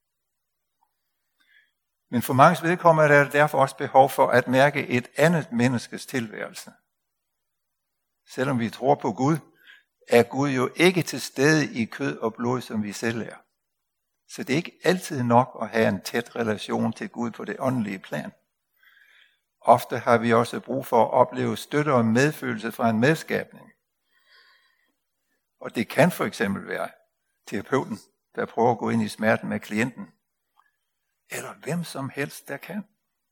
Men for manges vedkommende er der derfor også behov for at mærke et andet menneskes tilværelse. Selvom vi tror på Gud, er Gud jo ikke til stede i kød og blod, som vi selv er. Så det er ikke altid nok at have en tæt relation til Gud på det åndelige plan. Ofte har vi også brug for at opleve støtte og medfølelse fra en medskabning. Og det kan for eksempel være terapeuten, der prøver at gå ind i smerten med klienten. Eller hvem som helst, der kan.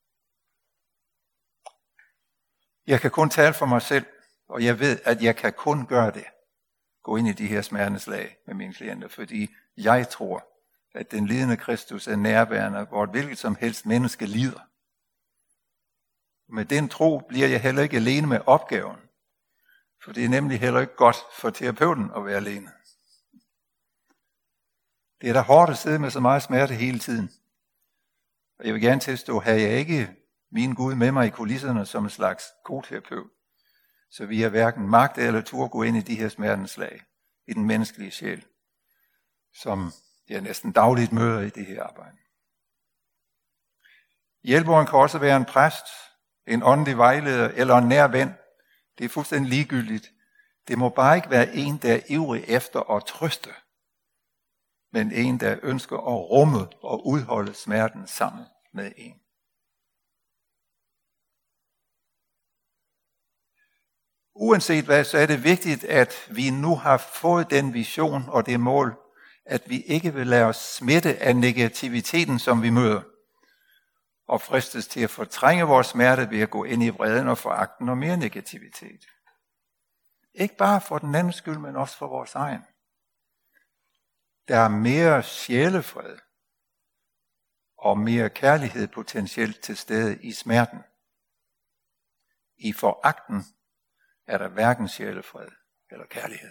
Jeg kan kun tale for mig selv, og jeg ved, at jeg kan kun gøre det. Gå ind i de her smerteslag med mine klienter, fordi jeg tror, at den lidende Kristus er nærværende, hvor et hvilket som helst menneske lider. Med den tro bliver jeg heller ikke alene med opgaven, for det er nemlig heller ikke godt for terapeuten at være alene. Det er da hårdt at sidde med så meget smerte hele tiden. Og jeg vil gerne tilstå, at jeg ikke min Gud med mig i kulisserne som en slags koterapeut, så vi har hverken magt eller tur at gå ind i de her smertenslag i den menneskelige sjæl, som jeg næsten dagligt møder i det her arbejde. Hjælperen kan også være en præst, en åndelig vejleder eller en nær ven. Det er fuldstændig ligegyldigt. Det må bare ikke være en, der er ivrig efter at trøste, men en, der ønsker at rumme og udholde smerten sammen med en. Uanset hvad, så er det vigtigt, at vi nu har fået den vision og det mål, at vi ikke vil lade os smitte af negativiteten, som vi møder, og fristes til at fortrænge vores smerte ved at gå ind i vreden og foragten og mere negativitet. Ikke bare for den andens skyld, men også for vores egen. Der er mere sjælefred og mere kærlighed potentielt til stede i smerten. I foragten er der hverken sjælefred eller kærlighed.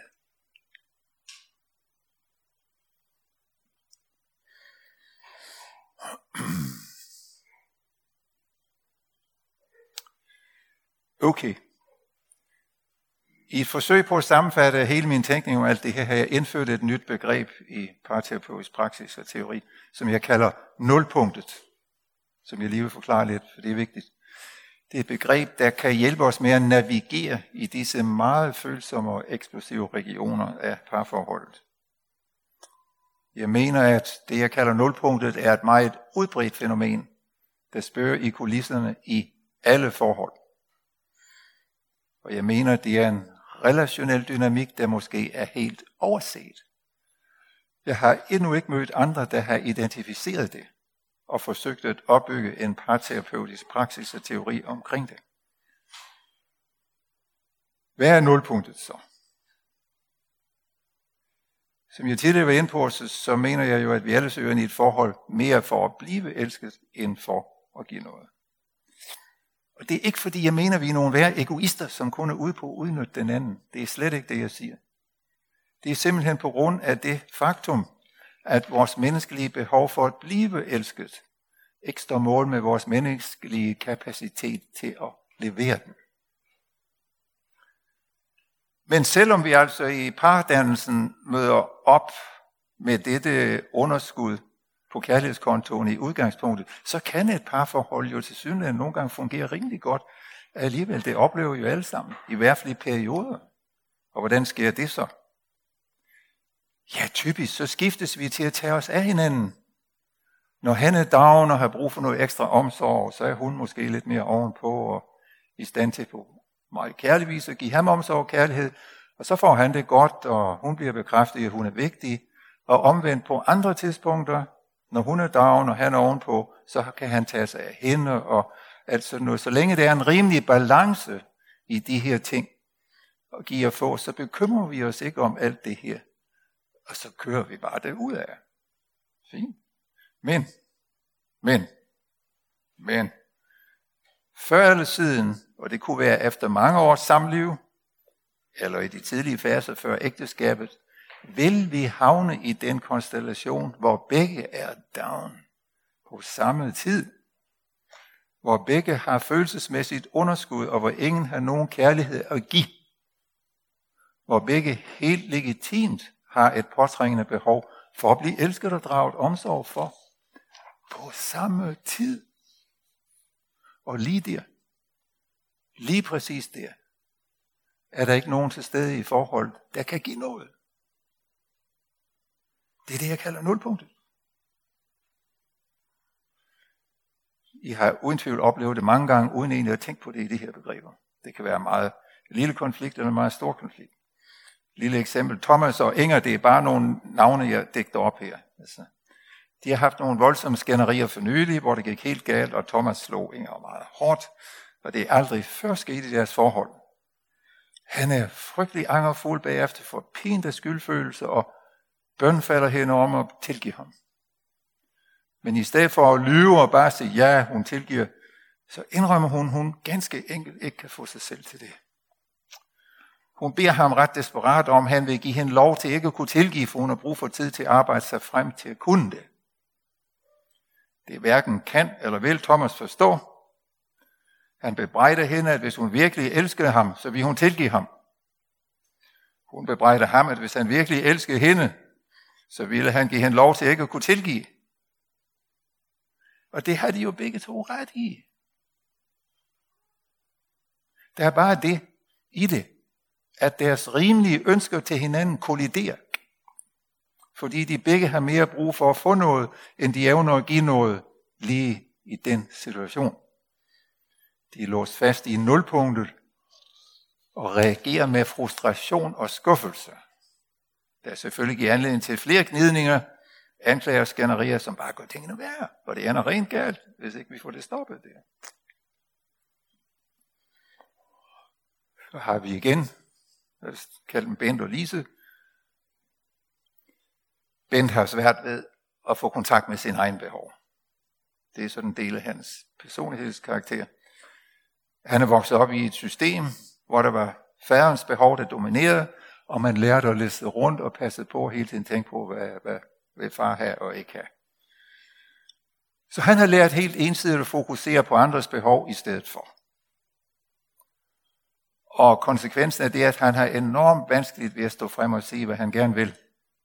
Okay. I et forsøg på at sammenfatte hele min tænkning om alt det her, har jeg indført et nyt begreb i parterapeutisk praksis og teori, som jeg kalder nulpunktet, som jeg lige vil forklare lidt, for det er vigtigt. Det er et begreb, der kan hjælpe os med at navigere i disse meget følsomme og eksplosive regioner af parforholdet. Jeg mener, at det, jeg kalder nulpunktet, er et meget udbredt fænomen, der spørger i kulisserne i alle forhold. Og jeg mener, det er en relationel dynamik, der måske er helt overset. Jeg har endnu ikke mødt andre, der har identificeret det og forsøgt at opbygge en parterapeutisk praksis og teori omkring det. Hvad er nulpunktet så? Som jeg tidligere var inde på, så, så mener jeg jo, at vi alle søger i et forhold mere for at blive elsket, end for at give noget. Og det er ikke fordi, jeg mener, at vi er nogle værre egoister, som kun er ude på at udnytte den anden. Det er slet ikke det, jeg siger. Det er simpelthen på grund af det faktum, at vores menneskelige behov for at blive elsket ikke står mål med vores menneskelige kapacitet til at levere den. Men selvom vi altså i pardannelsen møder op med dette underskud på kærlighedskontoen i udgangspunktet, så kan et parforhold jo til synligheden nogle gange fungere rimelig godt. Alligevel, det oplever jo alle sammen, i hvert fald i perioder. Og hvordan sker det så? Ja, typisk så skiftes vi til at tage os af hinanden. Når han er down og har brug for noget ekstra omsorg, så er hun måske lidt mere ovenpå og i stand til på meget kærlig vis at give ham omsorg og kærlighed. Og så får han det godt, og hun bliver bekræftet i, at hun er vigtig. Og omvendt på andre tidspunkter, når hun er down og han er ovenpå, så kan han tage sig af hende. Og altså noget. Så længe der er en rimelig balance i de her ting, og give og få, så bekymrer vi os ikke om alt det her. Og så kører vi bare det ud af. Fint. Men, men, men, før eller siden, og det kunne være efter mange års samliv, eller i de tidlige faser før ægteskabet, vil vi havne i den konstellation, hvor begge er down på samme tid. Hvor begge har følelsesmæssigt underskud, og hvor ingen har nogen kærlighed at give. Hvor begge helt legitimt har et påtrængende behov for at blive elsket og draget omsorg for. På samme tid. Og lige der, lige præcis der, er der ikke nogen til stede i forhold, der kan give noget. Det er det, jeg kalder nulpunktet. I har uden tvivl oplevet det mange gange, uden egentlig at tænke på det i de her begreber. Det kan være en meget lille konflikt eller en meget stor konflikt. Lille eksempel, Thomas og Inger, det er bare nogle navne, jeg digter op her. Altså, de har haft nogle voldsomme skænderier for nylig, hvor det gik helt galt, og Thomas slog Inger meget hårdt, og det er aldrig før sket i deres forhold. Han er frygtelig angerfuld bagefter for pint af skyldfølelse, og bøn falder hende om at tilgive ham. Men i stedet for at lyve og bare sige, ja, hun tilgiver, så indrømmer hun, hun ganske enkelt ikke kan få sig selv til det. Hun beder ham ret desperat om, han vil give hende lov til ikke at kunne tilgive, for hun har brug for tid til at arbejde sig frem til at kunne det. Det hverken kan eller vil Thomas forstå. Han bebrejder hende, at hvis hun virkelig elskede ham, så vil hun tilgive ham. Hun bebrejder ham, at hvis han virkelig elskede hende, så ville han give hende lov til ikke at kunne tilgive. Og det har de jo begge to ret i. Der er bare det i det, at deres rimelige ønsker til hinanden kolliderer. Fordi de begge har mere brug for at få noget, end de evner at give noget lige i den situation. De er låst fast i nulpunktet og reagerer med frustration og skuffelse. Der er selvfølgelig giver anledning til flere gnidninger, anklager og skænderier, som bare gør tingene værre, og det ender rent galt, hvis ikke vi får det stoppet der. Så har vi igen, jeg kalder dem Bent og Lise. Bent har svært ved at få kontakt med sin egen behov. Det er sådan en del af hans personlighedskarakter. Han er vokset op i et system, hvor der var færrens behov, der dominerede, og man lærte at liste rundt og passe på hele tiden tænke på, hvad, hvad, hvad far har og ikke har. Så han har lært helt ensidigt at fokusere på andres behov i stedet for. Og konsekvensen af det er, at han har enormt vanskeligt ved at stå frem og sige, hvad han gerne vil.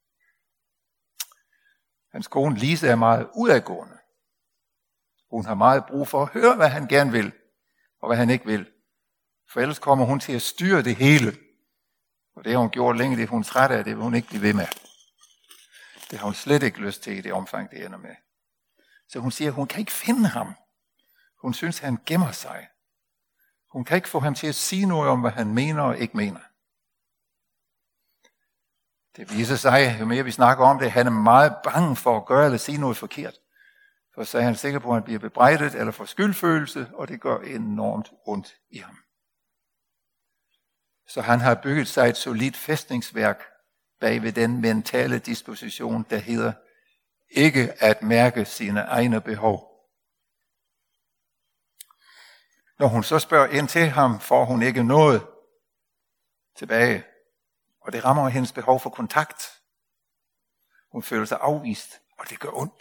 Hans kone Lise er meget udadgående. Hun har meget brug for at høre, hvad han gerne vil, og hvad han ikke vil. For ellers kommer hun til at styre det hele. Og det har hun gjort længe, det er hun træt af, det vil hun ikke blive ved med. Det har hun slet ikke lyst til i det omfang, det ender med. Så hun siger, at hun kan ikke finde ham. Hun synes, han gemmer sig. Hun kan ikke få ham til at sige noget om, hvad han mener og ikke mener. Det viser sig, jo mere vi snakker om det, han er meget bange for at gøre eller sige noget forkert. For så er han sikker på, at han bliver bebrejdet eller får skyldfølelse, og det gør enormt ondt i ham. Så han har bygget sig et solidt fæstningsværk bag ved den mentale disposition, der hedder ikke at mærke sine egne behov. Når hun så spørger ind til ham, får hun ikke noget tilbage. Og det rammer hendes behov for kontakt. Hun føler sig afvist, og det gør ondt.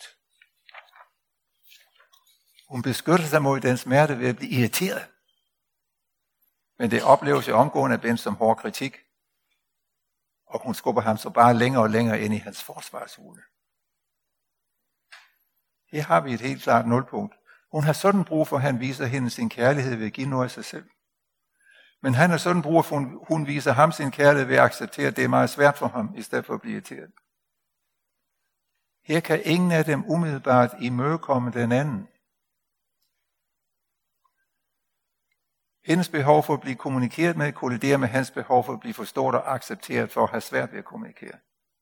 Hun beskytter sig mod den smerte ved at blive irriteret. Men det opleves jo omgående af Bent som hård kritik. Og hun skubber ham så bare længere og længere ind i hans forsvarshule. Her har vi et helt klart nulpunkt. Hun har sådan brug for, at han viser hende sin kærlighed ved at give noget af sig selv. Men han har sådan brug for, at hun viser ham sin kærlighed ved at acceptere, at det er meget svært for ham, i stedet for at blive irriteret. Her kan ingen af dem umiddelbart imødekomme den anden. Hendes behov for at blive kommunikeret med kolliderer med hans behov for at blive forstået og accepteret for at have svært ved at kommunikere.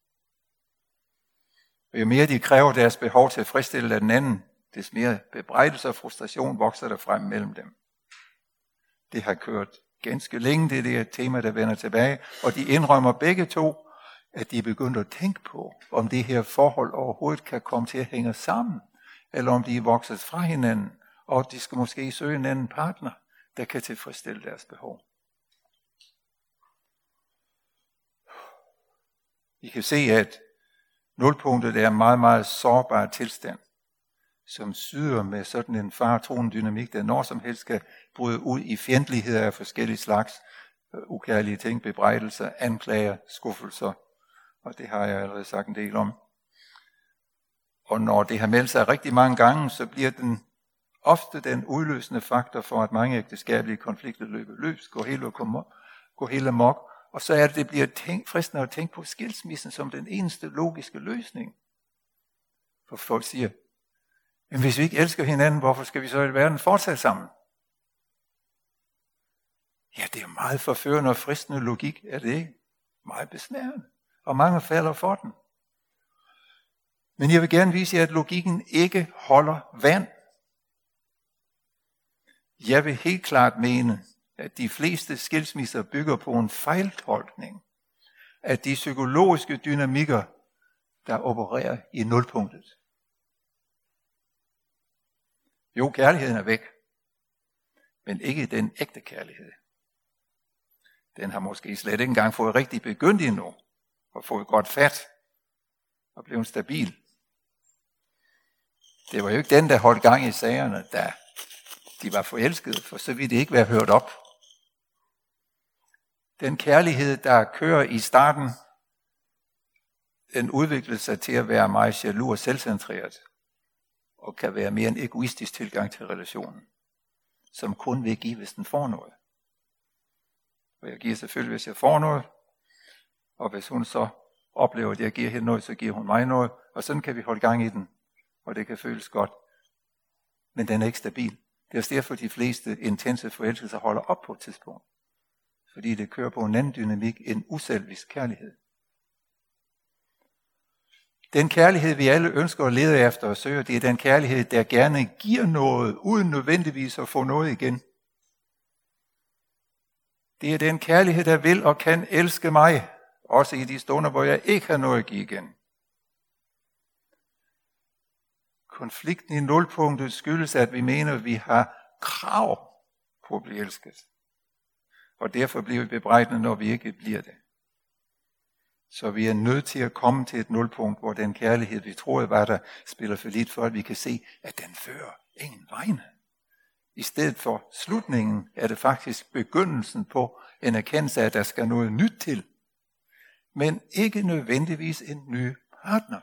Og jo mere de kræver deres behov til at fristille den anden, des mere bebrejdelse og frustration vokser der frem mellem dem. Det har kørt ganske længe, det er det tema, der vender tilbage, og de indrømmer begge to, at de er begyndt at tænke på, om det her forhold overhovedet kan komme til at hænge sammen, eller om de er vokset fra hinanden, og de skal måske søge en anden partner, der kan tilfredsstille deres behov. I kan se, at nulpunktet er en meget, meget sårbar tilstand, som syder med sådan en faretruende dynamik, der når som helst skal bryde ud i fjendtligheder af forskellige slags, ukærlige ting, bebrejdelser, anklager, skuffelser, og det har jeg allerede sagt en del om. Og når det har meldt sig rigtig mange gange, så bliver den ofte den udløsende faktor for, at mange ægteskabelige konflikter løber løs, går helt, går helt amok, og så er det, det bliver tænk, fristende at tænke på skilsmissen som den eneste logiske løsning. For folk siger, men hvis vi ikke elsker hinanden, hvorfor skal vi så i verden fortsætte sammen? Ja, det er meget forførende og fristende logik, er det ikke? Meget besnærende. Og mange falder for den. Men jeg vil gerne vise jer, at logikken ikke holder vand. Jeg vil helt klart mene, at de fleste skilsmisser bygger på en fejltolkning af de psykologiske dynamikker, der opererer i nulpunktet. Jo, kærligheden er væk, men ikke den ægte kærlighed. Den har måske slet ikke engang fået rigtig begyndt endnu, og fået godt fat, og blevet stabil. Det var jo ikke den, der holdt gang i sagerne, da de var forelskede, for så ville det ikke være hørt op. Den kærlighed, der kører i starten, den udviklede sig til at være meget jaloux og selvcentreret, og kan være mere en egoistisk tilgang til relationen, som kun vil give, hvis den får noget. Og jeg giver selvfølgelig, hvis jeg får noget. Og hvis hun så oplever, at jeg giver hende noget, så giver hun mig noget. Og sådan kan vi holde gang i den. Og det kan føles godt. Men den er ikke stabil. Det er også derfor, de fleste intense forelskelser holder op på et tidspunkt. Fordi det kører på en anden dynamik end uselvisk kærlighed. Den kærlighed, vi alle ønsker at lede efter og søge, det er den kærlighed, der gerne giver noget, uden nødvendigvis at få noget igen. Det er den kærlighed, der vil og kan elske mig, også i de stunder, hvor jeg ikke har noget at give igen. Konflikten i nulpunktet skyldes, at vi mener, at vi har krav på at blive elsket. Og derfor bliver vi bebrejdende, når vi ikke bliver det. Så vi er nødt til at komme til et nulpunkt, hvor den kærlighed, vi troede var der, spiller for lidt for, at vi kan se, at den fører ingen vegne. I stedet for slutningen er det faktisk begyndelsen på en erkendelse af, at der skal noget nyt til. Men ikke nødvendigvis en ny partner.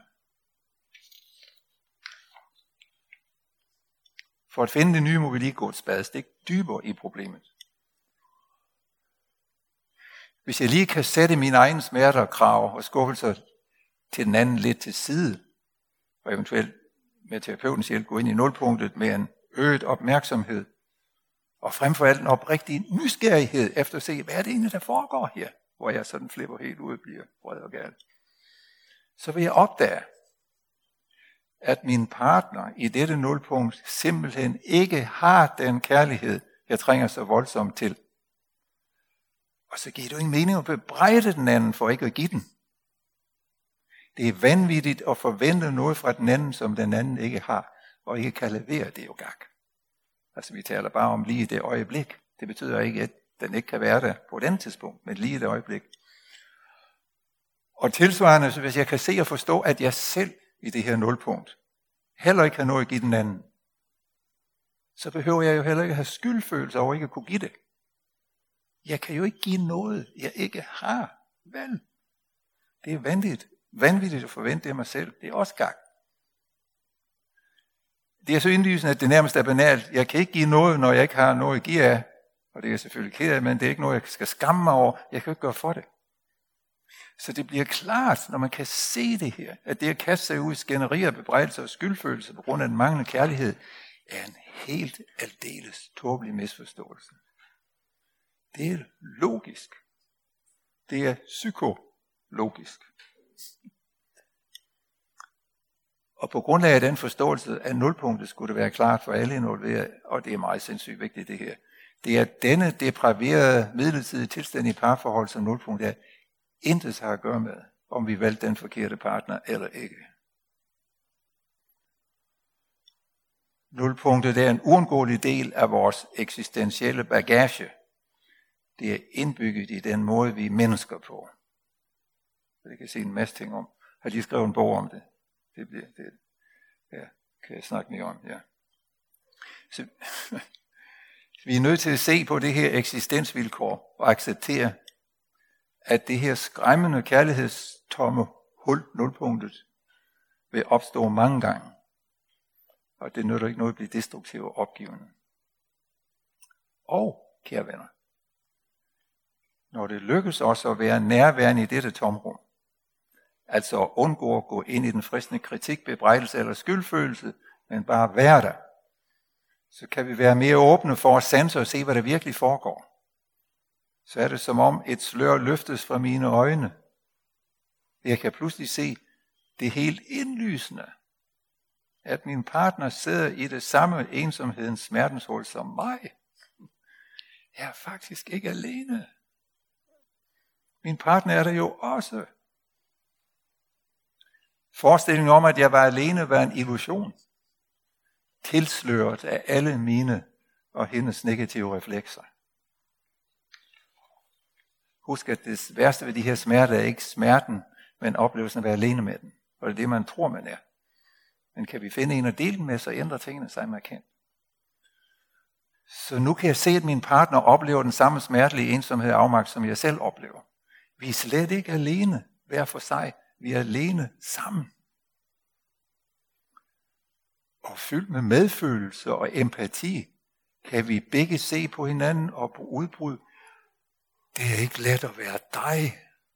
For at finde det nye må vi lige gå et spadestik dybere i problemet. Hvis jeg lige kan sætte mine egne smerter, krav og skuffelser til den anden lidt til side, og eventuelt med terapeutens hjælp gå ind i nulpunktet med en øget opmærksomhed, og frem for alt en oprigtig nysgerrighed efter at se, hvad er det egentlig, der foregår her, hvor jeg sådan flipper helt ud og bliver vred og gal. Så vil jeg opdage, at min partner i dette nulpunkt simpelthen ikke har den kærlighed, jeg trænger så voldsomt til. Og så giver det jo ingen mening at bebrejde den anden for ikke at give den. Det er vanvittigt at forvente noget fra den anden, som den anden ikke har, og ikke kan levere, det er jo gak. Altså vi taler bare om lige det øjeblik. Det betyder ikke, at den ikke kan være der på den tidspunkt, men lige det øjeblik. Og tilsvarende, så hvis jeg kan se og forstå, at jeg selv i det her nulpunkt heller ikke har noget at give den anden, så behøver jeg jo heller ikke have skyldfølelse over ikke at kunne give det. Jeg kan jo ikke give noget, jeg ikke har. Vel? Det er vanvittigt. Vanvittigt at forvente det af mig selv. Det er også gak. Det er så indlysende, at det nærmest er banalt. Jeg kan ikke give noget, når jeg ikke har noget at give af. Og det er jeg selvfølgelig ked af, men det er ikke noget, jeg skal skamme mig over. Jeg kan ikke gøre for det. Så det bliver klart, når man kan se det her, at det at kaste sig ud i skænderier, bebrejdelser og skyldfølelse på grund af den manglende kærlighed, er en helt aldeles tåbelig misforståelse. Det er logisk. Det er psykologisk. Og på grundlag af den forståelse af nulpunktet skulle det være klart for alle involverede, og det er meget sindssygt vigtigt det her. Det er denne depraverede midlertidige tilstand i parforhold, som nulpunktet er, intet har at gøre med, om vi valgte den forkerte partner eller ikke. Nulpunktet er en uundgåelig del af vores eksistentielle bagage. Det er indbygget i den måde, vi er mennesker på. Jeg kan se en masse ting om. Har de skrevet en bog om det? Det bliver det. Ja, kan jeg snakke mere om, ja. Så, vi er nødt til at se på det her eksistensvilkår og acceptere, at det her skræmmende kærlighedstomme hul, nulpunktet, vil opstå mange gange. Og det nytter ikke noget at blive destruktiv og opgivende. Og, kære venner, når det lykkes os at være nærværende i dette tomrum, altså at undgå at gå ind i den fristende kritik, bebrejdelse eller skyldfølelse, men bare være der, så kan vi være mere åbne for at sanse og se, hvad der virkelig foregår. Så er det som om et slør løftes fra mine øjne. Jeg kan pludselig se det helt indlysende, at min partner sidder i det samme ensomhedens smertenshul som mig. Jeg er faktisk ikke alene. Min partner er der jo også. Forestillingen om, at jeg var alene, var en illusion. Tilsløret af alle mine og hendes negative reflekser. Husk, at det værste ved de her smerter er ikke smerten, men oplevelsen af at være alene med den. Og det er det, man tror, man er. Men kan vi finde en at dele den med, så ændrer tingene sig markant. Så nu kan jeg se, at min partner oplever den samme smertelige ensomhed og afmagt, som jeg selv oplever. Vi er slet ikke alene hver for sig. Vi er alene sammen. Og fyldt med medfølelse og empati, kan vi begge se på hinanden og på udbrud. Det er ikke let at være dig.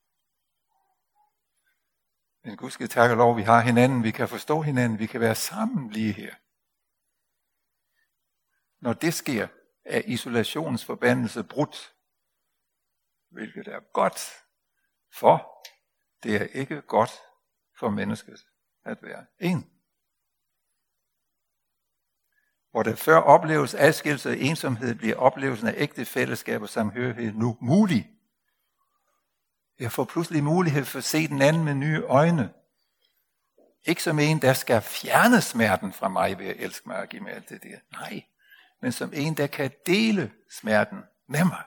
Men Gud skal takke og lov, vi har hinanden, vi kan forstå hinanden, vi kan være sammen lige her. Når det sker, er isolationens forbandelse brudt, hvilket er godt, for det er ikke godt for mennesket at være en. Hvor der før opleves adskillelse og ensomhed, bliver oplevelsen af ægte fællesskab og samhørighed nu mulig. Jeg får pludselig mulighed for at se den anden med nye øjne. Ikke som en, der skal fjerne smerten fra mig ved at elske mig og give mig alt det der. Nej, men som en, der kan dele smerten med mig.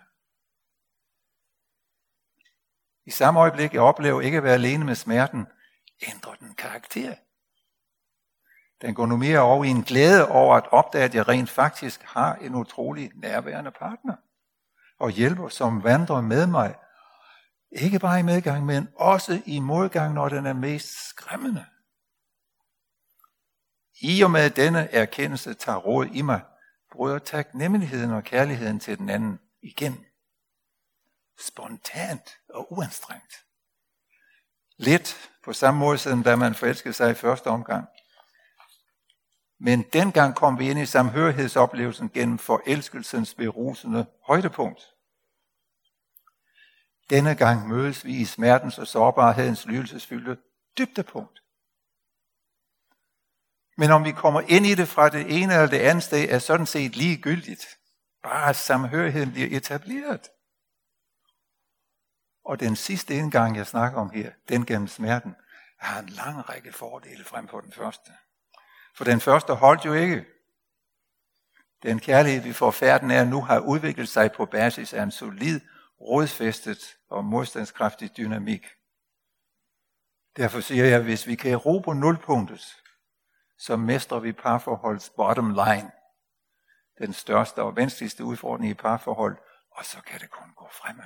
I samme øjeblik, jeg oplever ikke at være alene med smerten, ændrer den karakter. Den går nu mere over i en glæde over at opdage, at jeg rent faktisk har en utrolig nærværende partner. Og hjælper, som vandrer med mig. Ikke bare i medgang, men også i modgang, når den er mest skræmmende. I og med denne erkendelse tager råd i mig, bryder taknemmeligheden og kærligheden til den anden igen. Spontant og uanstrengt. Lidt på samme måde, som da man forelskede sig i første omgang. Men dengang kom vi ind i samhørighedsoplevelsen gennem forelskelsens berusende højdepunkt. Denne gang mødes vi i smertens og sårbarhedens lidelsesfyldte dybdepunkt. Men om vi kommer ind i det fra det ene eller det andet sted, er sådan set ligegyldigt. Bare samhørigheden bliver etableret. Og den sidste indgang, jeg snakker om her, den gennem smerten, har en lang række fordele frem for den første. For den første holdt jo ikke. Den kærlighed, vi får færden af nu, har udviklet sig på basis af en solid, rodfæstet og modstandskraftig dynamik. Derfor siger jeg, at hvis vi kan ro på nulpunktet, så mestrer vi parforholds bottom line. Den største og vanskeligste udfordring i parforhold, og så kan det kun gå fremad.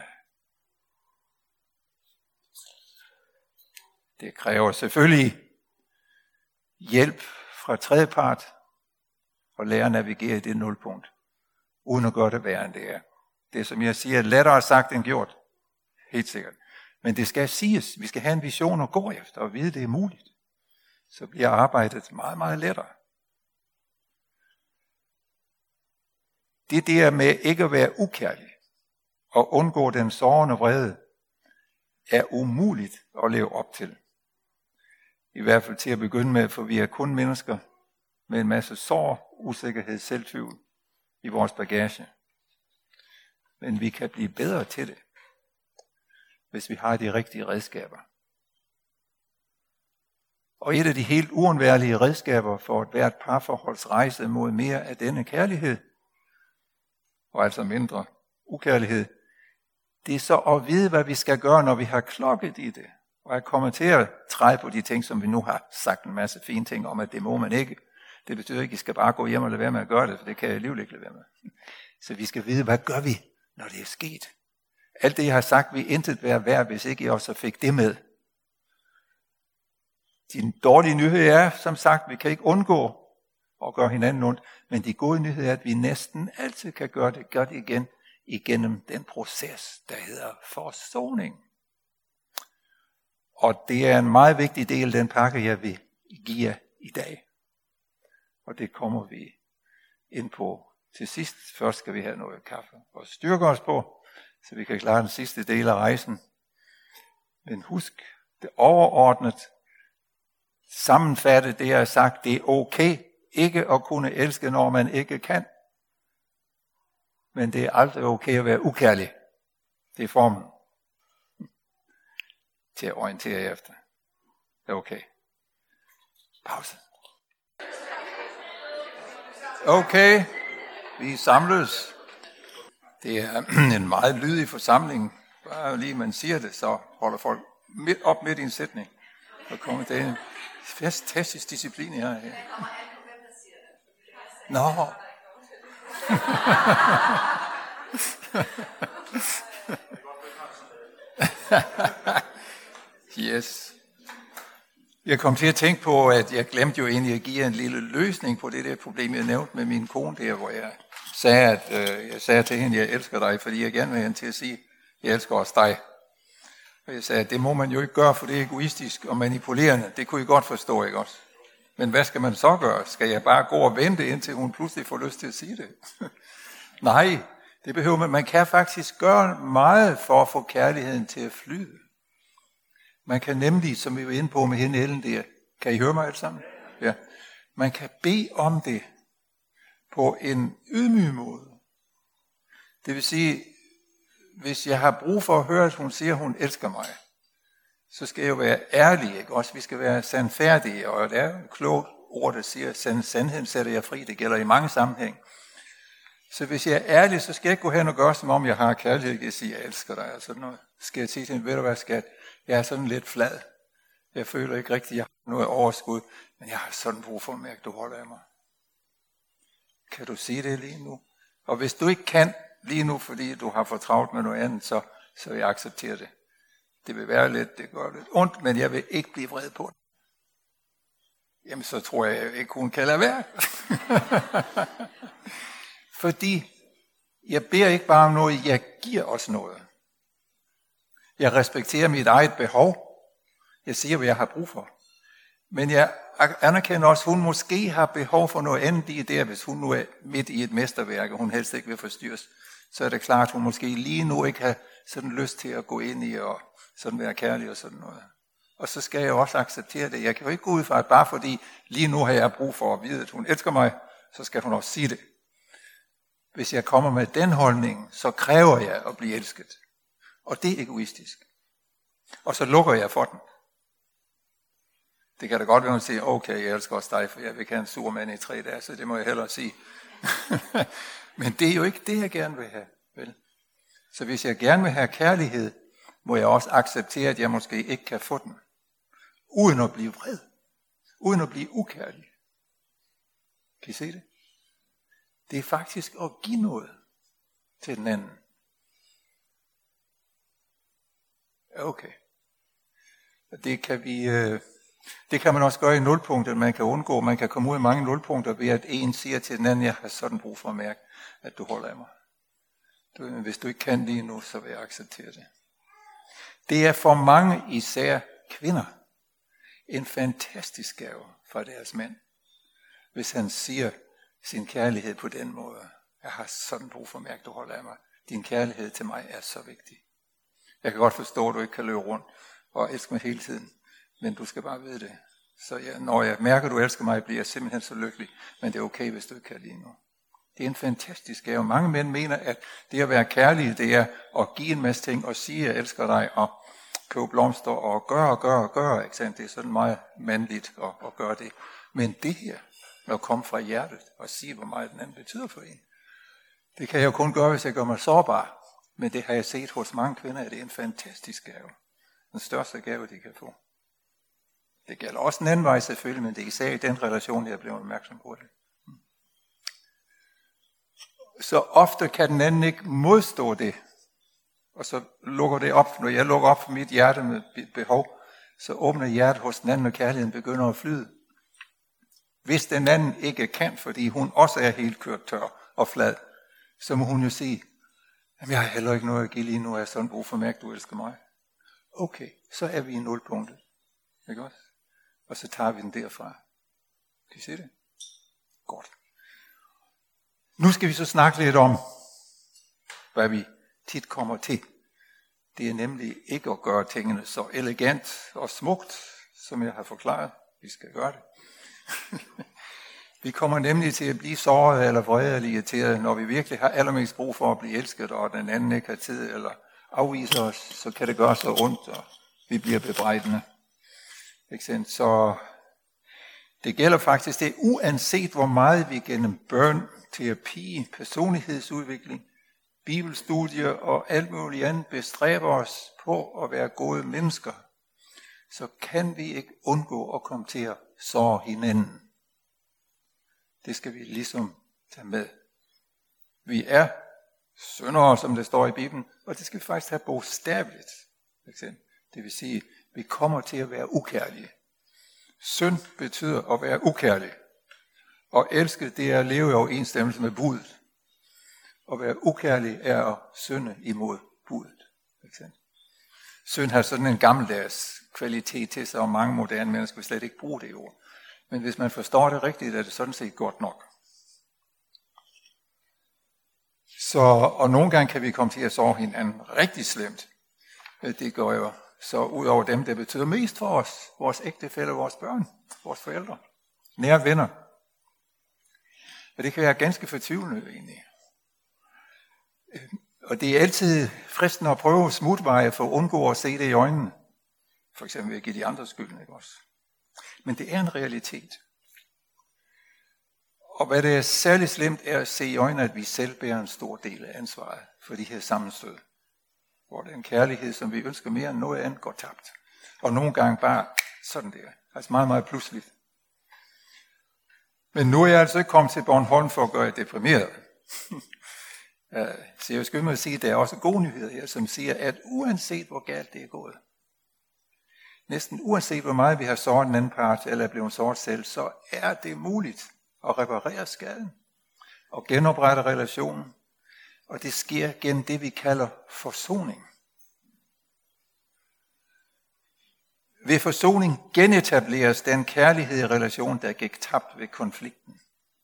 Det kræver selvfølgelig hjælp fra tredjepart og lære at navigere i det nulpunkt, uden at gøre det værre end det er. Det som jeg siger, er lettere sagt end gjort. Helt sikkert. Men det skal siges. Vi skal have en vision at gå efter og vide, det er muligt. Så bliver arbejdet meget, meget lettere. Det der med ikke at være ukærlig og undgå den sårende vrede, er umuligt at leve op til. I hvert fald til at begynde med, for vi er kun mennesker med en masse sår, usikkerhed, selvtvivl i vores bagage. Men vi kan blive bedre til det, hvis vi har de rigtige redskaber. Og et af de helt uundværlige redskaber for et hvert parforholds rejse mod mere af denne kærlighed, og altså mindre ukærlighed, det er så at vide, hvad vi skal gøre, når vi har klokket i det. Og jeg kommer til at træde på de ting, som vi nu har sagt en masse fine ting om, at det må man ikke. Det betyder ikke, at I skal bare gå hjem og lade være med at gøre det, for det kan jeg alligevel ikke lade være med. Så vi skal vide, hvad gør vi, når det er sket. Alt det, jeg har sagt, vil intet være værd, hvis ikke I også fik det med. De dårlige nyheder er, som sagt, vi kan ikke undgå at gøre hinanden ondt, men de gode nyheder er, at vi næsten altid kan gøre det, gør det igen, igennem den proces, der hedder forsoning. Og det er en meget vigtig del af den pakke, jeg vil give jer i dag. Og det kommer vi ind på til sidst. Først skal vi have noget kaffe og styrke os på, så vi kan klare den sidste del af rejsen. Men husk, det overordnet sammenfatte det, jeg har sagt, det er okay ikke at kunne elske, når man ikke kan. Men det er aldrig okay at være ukærlig. Det er formen til at orientere jer efter. Det er okay. Pause. Okay, vi samles. Det er en meget lydig forsamling. Bare lige man siger det, så holder folk midt op midt i en sætning. Og kommer det en fantastisk disciplin, jeg har her. Nå. Yes. Jeg kom til at tænke på, at jeg glemte jo egentlig at give jer en lille løsning på det der problem, jeg nævnte med min kone der, hvor jeg sagde, at øh, jeg sagde til hende, at jeg elsker dig, fordi jeg gerne vil have hende til at sige, jeg elsker også dig. Og jeg sagde, det må man jo ikke gøre, for det er egoistisk og manipulerende. Det kunne I godt forstå, ikke også? Men hvad skal man så gøre? Skal jeg bare gå og vente, indtil hun pludselig får lyst til at sige det? Nej, det behøver man. Man kan faktisk gøre meget for at få kærligheden til at flyde. Man kan nemlig, som vi var inde på med hende Ellen der, kan I høre mig alle sammen? Ja. Man kan bede om det på en ydmyg måde. Det vil sige, hvis jeg har brug for at høre, at hun siger, at hun elsker mig, så skal jeg jo være ærlig, ikke? Også vi skal være sandfærdige, og det er et klogt ord, der siger, at sand, sandheden sætter jeg fri. Det gælder i mange sammenhæng. Så hvis jeg er ærlig, så skal jeg ikke gå hen og gøre, som om jeg har kærlighed. Jeg siger, jeg elsker dig, og sådan noget. Skal jeg sige til hende, ved du hvad, skat? Jeg er sådan lidt flad. Jeg føler ikke rigtigt, at jeg har noget overskud, men jeg har sådan brug for at mærke, at du holder af mig. Kan du sige det lige nu? Og hvis du ikke kan lige nu, fordi du har for travlt med noget andet, så, så vil jeg acceptere det. Det vil være lidt, det gør lidt ondt, men jeg vil ikke blive vred på det. Jamen, så tror jeg ikke, hun kan lade være. Fordi jeg beder ikke bare om noget, jeg giver også noget. Jeg respekterer mit eget behov. Jeg siger, hvad jeg har brug for. Men jeg anerkender også, at hun måske har behov for noget andet i det, hvis hun nu er midt i et mesterværk, og hun helst ikke vil forstyrres. Så er det klart, at hun måske lige nu ikke har sådan lyst til at gå ind i og sådan være kærlig og sådan noget. Og så skal jeg også acceptere det. Jeg kan jo ikke gå ud fra, at bare fordi lige nu har jeg brug for at vide, at hun elsker mig, så skal hun også sige det. Hvis jeg kommer med den holdning, så kræver jeg at blive elsket. Og det er egoistisk. Og så lukker jeg for den. Det kan da godt være, at hun siger, okay, jeg elsker også dig, for jeg vil ikke have en sur mand i tre dage, så det må jeg hellere sige. Men det er jo ikke det, jeg gerne vil have. Vel? Så hvis jeg gerne vil have kærlighed, må jeg også acceptere, at jeg måske ikke kan få den. Uden at blive vred. Uden at blive ukærlig. Kan I se det? Det er faktisk at give noget til den anden. Okay. Det kan vi... Øh, det kan man også gøre i nulpunkter, man kan undgå. Man kan komme ud i mange nulpunkter ved, at en siger til den anden, jeg har sådan brug for at mærke, at du holder af mig. Du, hvis du ikke kan lige nu, så vil jeg acceptere det. Det er for mange, især kvinder, en fantastisk gave fra deres mænd, hvis han siger sin kærlighed på den måde. Jeg har sådan brug for at mærke, at du holder af mig. Din kærlighed til mig er så vigtig. Jeg kan godt forstå, at du ikke kan løbe rundt og elske mig hele tiden. Men du skal bare vide det. Så jeg, når jeg mærker, at du elsker mig, bliver jeg simpelthen så lykkelig. Men det er okay, hvis du ikke kan lige nu. Det er en fantastisk gave. Mange mænd mener, at det at være kærlig, det er at give en masse ting og sige, at jeg elsker dig, og købe blomster og gøre og gøre og gøre. Ikke sandt? Det er sådan meget mandligt at, at gøre det. Men det her, at komme fra hjertet og sige, hvor meget den anden betyder for en, det kan jeg jo kun gøre, hvis jeg gør mig sårbar. Men det har jeg set hos mange kvinder, at det er en fantastisk gave. Den største gave, de kan få. Det gælder også en anden vej selvfølgelig, men det er især i den relation, jeg er blevet opmærksom på det. Så ofte kan den anden ikke modstå det. Og så lukker det op. Når jeg lukker op for mit hjerte med behov, så åbner hjertet hos den anden, og kærligheden begynder at flyde. Hvis den anden ikke kan, fordi hun også er helt kørt tør og flad, så må hun jo sige, jamen jeg har heller ikke noget at give lige nu, jeg har sådan brug for at mærke, du elsker mig. Okay, så er vi i nulpunktet. Ikke også? Og så tager vi den derfra. Kan I se det? Godt. Nu skal vi så snakke lidt om, hvad vi tit kommer til. Det er nemlig ikke at gøre tingene så elegant og smukt, som jeg har forklaret. Vi skal gøre det. Vi kommer nemlig til at blive såret eller vrede eller irriteret, når vi virkelig har allermest brug for at blive elsket, og den anden ikke har tid eller afviser os, så kan det gøre så ondt, og vi bliver bebrejdende. Så det gælder faktisk det, uanset hvor meget vi gennem børn, terapi, personlighedsudvikling, bibelstudier og alt muligt andet bestræber os på at være gode mennesker, så kan vi ikke undgå at komme til at såre hinanden. Det skal vi ligesom tage med. Vi er syndere, som det står i Bibelen, og det skal vi faktisk have bogstaveligt. Det vil sige, vi kommer til at være ukærlige. Synd betyder at være ukærlig. Og elsket, det er at leve i overensstemmelse med budet. At være ukærlig er at synde imod budet. Synd har sådan en gammeldags kvalitet til sig, og mange moderne mennesker vil slet ikke bruge det ord. Men hvis man forstår det rigtigt, er det sådan set godt nok. Så, og nogle gange kan vi komme til at såre hinanden rigtig slemt. Det går jo så ud over dem, der betyder mest for os. Vores ægtefælle, vores børn, vores forældre, nære venner. Og det kan være ganske fortvivlende egentlig. Og det er altid fristende at prøve smutveje for at undgå at se det i øjnene. For eksempel ved at give de andre skylden, ikke også? Men det er en realitet. Og hvad det er særligt slemt, er at se i øjnene, at vi selv bærer en stor del af ansvaret for de her sammenstød. Hvor den kærlighed, som vi ønsker mere end noget andet, går tabt. Og nogle gange bare sådan der. Altså meget, meget pludseligt. Men nu er jeg altså ikke kommet til Bornholm for at gøre jer deprimeret. Så jeg vil skynde mig at sige, at der er også gode nyheder her, som siger, at uanset hvor galt det er gået, næsten uanset hvor meget vi har såret den anden part, eller er blevet såret selv, så er det muligt at reparere skaden og genoprette relationen. Og det sker gennem det, vi kalder forsoning. Ved forsoning genetableres den kærlighed i relationen, der gik tabt ved konflikten.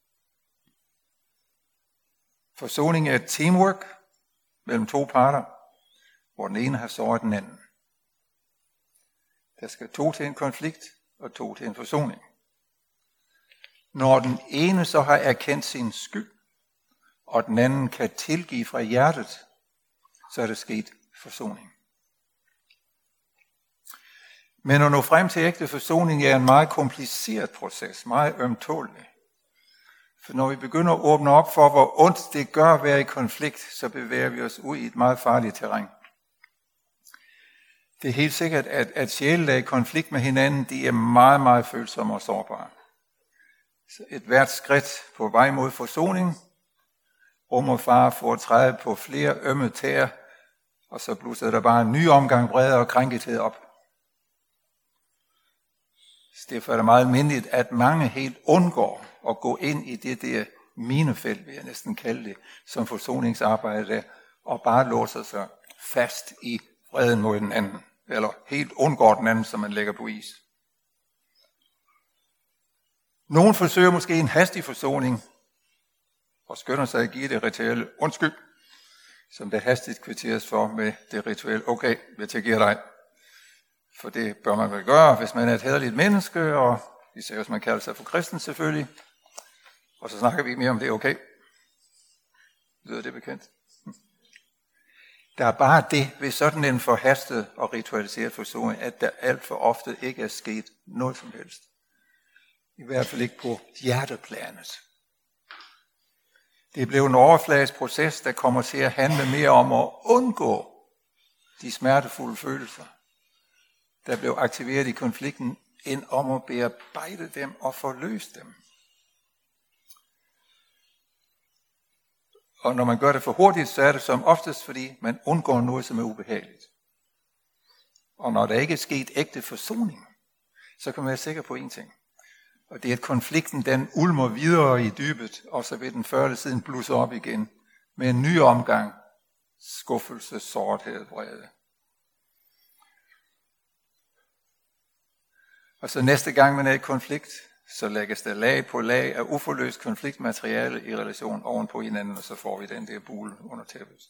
Forsoning er et teamwork mellem to parter, hvor den ene har såret den anden. Der skal to til en konflikt og to til en forsoning. Når den ene så har erkendt sin skyld, og den anden kan tilgive fra hjertet, så er der sket forsoning. Men at nå frem til ægte forsoning er en meget kompliceret proces, meget ømtålig. For når vi begynder at åbne op for, hvor ondt det gør at være i konflikt, så bevæger vi os ud i et meget farligt terræn. Det er helt sikkert, at, at sjæle, der er i konflikt med hinanden, de er meget, meget følsomme og sårbare. Så et hvert skridt på vej mod forsoning, rummer far for at træde på flere ømme tæer, og så blusser der bare en ny omgang vrede og krænkethed op. Så derfor er det meget almindeligt, at mange helt undgår at gå ind i det der minefelt, vil jeg næsten kalde det, som forsoningsarbejde er, og bare låser sig fast i vreden mod den anden, eller helt undgår den anden, som man lægger på is. Nogen forsøger måske en hastig forsoning, og skynder sig at give det rituelle undskyld, som der hastigt kvitteres for med det rituelle, okay, jeg tilgiver dig. For det bør man vel gøre, hvis man er et hæderligt menneske, og især hvis man kalder sig for kristen selvfølgelig. Og så snakker vi mere om det, okay. Lyder det bekendt? Der er bare det ved sådan en forhastet og ritualiseret forsoning, at der alt for ofte ikke er sket noget som helst. I hvert fald ikke på hjerteplanet. Det er blevet en overfladisk proces, der kommer til at handle mere om at undgå de smertefulde følelser, der blev aktiveret i konflikten, end om at bearbejde dem og forløse dem. Og når man gør det for hurtigt, så er det som oftest, fordi man undgår noget, som er ubehageligt. Og når der ikke er sket ægte forsoning, så kan man være sikker på en ting. Og det er, at konflikten den ulmer videre i dybet, og så vil den før eller siden blusse op igen med en ny omgang skuffelse, sårthed, vrede. Og så næste gang man er i konflikt, så lægges der lag på lag af uforløst konfliktmateriale i relation oven på hinanden, og så får vi den der bule under tæppet.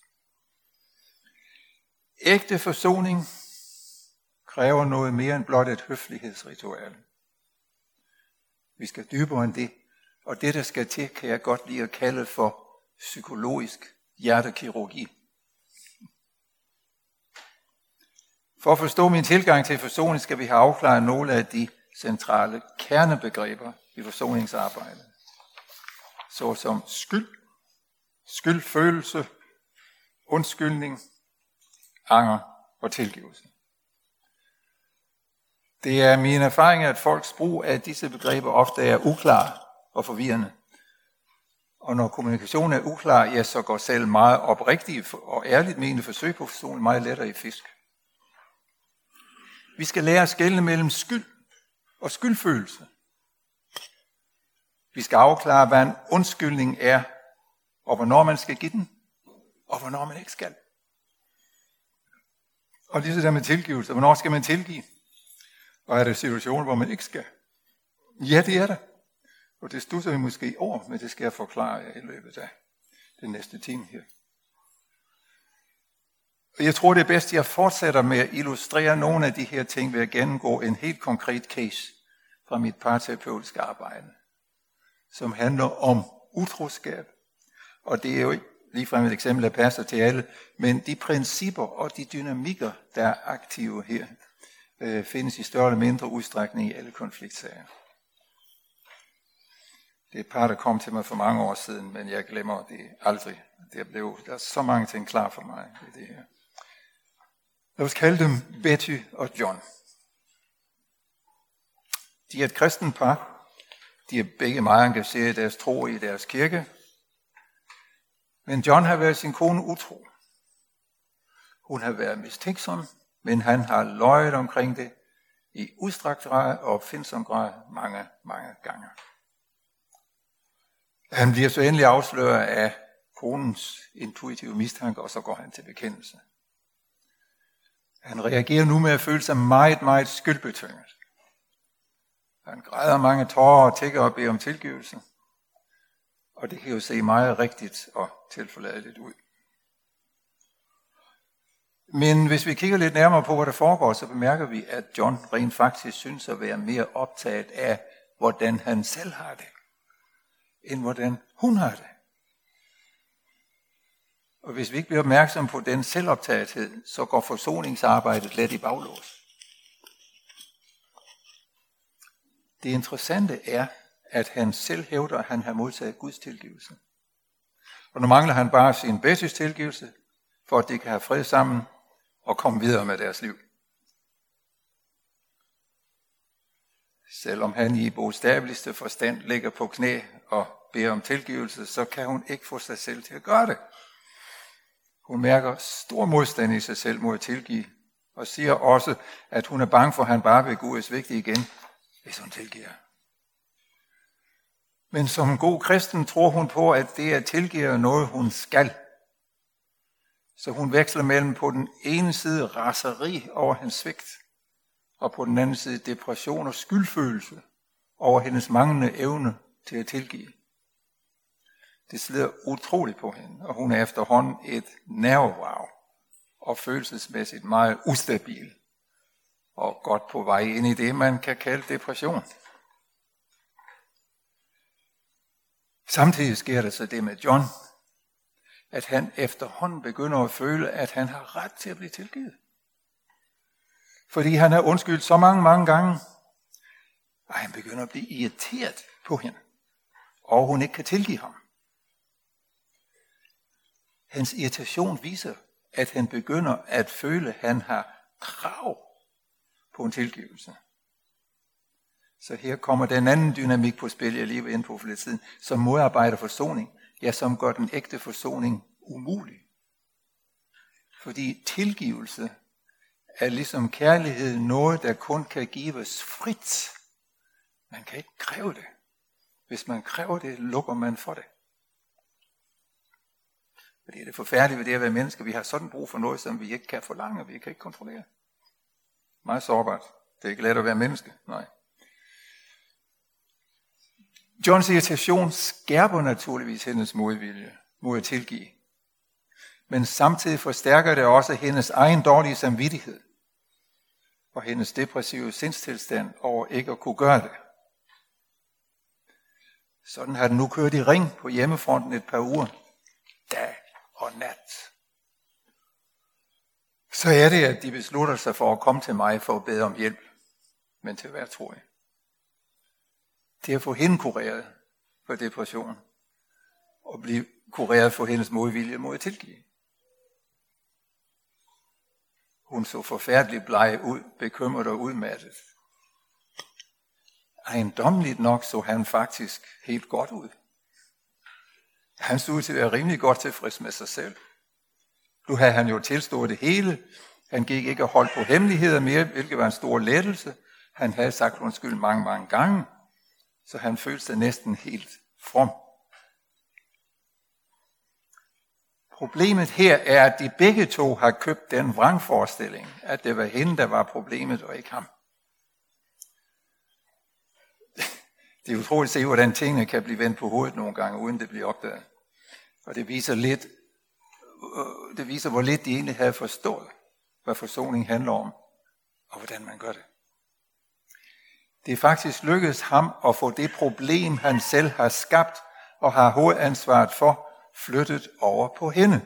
Ægte forsoning kræver noget mere end blot et høflighedsritual. Vi skal dybere end det, og det der skal til, kan jeg godt lide at kalde for psykologisk hjertekirurgi. For at forstå min tilgang til forsoning, skal vi have afklaret nogle af de centrale kernebegreber i forsoningsarbejdet. Såsom skyld, skyldfølelse, undskyldning, anger og tilgivelse. Det er min erfaring, at folks brug af disse begreber ofte er uklar og forvirrende. Og når kommunikationen er uklar, ja, så går selv meget oprigtige og ærligt menende forsøg på forsoning meget lettere i fisk. Vi skal lære at skelne mellem skyld og skyldfølelse. Vi skal afklare, hvad en undskyldning er, og hvornår man skal give den, og hvornår man ikke skal. Og lige så der med tilgivelse. Hvornår skal man tilgive? Og er der situationer, hvor man ikke skal? Ja, det er der. Og det studser vi måske over, men det skal jeg forklare jer i løbet af den næste time her. Og jeg tror, det er bedst, at jeg fortsætter med at illustrere nogle af de her ting ved at gennemgå en helt konkret case fra mit parterapeutiske arbejde, som handler om utroskab. Og det er jo ikke ligefrem et eksempel, der passer til alle, men de principper og de dynamikker, der er aktive her, øh, findes i større eller mindre udstrækning i alle konfliktsager. Det er et par, der kom til mig for mange år siden, men jeg glemmer det aldrig. Det blev, der er så mange ting klar for mig i det her. Lad os kalde dem Betty og John. De er et kristent par. De er begge meget engageret i deres tro i deres kirke. Men John har været sin kone utro. Hun har været mistænksom, men han har løjet omkring det i udstrakt grad og opfindsom grad mange, mange gange. Han bliver så endelig afsløret af konens intuitive mistanke, og så går han til bekendelse. Han reagerer nu med at føle sig meget, meget skyldbetynget. Han græder mange tårer og tigger og beder om tilgivelse. Og det kan jo se meget rigtigt og tilforladeligt ud. Men hvis vi kigger lidt nærmere på, hvad der foregår, så bemærker vi, at John rent faktisk synes at være mere optaget af, hvordan han selv har det, end hvordan hun har det. Og hvis vi ikke bliver opmærksom på den selvoptagethed, så går forsoningsarbejdet let i baglås. Det interessante er, at han selv hævder, at han har modtaget Guds tilgivelse. Og nu mangler han bare sin Bettys tilgivelse, for at de kan have fred sammen og komme videre med deres liv. Selvom han i bogstaveligste forstand ligger på knæ og beder om tilgivelse, så kan hun ikke få sig selv til at gøre det. Hun mærker stor modstand i sig selv mod at tilgive, og siger også, at hun er bange for, at han bare vil gå ud svigte igen, hvis hun tilgiver. Men som en god kristen tror hun på, at det at tilgive noget, hun skal. Så hun veksler mellem på den ene side raseri over hans svigt, og på den anden side depression og skyldfølelse over hendes manglende evne til at tilgive. Det slider utroligt på hende, og hun er efterhånden et nervevrag og følelsesmæssigt meget ustabil og godt på vej ind i det, man kan kalde depression. Samtidig sker der så det med John, at han efterhånden begynder at føle, at han har ret til at blive tilgivet. Fordi han har undskyldt så mange, mange gange, og han begynder at blive irriteret på hende, og hun ikke kan tilgive ham. Hans irritation viser, at han begynder at føle, at han har krav på en tilgivelse. Så her kommer den anden dynamik på spil, jeg lige var inde på for lidt siden, som modarbejder forsoning, ja, som gør den ægte forsoning umulig. Fordi tilgivelse er ligesom kærlighed noget, der kun kan gives frit. Man kan ikke kræve det. Hvis man kræver det, lukker man for det. Fordi det er forfærdeligt ved det at være mennesker. Vi har sådan brug for noget, som vi ikke kan forlange, og vi kan ikke kontrollere. Meget sårbart. Det er ikke let at være menneske. Nej. Johns irritation skærper naturligvis hendes modvilje mod at tilgive. Men samtidig forstærker det også hendes egen dårlige samvittighed og hendes depressive sindstilstand over ikke at kunne gøre det. Sådan har den nu kørt i ring på hjemmefronten et par uger, dag og nat. Så er det, at de beslutter sig for at komme til mig for at bede om hjælp. Men til hvad tror jeg? Til at få hende kureret for depression og blive kureret for hendes modvilje mod at tilgive. Hun så forfærdeligt bleg ud, bekymret og udmattet. Ejendommeligt nok så han faktisk helt godt ud. Han så ud til at være rimelig godt tilfreds med sig selv. Nu havde han jo tilstået det hele. Han gik ikke og holdt på hemmeligheder mere, hvilket var en stor lettelse. Han havde sagt undskyld mange, mange gange, så han følte sig næsten helt from. Problemet her er, at de begge to har købt den vrangforestilling, at det var hende, der var problemet, og ikke ham. Det er utroligt at se, hvordan tingene kan blive vendt på hovedet nogle gange, uden det bliver opdaget. Og det viser lidt, det viser, hvor lidt de egentlig havde forstået, hvad forsoning handler om, og hvordan man gør det. Det er faktisk lykkedes ham at få det problem, han selv har skabt og har hovedansvaret for, flyttet over på hende.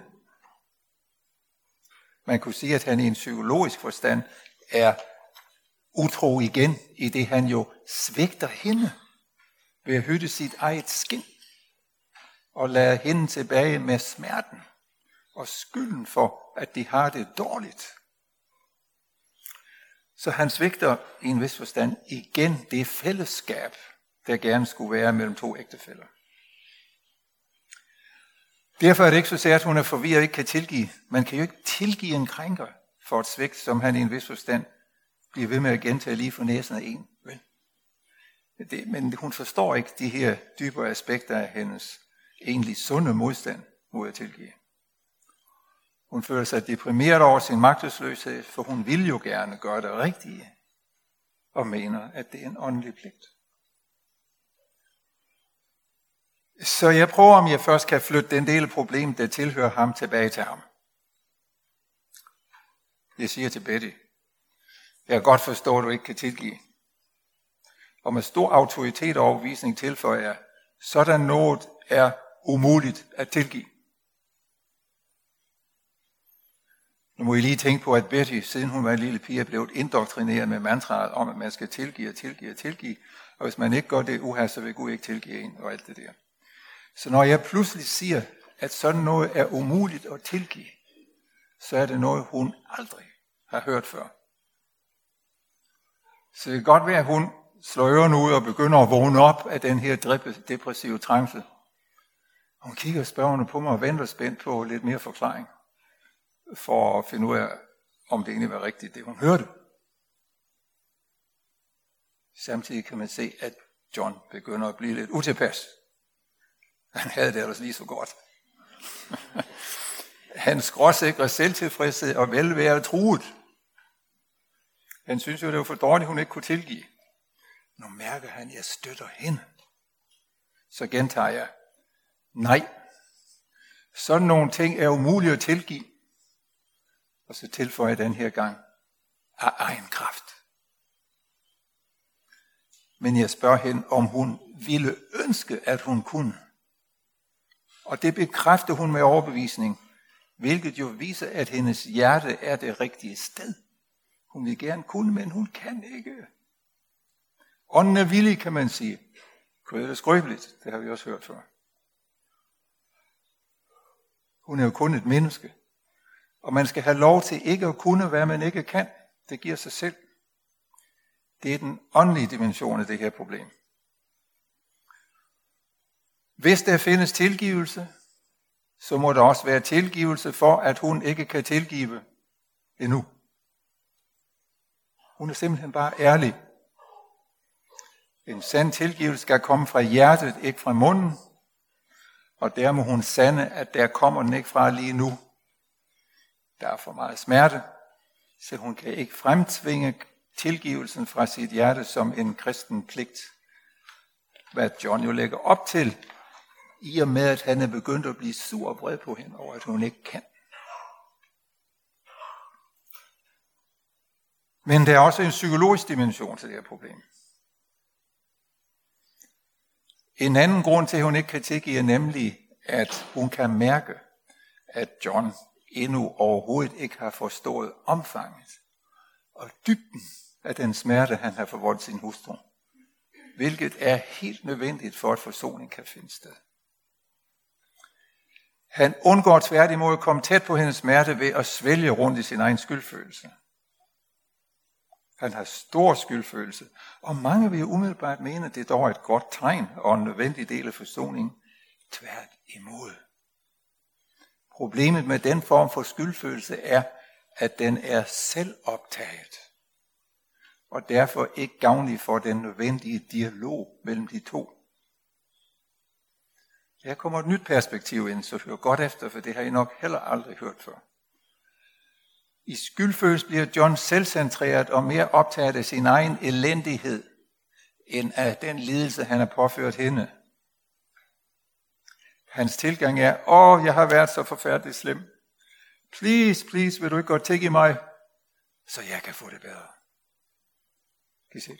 Man kunne sige, at han i en psykologisk forstand er utro igen, i det han jo svigter hende ved at hytte sit eget skind og lade hende tilbage med smerten og skylden for, at de har det dårligt. Så han svigter i en vis forstand igen det fællesskab, der gerne skulle være mellem to ægtefæller. Derfor er det ikke så sært, at hun er forvirret og ikke kan tilgive. Man kan jo ikke tilgive en krænker for et svigt, som han i en vis forstand bliver ved med at gentage lige for næsen af en. Vel? Det, men hun forstår ikke de her dybere aspekter af hendes egentlig sunde modstand mod at tilgive. Hun føler sig deprimeret over sin magtesløshed, for hun vil jo gerne gøre det rigtige, og mener, at det er en åndelig pligt. Så jeg prøver, om jeg først kan flytte den del af problemet, der tilhører ham, tilbage til ham. Jeg siger til Betty, jeg kan godt forstå, at du ikke kan tilgive. Og med stor autoritet og overbevisning tilføjer jeg, sådan noget er umuligt at tilgive. Nu må I lige tænke på, at Betty, siden hun var en lille pige, er blevet indoktrineret med mantraet om, at man skal tilgive og tilgive og tilgive. Og hvis man ikke gør det uha, så vil Gud ikke tilgive en og alt det der. Så når jeg pludselig siger, at sådan noget er umuligt at tilgive, så er det noget, hun aldrig har hørt før. Så det kan godt være, at hun slår ørerne ud og begynder at vågne op af den her depressive trance. Hun kigger spørgende på mig og venter spændt på lidt mere forklaring, for at finde ud af, om det egentlig var rigtigt, det hun hørte. Samtidig kan man se, at John begynder at blive lidt utilpas. Han havde det ellers lige så godt. Hans skråsikre selvtilfredshed og velvære truet. Han synes jo, det var for dårligt, hun ikke kunne tilgive. Nu mærker han, at jeg støtter hende. Så gentager jeg, nej, sådan nogle ting er umulige at tilgive. Og så tilføjer jeg den her gang, af egen kraft. Men jeg spørger hende, om hun ville ønske, at hun kunne. Og det bekræfter hun med overbevisning, hvilket jo viser, at hendes hjerte er det rigtige sted. Hun vil gerne kunne, men hun kan ikke. Ånden er villig, kan man sige. Kødet er skrøbeligt, det har vi også hørt før. Hun er jo kun et menneske. Og man skal have lov til ikke at kunne, hvad man ikke kan. Det giver sig selv. Det er den åndelige dimension af det her problem. Hvis der findes tilgivelse, så må der også være tilgivelse for, at hun ikke kan tilgive endnu. Hun er simpelthen bare ærlig. En sand tilgivelse skal komme fra hjertet, ikke fra munden. Og der må hun sande, at der kommer den ikke fra lige nu. Der er for meget smerte, så hun kan ikke fremtvinge tilgivelsen fra sit hjerte som en kristen pligt. Hvad John jo lægger op til, i og med at han er begyndt at blive sur og vred på hende over, at hun ikke kan. Men der er også en psykologisk dimension til det her problem. En anden grund til, at hun ikke kan tilgive, er nemlig, at hun kan mærke, at John endnu overhovedet ikke har forstået omfanget og dybden af den smerte, han har forvoldt sin hustru. Hvilket er helt nødvendigt for, at forsoning kan finde sted. Han undgår tværtimod at komme tæt på hendes smerte ved at svælge rundt i sin egen skyldfølelse. Han har stor skyldfølelse, og mange vil umiddelbart mene, at det er dog et godt tegn og en nødvendig del af forsoningen. Tvært imod. Problemet med den form for skyldfølelse er, at den er selvoptaget, og derfor ikke gavnlig for den nødvendige dialog mellem de to. Her kommer et nyt perspektiv ind, så hør godt efter, for det har I nok heller aldrig hørt før. I skyldfølelse bliver John selvcentreret og mere optaget af sin egen elendighed, end af den lidelse, han har påført hende. Hans tilgang er, åh, jeg har været så forfærdeligt slem. Please, please, vil du ikke godt tilgive mig, så jeg kan få det bedre. Kan I se det?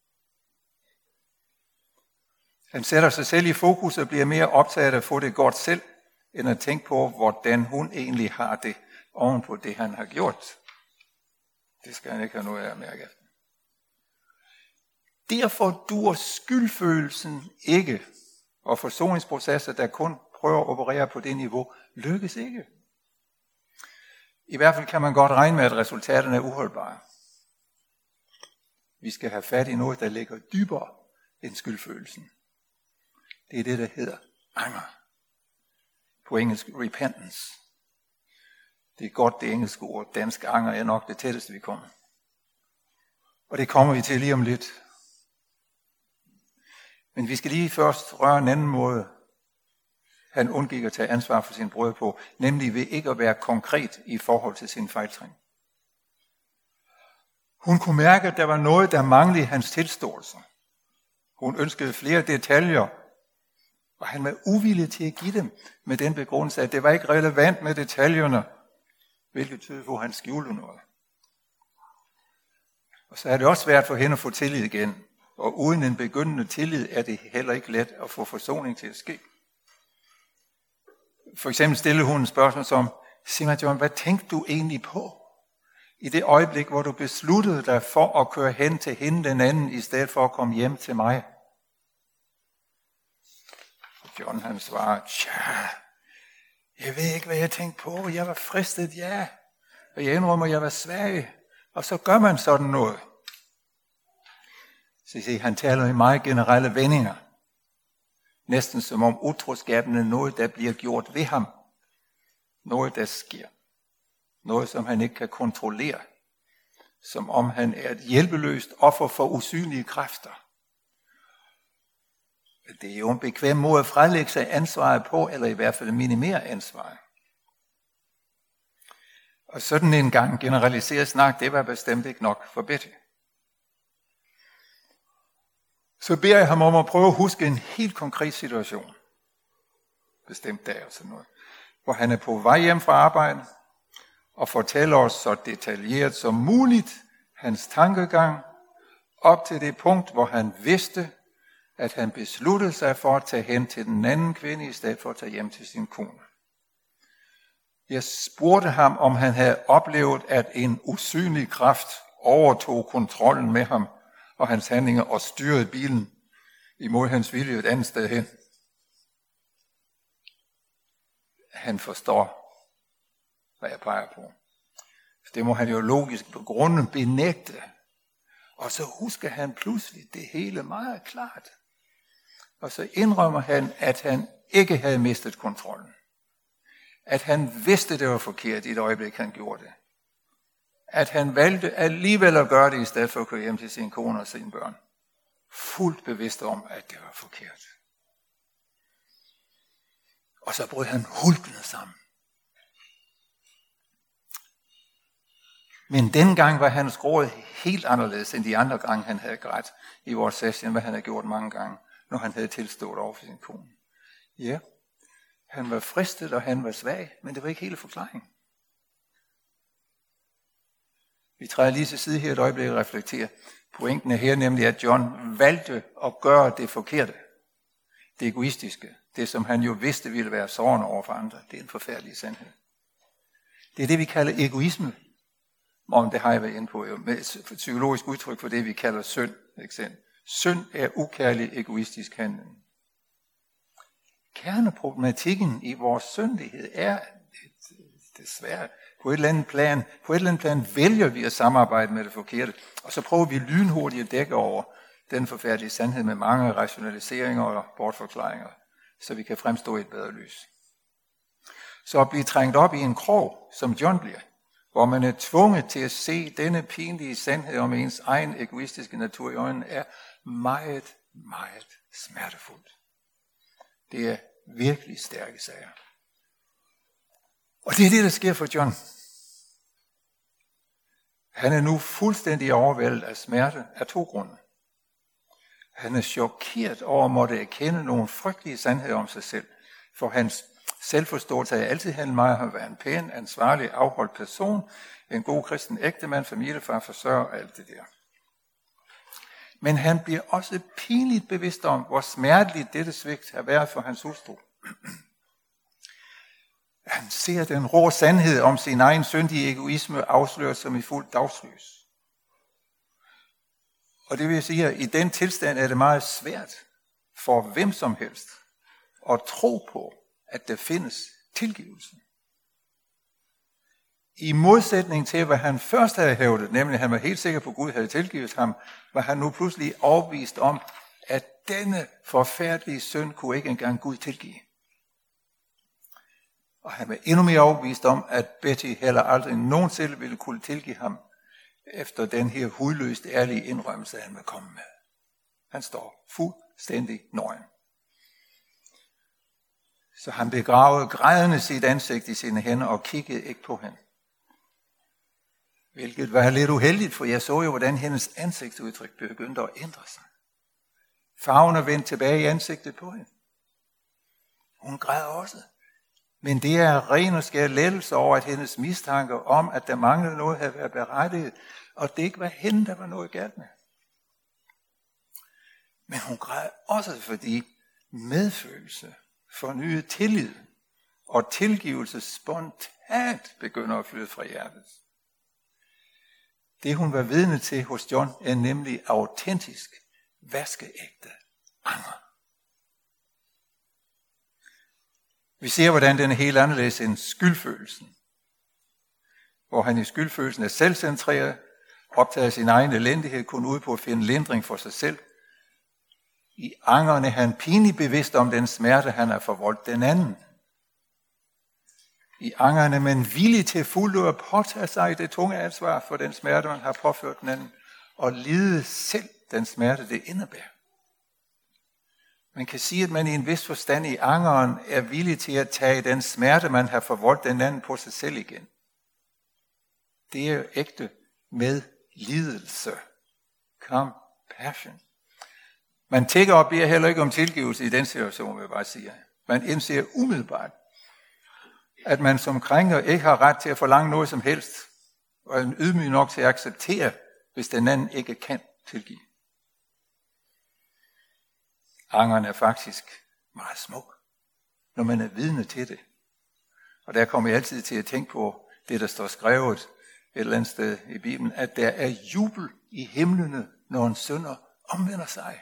Han sætter sig selv i fokus og bliver mere optaget af at få det godt selv, end at tænke på, hvordan hun egentlig har det oven på det, han har gjort. Det skal han ikke have noget af at mærke efter. Derfor dur skyldfølelsen ikke, og forsoningsprocesser, der kun prøver at operere på det niveau, lykkes ikke. I hvert fald kan man godt regne med, at resultaterne er uholdbare. Vi skal have fat i noget, der ligger dybere end skyldfølelsen. Det er det, der hedder anger. På engelsk repentance. Det er godt det engelske ord. Dansk anger er nok det tætteste, vi kommer. Og det kommer vi til lige om lidt. Men vi skal lige først røre en anden måde, han undgik at tage ansvar for sin brød på, nemlig ved ikke at være konkret i forhold til sin fejltrin. Hun kunne mærke, at der var noget, der manglede i hans tilståelse. Hun ønskede flere detaljer, og han var uvillig til at give dem med den begrundelse, at det var ikke relevant med detaljerne, hvilket tyder på, at han skjulte noget. Og så er det også svært for hende at få tillid igen, og uden en begyndende tillid er det heller ikke let at få forsoning til at ske. For eksempel stillede hun en spørgsmål som, sig mig John, hvad tænkte du egentlig på i det øjeblik, hvor du besluttede dig for at køre hen til hende den anden, i stedet for at komme hjem til mig? John han svarer, tja, jeg ved ikke, hvad jeg tænkte på. Jeg var fristet, ja. Og jeg indrømmer, jeg var svag. Og så gør man sådan noget. Så se, han taler i meget generelle vendinger. Næsten som om utroskaben er noget, der bliver gjort ved ham. Noget, der sker. Noget, som han ikke kan kontrollere. Som om han er et hjælpeløst offer for usynlige kræfter. Det er jo en bekvem måde at frelægge sig ansvaret på, eller i hvert fald minimere ansvaret. Og sådan en gang generaliseret snak, det var bestemt ikke nok for Betty. Så beder jeg ham om at prøve at huske en helt konkret situation. Bestemt dag og sådan noget. Hvor han er på vej hjem fra arbejde, og fortæller os så detaljeret som muligt hans tankegang, op til det punkt, hvor han vidste, at han besluttede sig for at tage hen til den anden kvinde, i stedet for at tage hjem til sin kone. Jeg spurgte ham, om han havde oplevet, at en usynlig kraft overtog kontrollen med ham og hans handlinger og styrede bilen imod hans vilje et andet sted hen. Han forstår, hvad jeg peger på. Det må han jo logisk på grunden benægte. Og så husker han pludselig det hele meget klart. Og så indrømmer han, at han ikke havde mistet kontrollen. At han vidste, det var forkert i et øjeblik, han gjorde det. At han valgte alligevel at gøre det, i stedet for at køre hjem til sin kone og sine børn. Fuldt bevidst om, at det var forkert. Og så brød han hulkende sammen. Men dengang var hans gråd helt anderledes end de andre gange, han havde grædt i vores session, hvad han havde gjort mange gange, når han havde tilstået over for sin kone. Ja, han var fristet, og han var svag, men det var ikke hele forklaringen. Vi træder lige til side her et øjeblik og reflekterer. Pointen er her nemlig, at John valgte at gøre det forkerte. Det egoistiske. Det, som han jo vidste ville være sårende over for andre. Det er en forfærdelig sandhed. Det er det, vi kalder egoisme. Og det har jeg været inde på, jo, med et psykologisk udtryk for det, vi kalder synd. Synd er ukærlig egoistisk handling. Kerneproblematikken i vores syndighed er desværre på et eller andet plan, på et eller andet plan vælger vi at samarbejde med det forkerte, og så prøver vi lynhurtigt at dække over den forfærdelige sandhed med mange rationaliseringer og bortforklaringer, så vi kan fremstå i et bedre lys. Så at blive trængt op i en krog, som John bliver, hvor man er tvunget til at se denne pinlige sandhed om ens egen egoistiske natur i øjnene, er meget, meget smertefuldt. Det er virkelig stærke sager. Og det er det, der sker for John. Han er nu fuldstændig overvældet af smerte af to grunde. Han er chokeret over at måtte erkende nogle frygtelige sandheder om sig selv, for hans selvforståelse har altid handlet meget om at være en pæn, ansvarlig, afholdt person, en god kristen ægtemand, familiefar, forsørger og alt det der. Men han bliver også pinligt bevidst om, hvor smerteligt dette svigt har været for hans hustru. Han ser den rå sandhed om sin egen syndige egoisme afsløret som i fuld dagslys. Og det vil sige, at i den tilstand er det meget svært for hvem som helst at tro på, at der findes tilgivelse. I modsætning til, hvad han først havde hævdet, nemlig at han var helt sikker på, at Gud havde tilgivet ham, var han nu pludselig overbevist om, at denne forfærdelige synd kunne ikke engang Gud tilgive. Og han var endnu mere overbevist om, at Betty heller aldrig nogensinde ville kunne tilgive ham, efter den her hudløst ærlige indrømmelse, han var kommet med. Han står fuldstændig nøgen. Så han begravede grædende sit ansigt i sine hænder og kiggede ikke på hende. Hvilket var lidt uheldigt, for jeg så jo, hvordan hendes ansigtsudtryk begyndte at ændre sig. Farven er vendt tilbage i ansigtet på hende. Hun græd også. Men det er ren og skær lettelse over, at hendes mistanke om, at der manglede noget, havde været berettiget, og det ikke var hende, der var noget galt med. Men hun græd også, fordi medfølelse, fornyet tillid og tilgivelse spontant begynder at flyde fra hjertet. Det hun var vidne til hos John er nemlig autentisk, vaskeægte anger. Vi ser, hvordan den er helt anderledes end skyldfølelsen. Hvor han i skyldfølelsen er selvcentreret, optager sin egen elendighed, kun ude på at finde lindring for sig selv. I angeren er han pinligt bevidst om den smerte, han har forvoldt den anden. I angeren er man villig til fuldt at påtage sig det tunge ansvar for den smerte, man har påført den anden, og lide selv den smerte, det indebærer. Man kan sige, at man i en vis forstand i angeren er villig til at tage den smerte, man har forvoldt den anden på sig selv igen. Det er jo ægte medlidelse. Compassion. Man tænker og beder heller ikke om tilgivelse i den situation, vil jeg bare sige. Man indser umiddelbart, at man som krænker ikke har ret til at forlange noget som helst, og er ydmyg nok til at acceptere, hvis den anden ikke kan tilgive. Angeren er faktisk meget smuk, når man er vidne til det. Og der kommer jeg altid til at tænke på det, der står skrevet et eller andet sted i Bibelen, at der er jubel i himlene, når en synder omvender sig.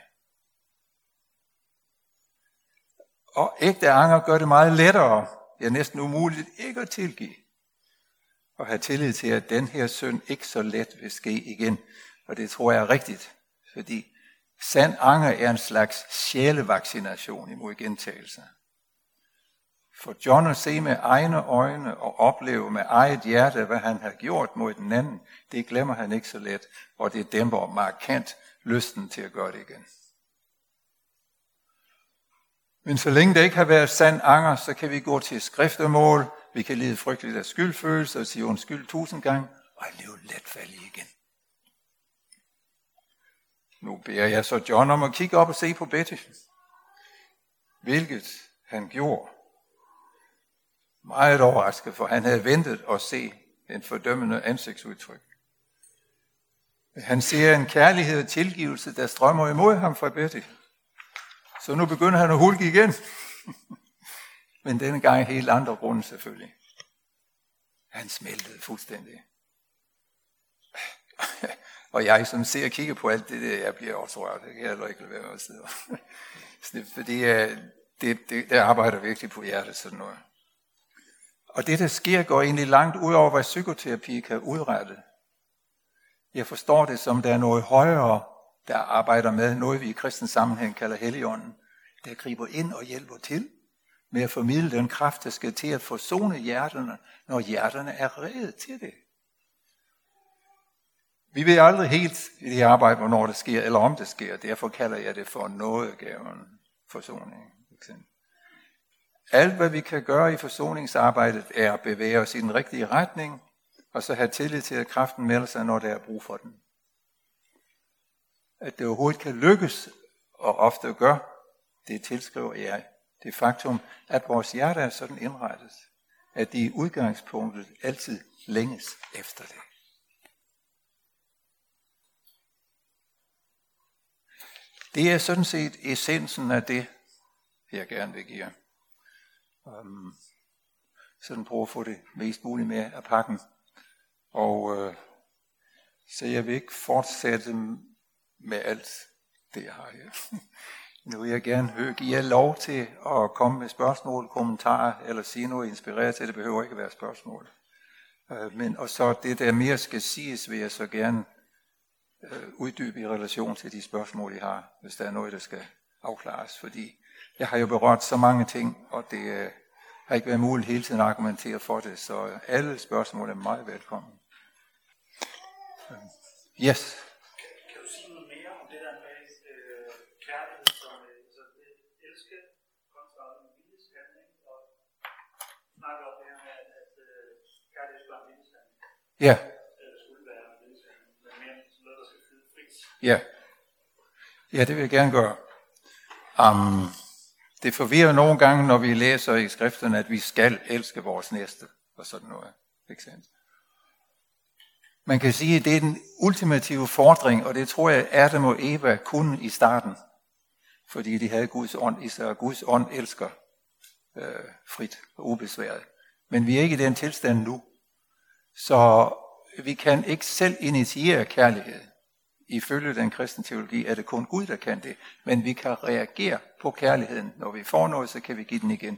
Og ægte anger gør det meget lettere, ja næsten umuligt, ikke at tilgive. Og have tillid til, at den her synd ikke så let vil ske igen. Og det tror jeg er rigtigt, fordi sand anger er en slags sjælevaccination imod gentagelser. For John at se med egne øjne og opleve med eget hjerte, hvad han har gjort mod den anden, det glemmer han ikke så let, og det dæmper markant lysten til at gøre det igen. Men så længe der ikke har været sand anger, så kan vi gå til skriftemål, vi kan lide frygteligt af skyldfølelse og sige undskyld tusind gange, og leve let falde igen. Nu beder jeg så John om at kigge op og se på Betty, hvilket han gjorde. Meget overrasket, for han havde ventet at se en fordømmende ansigtsudtryk. Han ser en kærlighed og tilgivelse, der strømmer imod ham fra Betty. Så nu begynder han at hulke igen. Men denne gang helt andre grunde selvfølgelig. Han smeltede fuldstændig. Og jeg som ser og kigger på alt det der, jeg bliver også rørt. Det kan jeg heller ikke lade være med at sidde. Fordi det, det, det arbejder virkelig på hjertet sådan noget. Og det, der sker, går egentlig langt ud over, hvad psykoterapi kan udrette. Jeg forstår det som, der er noget højere, der arbejder med noget, vi i kristen sammenhæng kalder Helligånden, der griber ind og hjælper til med at formidle den kraft, der skal til at forsone hjerterne, når hjerterne er redet til det. Vi ved aldrig helt i det arbejde, hvornår det sker, eller om det sker. Derfor kalder jeg det for nådegaven forsoning. alt hvad vi kan gøre i forsoningsarbejdet er at bevæge os i den rigtige retning, og så have tillid til, at kraften melder sig, når der er brug for den. At det overhovedet kan lykkes, og ofte gør, det tilskriver jeg det faktum, at vores hjerte er sådan indrettet, at de i udgangspunktet altid længes efter det. Det er sådan set essensen af det, jeg gerne vil give jer. Um, sådan prøve at få det mest muligt med af pakken. Og uh, så jeg vil ikke fortsætte med alt det, jeg har her. Nu vil jeg gerne give jer lov til at komme med spørgsmål, kommentarer, eller sige noget inspireret til. Det behøver ikke at være spørgsmål. Uh, men, og så det, der mere skal siges, vil jeg så gerne uh, uddybe i relation til de spørgsmål, I har, hvis der er noget, der skal afklares. Fordi jeg har jo berørt så mange ting, og det uh, har ikke været muligt hele tiden at argumentere for det, så alle spørgsmål er meget velkommen. Uh, yes. Ja. Ja. Ja, det vil jeg gerne gøre. Um, det forvirrer nogle gange, når vi læser i skrifterne, at vi skal elske vores næste, og sådan noget. Man kan sige, at det er den ultimative fordring, og det tror jeg, Adam og Eva kunne i starten, fordi de havde Guds ånd i sig, og Guds ånd elsker øh, frit og ubesværet. Men vi er ikke i den tilstand nu. Så vi kan ikke selv initiere kærlighed. Ifølge den kristne teologi er det kun Gud, der kan det. Men vi kan reagere på kærligheden. Når vi får noget, så kan vi give den igen.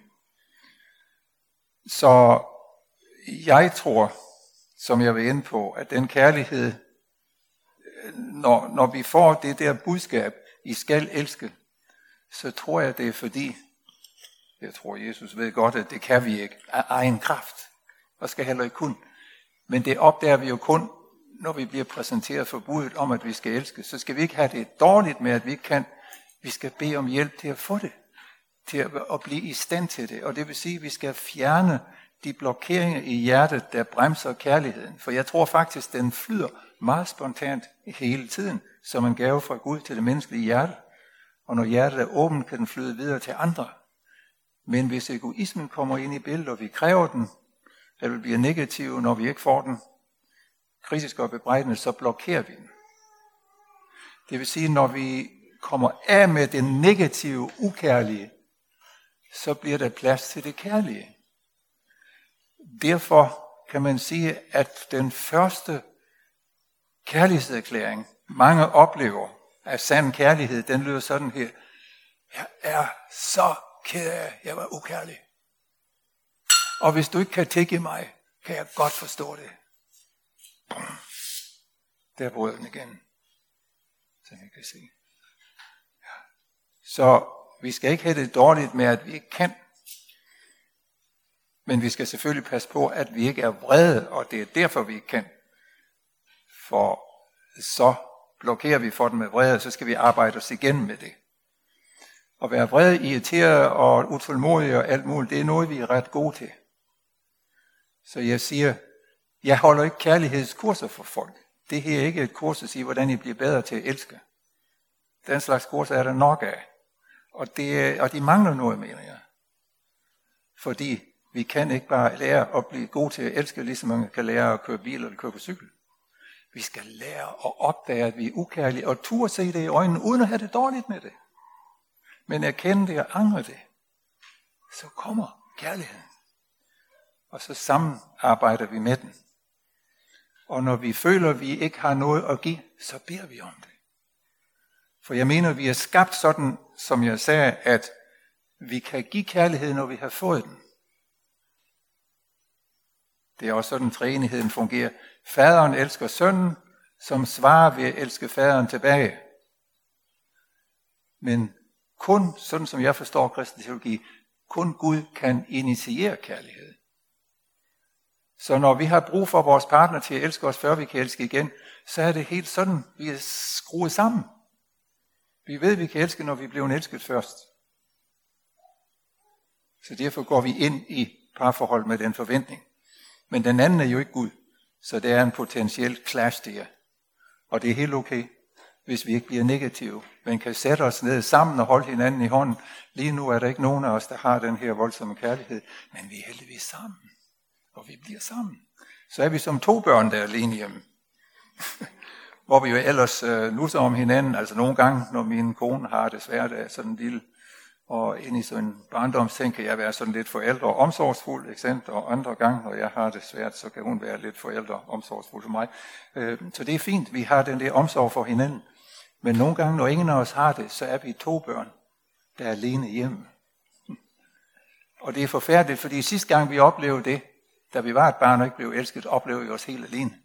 Så jeg tror, som jeg vil inde på, at den kærlighed, når, når vi får det der budskab, I skal elske, så tror jeg, det er fordi, jeg tror, Jesus ved godt, at det kan vi ikke af egen kraft. Og skal heller ikke kun. Men det opdager vi jo kun, når vi bliver præsenteret for budet om, at vi skal elske. Så skal vi ikke have det dårligt med, at vi ikke kan. Vi skal bede om hjælp til at få det. Til at, at blive i stand til det. Og det vil sige, at vi skal fjerne de blokeringer i hjertet, der bremser kærligheden. For jeg tror faktisk, den flyder meget spontant hele tiden, som en gave fra Gud til det menneskelige hjerte. Og når hjertet er åbent, kan den flyde videre til andre. Men hvis egoismen kommer ind i billedet, og vi kræver den, eller bliver negativ, når vi ikke får den, kritisk og bebrejdende, så blokerer vi den. Det vil sige, når vi kommer af med det negative, ukærlige, så bliver der plads til det kærlige. Derfor kan man sige, at den første kærlighedserklæring, mange oplever af sand kærlighed, den lyder sådan her: jeg er så ked af, at jeg var ukærlig. Og hvis du ikke kan tilgive mig, kan jeg godt forstå det. Bum. Der brød den igen, som jeg kan se. Ja. Så vi skal ikke have det dårligt med, at vi ikke kan. Men vi skal selvfølgelig passe på, at vi ikke er vrede, og det er derfor, vi ikke kan. For så blokerer vi for den med vrede, så skal vi arbejde os igennem med det. At være vrede, irriteret og utålmodig og alt muligt, det er noget, vi er ret gode til. Så jeg siger, jeg holder ikke kærlighedskurser for folk. Det her er ikke et kurs at sige, hvordan I bliver bedre til at elske. Den slags kurser er der nok af. Og, det, og de mangler noget, mener jeg. Fordi vi kan ikke bare lære at blive gode til at elske, ligesom man kan lære at køre bil eller køre på cykel. Vi skal lære at opdage, at vi er ukærlige, og turde se det i øjnene, uden at have det dårligt med det. Men erkende det og angre det. Så kommer kærligheden. Og så sammen arbejder vi med den. Og når vi føler, at vi ikke har noget at give, så beder vi om det. For jeg mener, vi er skabt sådan, som jeg sagde, at vi kan give kærlighed, når vi har fået den. Det er også sådan, treenigheden fungerer. Faderen elsker sønnen, som svarer ved at elske faderen tilbage. Men kun, sådan som jeg forstår kristen teologi, kun Gud kan initiere kærlighed. Så når vi har brug for vores partner til at elske os, før vi kan elske igen, så er det helt sådan, vi er skruet sammen. Vi ved, at vi kan elske, når vi bliver elsket først. Så derfor går vi ind i parforhold med den forventning. Men den anden er jo ikke Gud, så det er en potentiel clash der. Og det er helt okay, hvis vi ikke bliver negative. Man kan sætte os ned sammen og holde hinanden i hånden. Lige nu er der ikke nogen af os, der har den her voldsomme kærlighed, men vi er heldigvis sammen. Og vi bliver sammen. Så er vi som to børn, der er alene hjemme. Hvor vi jo ellers øh, nusser om hinanden. Altså nogle gange, når min kone har det svært af sådan en lille, og ind i sådan en barndomsting, kan jeg være sådan lidt forældre og omsorgsfuld, ikke sandt? Og andre gange, når jeg har det svært, så kan hun være lidt forældre og omsorgsfuld for mig. Øh, så det er fint, vi har den der omsorg for hinanden. Men nogle gange, når ingen af os har det, så er vi to børn, der er alene hjemme. Og det er forfærdeligt, fordi sidste gang vi oplevede det, da vi var et barn og ikke blev elsket, oplevede vi os helt alene.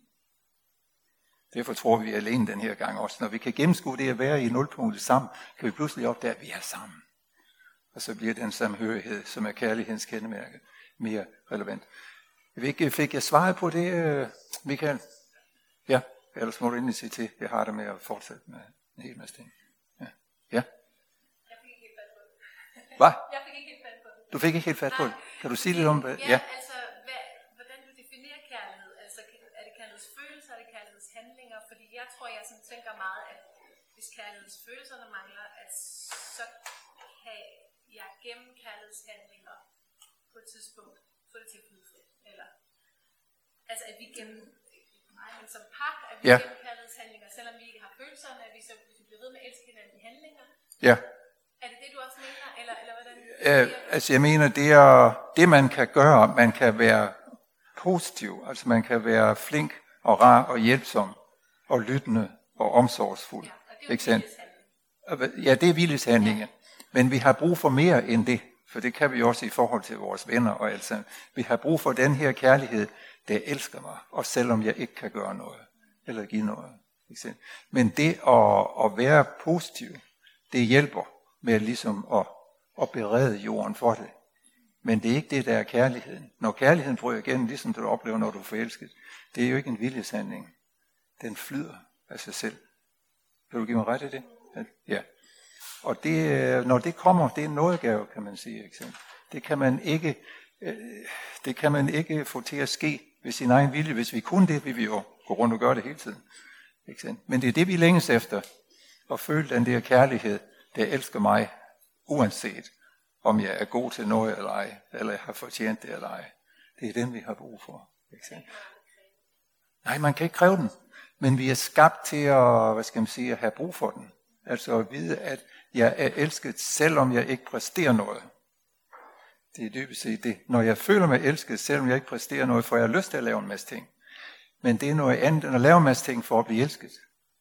Derfor tror vi, vi er alene den her gang også. Når vi kan gennemskue det at være i nulpunktet sammen, kan vi pludselig opdage, at vi er sammen. Og så bliver den samhørighed, som er kærlighedens kendemærke, mere relevant. Jeg ved ikke, fik jeg svaret på det, Michael? Ja, ellers må du endelig sige til. Jeg har det med at fortsætte med en hel masse ting. Ja. Ja. Jeg fik ikke helt fat på det. Hvad? Jeg fik ikke helt fat på det. Du fik ikke helt fat på det? Kan du sige lidt om det? Ja, altså, hvad, hvordan du definerer kærlighed. Altså, er det kærlighedsfølelser, er det kærlighedshandlinger? Fordi jeg tror, jeg sådan tænker meget, at hvis kærlighedsfølelserne mangler, at så kan jeg gennem kærlighedshandlinger på et tidspunkt få det til at flyde frit. Eller, altså, at vi gennem, nej, men som par, at vi ja. gennem kærlighedshandlinger, selvom vi ikke har følelserne, at vi så vi bliver ved med at elske hinanden i handlinger. Ja. Er det det, du også mener? Eller, eller hvordan? Øh, altså, jeg mener, det er det, man kan gøre. Man kan være positiv. Altså, man kan være flink og rar og hjælpsom og lyttende og omsorgsfuld. Ja, og det er jo viljeshandling. Ja, det er viljeshandlinger. Ja. Men vi har brug for mere end det. For det kan vi også i forhold til vores venner og alt sammen. Vi har brug for den her kærlighed, der elsker mig, også selvom jeg ikke kan gøre noget, eller give noget. Men det at, at være positiv, det hjælper med ligesom at, at berede jorden for det. Men det er ikke det, der er kærligheden. Når kærligheden bryder igennem, ligesom du oplever, når du er forelsket, det er jo ikke en viljeshandling. Den flyder af sig selv. Vil du give mig ret i det? Ja. Og det, når det kommer, det er en nådegave, kan man sige. Ikke? Det kan man ikke, det kan man ikke få til at ske ved sin egen vilje. Hvis vi kunne det, ville vi jo gå rundt og gøre det hele tiden. Ikke? Men det er det, vi længes efter. At føle den der kærlighed, der elsker mig, uanset om jeg er god til noget eller ej, eller jeg har fortjent det eller ej. Det er den, vi har brug for. Ikke? Nej, man kan ikke kræve den. Men vi er skabt til at, hvad skal man sige, at have brug for den. Altså at vide, at jeg er elsket, selvom jeg ikke præsterer noget. Det er dybest set det. Når jeg føler mig elsket, selvom jeg ikke præsterer noget, får jeg lyst til at lave en masse ting. Men det er noget andet end at lave en masse ting for at blive elsket.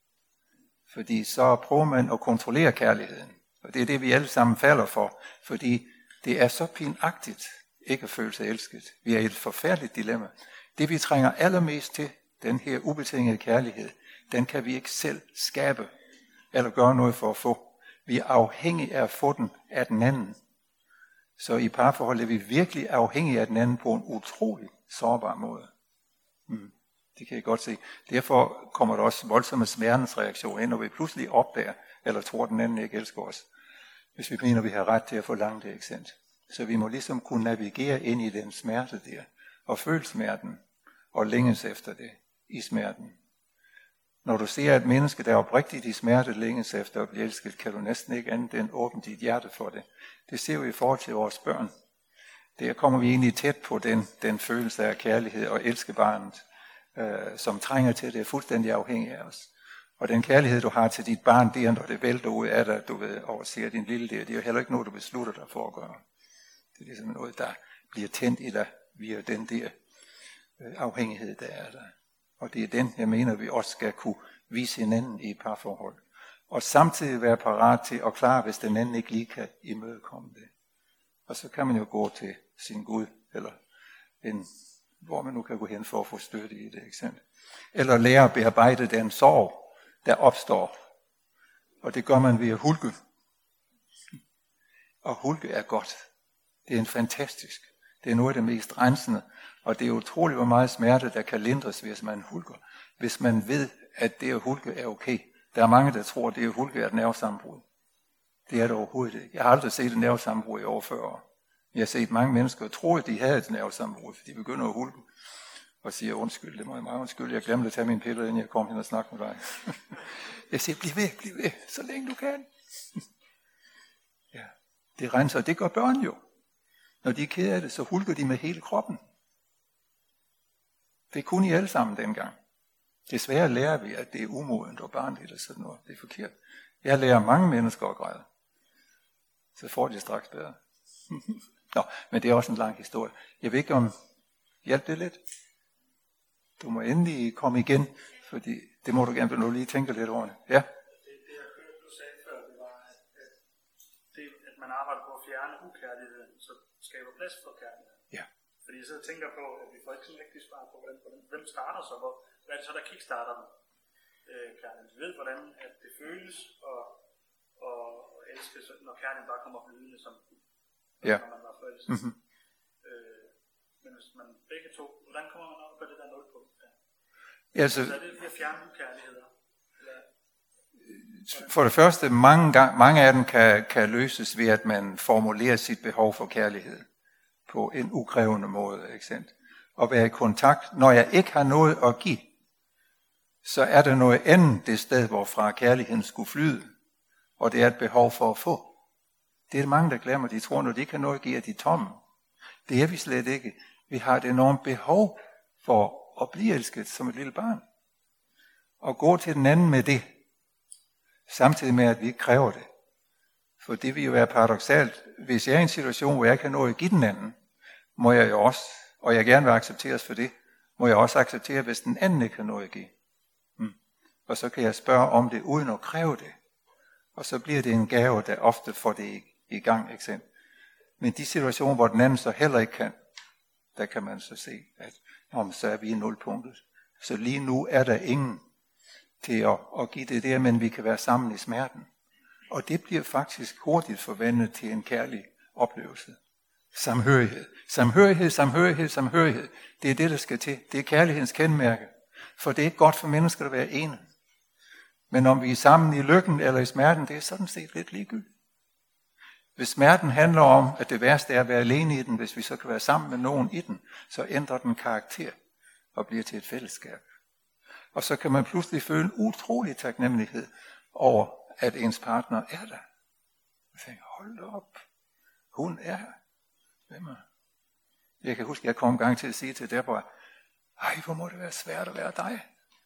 Fordi så prøver man at kontrollere kærligheden. Og det er det, vi alle sammen falder for. Fordi det er så pinagtigt ikke at føle sig elsket. Vi er i et forfærdeligt dilemma. Det vi trænger allermest til, den her ubetingede kærlighed, den kan vi ikke selv skabe eller gøre noget for at få. Vi er afhængige af at få den af den anden. Så i parforhold er vi virkelig afhængige af den anden på en utrolig sårbar måde. Mm. Det kan I godt se. Derfor kommer der også voldsomme smertensreaktioner ind, når vi pludselig opdager, eller tror, at den anden ikke elsker os. Hvis vi mener, vi har ret til at forlange det, ikke sandt? Så vi må ligesom kunne navigere ind i den smerte der, og føle smerten, og længes efter det i smerten. Når du ser et menneske, der er oprigtigt i smerte, længes efter at blive elsket, kan du næsten ikke andet end åbne dit hjerte for det. Det ser vi i forhold til vores børn. Der kommer vi egentlig tæt på den, den følelse af kærlighed og elske barnet, øh, som trænger til, det er fuldstændig afhængig af os. Og den kærlighed, du har til dit barn, det er, når det vælter ud af dig, du ved, overser din lille der, det er jo heller ikke noget, du beslutter dig for at gøre. Det er ligesom noget, der bliver tændt i dig via den der øh, afhængighed, der er der. Og det er den, jeg mener, vi også skal kunne vise hinanden i et parforhold. Og samtidig være parat til at klare, hvis den anden ikke lige kan imødekomme det. Og så kan man jo gå til sin Gud, eller en, hvor man nu kan gå hen for at få støtte i det, ikke sandt? Eller lære at bearbejde den sorg, der opstår. Og det gør man ved at hulke. Og hulke er godt. Det er en fantastisk. Det er noget af det mest rensende. Og det er utroligt, hvor meget smerte, der kan lindres, hvis man hulker. Hvis man ved, at det at hulke er okay. Der er mange, der tror, at det at hulke er et nervesammenbrud. Det er det overhovedet ikke. Jeg har aldrig set et nervesammenbrud i over fyrre år. Jeg har set mange mennesker tro, at de havde et nervesammenbrud, for de begynder at hulke og siger, undskyld, det må jeg meget undskylde, jeg glemte at tage mine piller, inden jeg kom hen og snakke med dig. Jeg siger, bliv ved, bliv ved, så længe du kan. Ja, det renser, det gør børn jo. Når de er kede af det, så hulker de med hele kroppen. Det kunne I alle sammen dengang. Desværre lærer vi, at det er umodent og barnligt og sådan noget. Det er forkert. Jeg lærer mange mennesker at græde. Så får de straks bedre. Nå, men det er også en lang historie. Jeg ved ikke om... Hjælp det lidt. Du må endelig komme igen, fordi det må du gerne, vil du lige tænke lidt over det. Ja? Det, det jeg hørte, du sagde før, det var, at, at, det, at man arbejder på at fjerne ukærligheden, så skaber plads for kærligheden. Ja. Fordi jeg sidder og tænker på, at vi får ikke sådan rigtig svar på, hvordan, hvordan, hvem starter så, hvor, hvad er det så, der kickstarter den øh, kærligheden. Vi ved, hvordan at det føles og, og, og elske, når kærligheden bare kommer flydende, som ja. Når man var forelsket. Mm-hmm. Øh, men hvis man begge to, hvordan kommer man op på det der nulpunkt? Ja, altså, så er det at fjerne ukærligheder? For det første, mange, gang, mange af dem kan, kan løses ved, at man formulerer sit behov for kærlighed på en ukrævende måde, ikke sandt? Og være i kontakt. Når jeg ikke har noget at give, så er der noget andet det sted, hvorfra kærligheden skulle flyde, og det er et behov for at få. Det er mange, der glemmer, de tror, når de ikke har noget at give, at de er tomme. Det er vi slet ikke. Vi har et enormt behov for at blive elsket som et lille barn. Og gå til den anden med det. Samtidig med, at vi ikke kræver det. For det vil jo være paradoksalt. Hvis jeg er i en situation, hvor jeg ikke har noget at give den anden, må jeg jo også, og jeg gerne vil accepteres for det, må jeg også acceptere, hvis den anden ikke har noget at give. Hmm. Og så kan jeg spørge om det, uden at kræve det. Og så bliver det en gave, der ofte får det i, i gang. Ikke? Men de situationer, hvor den anden så heller ikke kan, der kan man så se, at nå, så er vi i nulpunktet. Så lige nu er der ingen til at, at give det der, men vi kan være sammen i smerten. Og det bliver faktisk hurtigt forvandlet til en kærlig oplevelse. Samhørighed. Samhørighed, samhørighed, samhørighed. Det er det, der skal til. Det er kærlighedens kendemærke. For det er ikke godt for mennesker at være ene. Men om vi er sammen i lykken eller i smerten, det er sådan set lidt ligegyldigt. Hvis smerten handler om, at det værste er at være alene i den, hvis vi så kan være sammen med nogen i den, så ændrer den karakter og bliver til et fællesskab. Og så kan man pludselig føle en utrolig taknemmelighed over, at ens partner er der. Jeg tænker, hold op, hun er her. Hvem er? Jeg kan huske, jeg kom en gang til at sige til Deborah, ej, hvor må det være svært at være dig.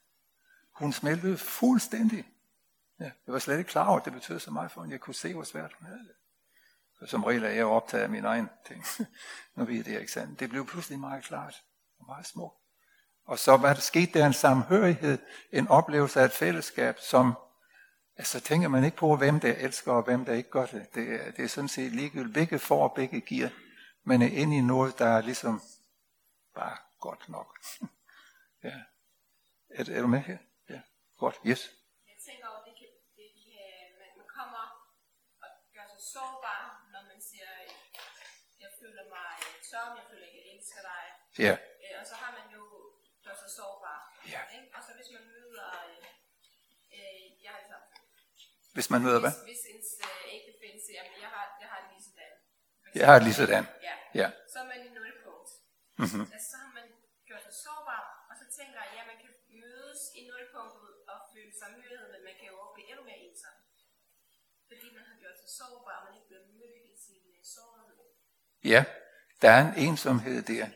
Hun smeltede fuldstændig. Ja, jeg var slet ikke klar over, at det betød så meget for hende. Jeg kunne se, hvor svært hun havde det. Og som regel er jeg optaget af mine egne ting, når vi er der eksamen. Det blev pludselig meget klart og meget smukt. Og så var der sket der en samhørighed, en oplevelse af et fællesskab, som, altså tænker man ikke på, hvem der elsker og hvem der ikke gør det. Det er, det er sådan set ligegyldigt. Begge får og begge giver. Man er inde i noget, der er ligesom bare godt nok. Ja. Er, er du med her? Ja. Godt. Yes. Jeg tænker over, det kan, det kan, man kommer og gør sig sårbar, når man siger, jeg føler mig tom, jeg føler, jeg elsker dig. Ja. Og så har man jo gør sig sårbar. Ja. Ikke? Og så hvis man møder, øh, jeg har det samme. Hvis man møder hvad? Hvis, hvis ens øh, ægtefælle siger, at jeg har, jeg har det lige sådan. Jeg har det lige sådan. Ja. Ja. Så er man i nulpunkt. Mm-hmm. Altså, så har man gjort sig sårbar, og så tænker jeg, ja, man kan mødes i nulpunktet og føle samhørighed, men man kan jo også blive endnu mere ensom. Fordi man har gjort sig sårbar, man ikke bliver mødt i sin uh, sårbarhed. Ja, der er en ensomhed der.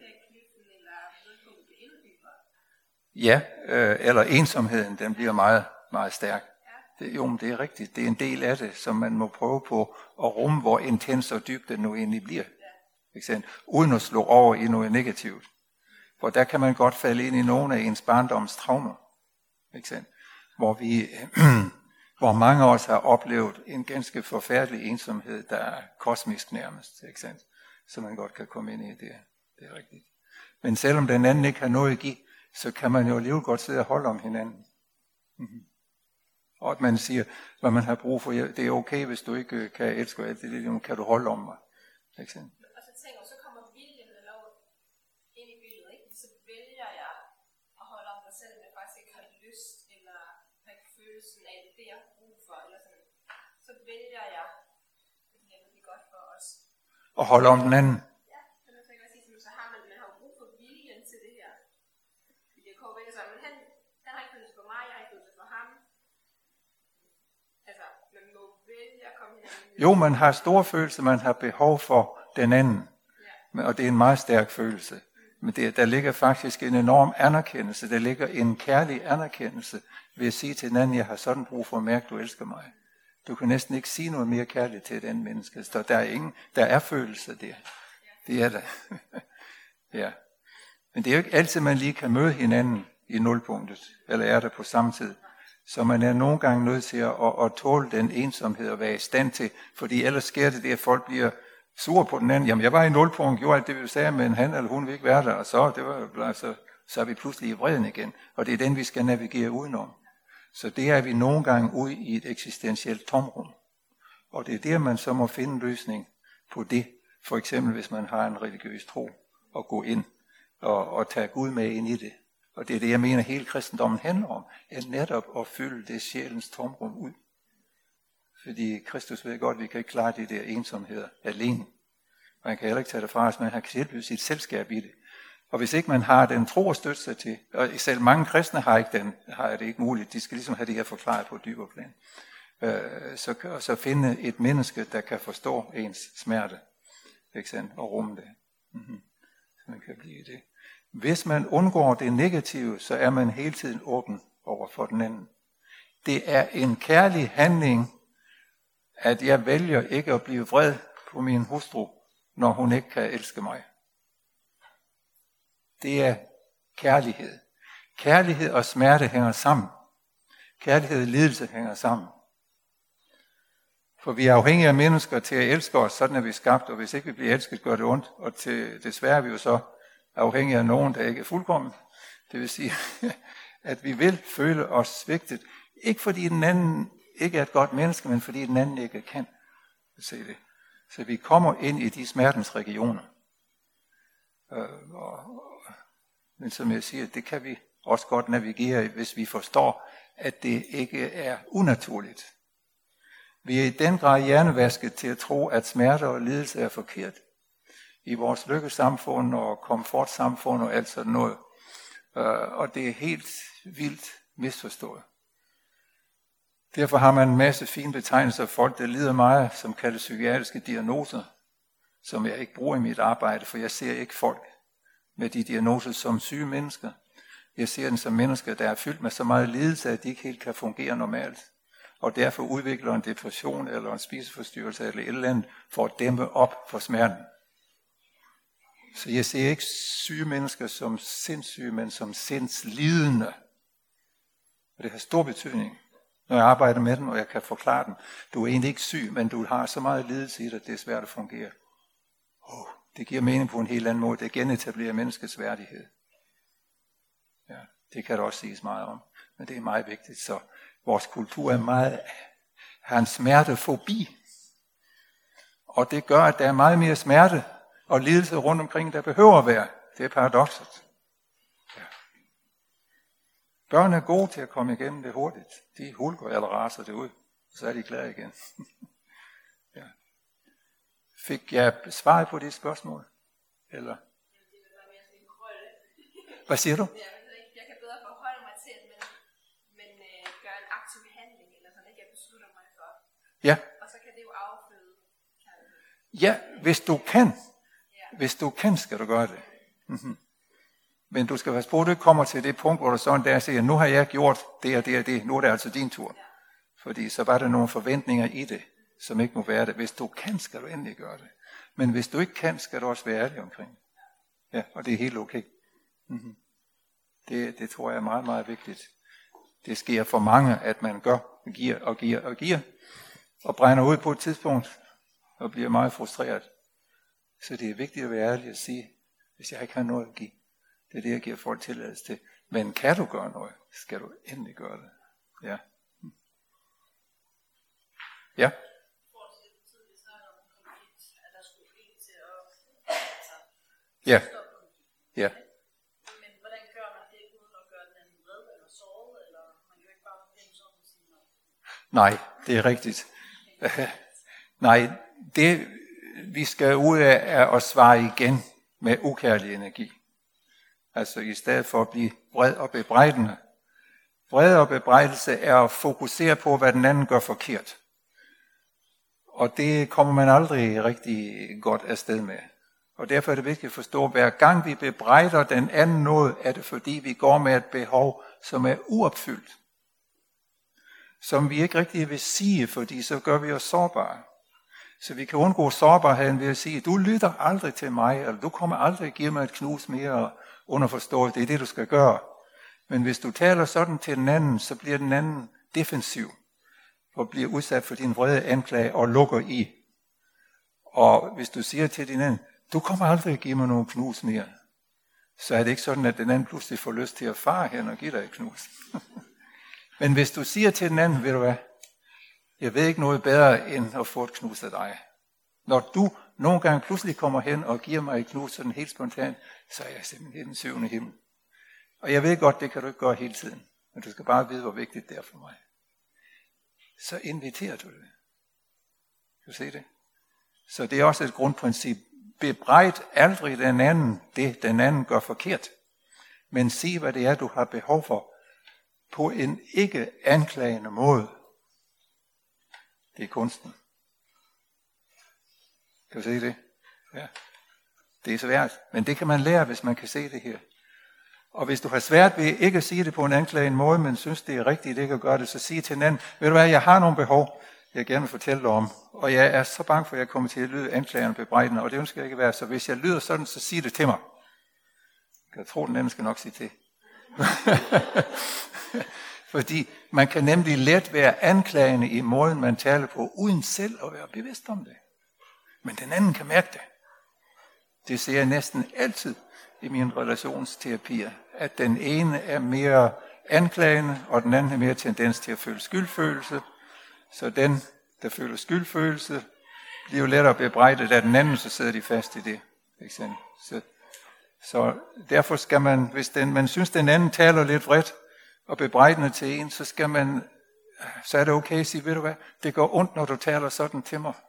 Ja, øh, eller ensomheden, den bliver meget, meget stærk. Det, jo, men det er rigtigt. Det er en del af det, som man må prøve på at rumme, hvor intens og dybt det nu egentlig bliver. Ikke? Uden at slå over i noget negativt. For der kan man godt falde ind i nogle af ens barndoms traumer. Ikke? Hvor, vi, hvor mange af os har oplevet en ganske forfærdelig ensomhed, der er kosmisk nærmest. Ikke? Så man godt kan komme ind i det. Det er rigtigt. Men selvom den anden ikke har noget at give, så kan man jo alligevel godt sidde og holde om hinanden. Mm-hmm. Og at man siger, hvad man har brug for, det er okay, hvis du ikke kan elske alt det, det kan du holde om mig. Ikke? Og så tænker så kommer viljen eller lov ind i billedet, ikke? Så vælger jeg at holde om mig selv, men jeg faktisk ikke har lyst, eller har ikke følelsen af det, det jeg har brug for, eller sådan. Så vælger jeg, fordi jeg ved det godt for os. og holde om den anden. Ja, det er jeg sige, så har man, man har brug for viljen til det her. Det kommer ikke sådan, men han, han har ikke følelse for mig, jeg har ikke følelse for ham. Altså, man må vælge at komme hinanden. Jo, man har store følelser, man har behov for den anden. Ja. Og det er en meget stærk følelse. Men det, der ligger faktisk en enorm anerkendelse, der ligger en kærlig anerkendelse ved at sige til den anden, jeg har sådan brug for at mærke, du elsker mig. Du kan næsten ikke sige noget mere kærligt til et andet menneske. Så der er ingen, der er følelser der. Det er der. Ja. Men det er jo ikke altid, man lige kan møde hinanden i nulpunktet, eller er der på samme tid. Så man er nogle gange nødt til at, at, at tåle den ensomhed og være i stand til, fordi ellers sker det det, at folk bliver sur på den anden. Jamen, jeg var i nulpunkt, gjorde alt det, vi sagde, men han eller hun vil ikke være der, og så, det var, altså, så er vi pludselig i vreden igen. Og det er den, vi skal navigere udenom. Så det er vi nogle gange ude i et eksistentielt tomrum. Og det er der, man så må finde en løsning på det. For eksempel, hvis man har en religiøs tro, og gå ind og, og tage Gud med ind i det. Og det er det, jeg mener, hele kristendommen handler om, er netop at fylde det sjælens tomrum ud. Fordi Kristus ved godt, at vi kan ikke klare det der ensomhed alene. Man kan heller ikke tage det fra os, man har tilbydet sit selskab i det. Og hvis ikke man har den tro at støtte sig til, og selv mange kristne har, ikke den, har det ikke muligt, de skal ligesom have det her forklaret på et dybere plan, øh, så, så finde et menneske, der kan forstå ens smerte, ikke sandt, og rumme det. Mm-hmm. Så man kan blive det. Hvis man undgår det negative, så er man hele tiden åben over for den anden. Det er en kærlig handling, at jeg vælger ikke at blive vred på min hustru, når hun ikke kan elske mig. Det er kærlighed. Kærlighed og smerte hænger sammen. Kærlighed og lidelse hænger sammen. For vi er afhængige af mennesker til at elske os, sådan er vi skabt, og hvis ikke vi bliver elsket, gør det ondt. Og til, desværre er vi jo så afhængige af nogen, der ikke er fuldkommen. Det vil sige, at vi vil føle os svigtet. Ikke fordi den anden ikke er et godt menneske, men fordi den anden ikke kan se det. Så vi kommer ind i de smertens regioner. Øh, og, men som jeg siger, det kan vi også godt navigere, hvis vi forstår, at det ikke er unaturligt. Vi er i den grad hjernevasket til at tro, at smerte og lidelse er forkert. I vores lykkesamfund og komfortsamfund og alt sådan noget. Øh, og det er helt vildt misforstået. Derfor har man en masse fine betegnelser af folk, der lider meget, som kaldes psykiatriske diagnoser, som jeg ikke bruger i mit arbejde, for jeg ser ikke folk med de diagnoser som syge mennesker. Jeg ser dem som mennesker, der er fyldt med så meget lidelse, at de ikke helt kan fungere normalt. Og derfor udvikler en depression eller en spiseforstyrrelse eller et eller andet for at dæmme op for smerten. Så jeg ser ikke syge mennesker som sindssyge, men som sindslidende. Og det har stor betydning, når jeg arbejder med dem, og jeg kan forklare dem. Du er egentlig ikke syg, men du har så meget lidelse i dig, at det er svært at fungere. Oh, det giver mening på en helt anden måde. Det genetablerer menneskets værdighed. Ja, det kan der også siges meget om. Men det er meget vigtigt. Så vores kultur er meget, har en smertefobi. Og det gør, at der er meget mere smerte og lidelse rundt omkring, der behøver at være. Det er paradokset. Ja. Børn er gode til at komme igennem det hurtigt. De hulker eller raser det ud, så er de klar igen. Ja. Fik jeg svaret på det spørgsmål? Eller? Hvad siger du? Jeg kan bedre forholde mig til, at man, man øh, gør en aktiv handling, eller sådan, ikke jeg beslutter mig for. Ja. Og så kan det jo afføde kærlighed. Ja, hvis du kan. Hvis du kan, skal du gøre det. Mm-hmm. Men du skal passe på, at du ikke kommer til det punkt, hvor du sådan der siger, nu har jeg gjort det og det og det, nu er det altså din tur. Ja. Fordi så var der nogle forventninger i det, som ikke må være det. Hvis du kan, skal du endelig gøre det. Men hvis du ikke kan, skal du også være ærlig omkring. Ja, og det er helt okay. Mm-hmm. Det, det tror jeg er meget, meget vigtigt. Det sker for mange, at man gør, giver og giver og giver, og brænder ud på et tidspunkt, og bliver meget frustreret. Så det er vigtigt at være ærlig og sige, hvis jeg ikke har noget at give, det er det, jeg giver folk tilladelse til. Men kan du gøre noget, skal du endelig gøre det. Ja. Ja. Ja. Ja. Men hvordan gør man det uden at gøre den anden vred eller såret, eller man kan jo ikke bare finde sådan og sige noget? Nej, det er rigtigt. Nej, det vi skal ud af at svare igen med ukærlig energi. Altså i stedet for at blive vred og bebrejdende. Vred og bebrejdelse er at fokusere på, hvad den anden gør forkert. Og det kommer man aldrig rigtig godt afsted med. Og derfor er det vigtigt at forstå, at hver gang vi bebrejder den anden noget, er det fordi vi går med et behov, som er uopfyldt. Som vi ikke rigtig vil sige, fordi så gør vi os sårbare. Så vi kan undgå sårbarheden ved at sige, du lytter aldrig til mig, eller du kommer aldrig at give mig et knus mere underforstået. Det er det, du skal gøre. Men hvis du taler sådan til den anden, så bliver den anden defensiv og bliver udsat for din vrede anklage og lukker i. Og hvis du siger til din anden, du kommer aldrig at give mig nogen knus mere, så er det ikke sådan, at den anden pludselig får lyst til at fare hen og give dig et knus. Men hvis du siger til den anden, ved du hvad, jeg ved ikke noget bedre end at få et knus af dig. Når du nogle gange pludselig kommer hen og giver mig et knus sådan helt spontant, så er jeg simpelthen den syvende himmel. Og jeg ved godt, det kan du ikke gøre hele tiden, men du skal bare vide, hvor vigtigt det er for mig. Så inviterer du det. Kan du se det? Så det er også et grundprincip. Bebrejd aldrig den anden det, den anden gør forkert. Men sig, hvad det er, du har behov for, på en ikke anklagende måde. Det er kunsten. Kan du se det? Ja. Det er svært, men det kan man lære, hvis man kan se det her. Og hvis du har svært ved ikke at sige det på en anklagende måde, men synes, det er rigtigt ikke at gøre det, så sig til den anden, ved du hvad, jeg har nogle behov, jeg gerne vil fortælle dig om, og jeg er så bange for, at jeg kommer til at lyde anklagende og bebrejdende, og det ønsker jeg ikke være, så hvis jeg lyder sådan, så sig det til mig. Jeg tror, den anden skal nok sige til. Fordi man kan nemlig let være anklagende i måden, man taler på, uden selv at være bevidst om det. Men den anden kan mærke det. Det ser jeg næsten altid i mine relationsterapier, at den ene er mere anklagende, og den anden har mere tendens til at føle skyldfølelse. Så den, der føler skyldfølelse, bliver jo lettere bebrejdet af den anden, så sidder de fast i det. Så, så derfor skal man, hvis den, man synes, den anden taler lidt vredt og bebrejdende til en, så skal man, så er det okay at sige, ved du hvad, det går ondt, når du taler sådan til mig.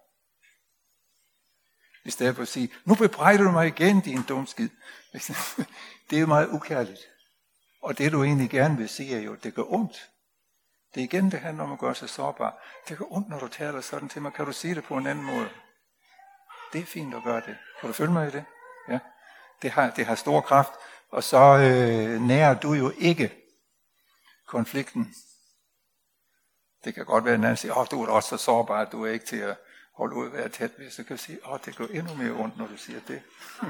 I stedet for at sige, nu bebrejder du mig igen, din dumskid. Det er jo meget ukærligt. Og det du egentlig gerne vil sige er jo, det gør ondt. Det er igen, det handler om at gøre sig sårbar. Det gør ondt, når du taler sådan til mig. Kan du sige det på en anden måde? Det er fint at gøre det. Kan du følge mig i det? Ja. Det har, det har stor kraft. Og så øh, nærer du jo ikke konflikten. Det kan godt være, at den anden siger, åh, du er også så sårbar, du er ikke til at holde ud at være tæt ved. Så kan du sige, åh, det går endnu mere ondt, når du siger det.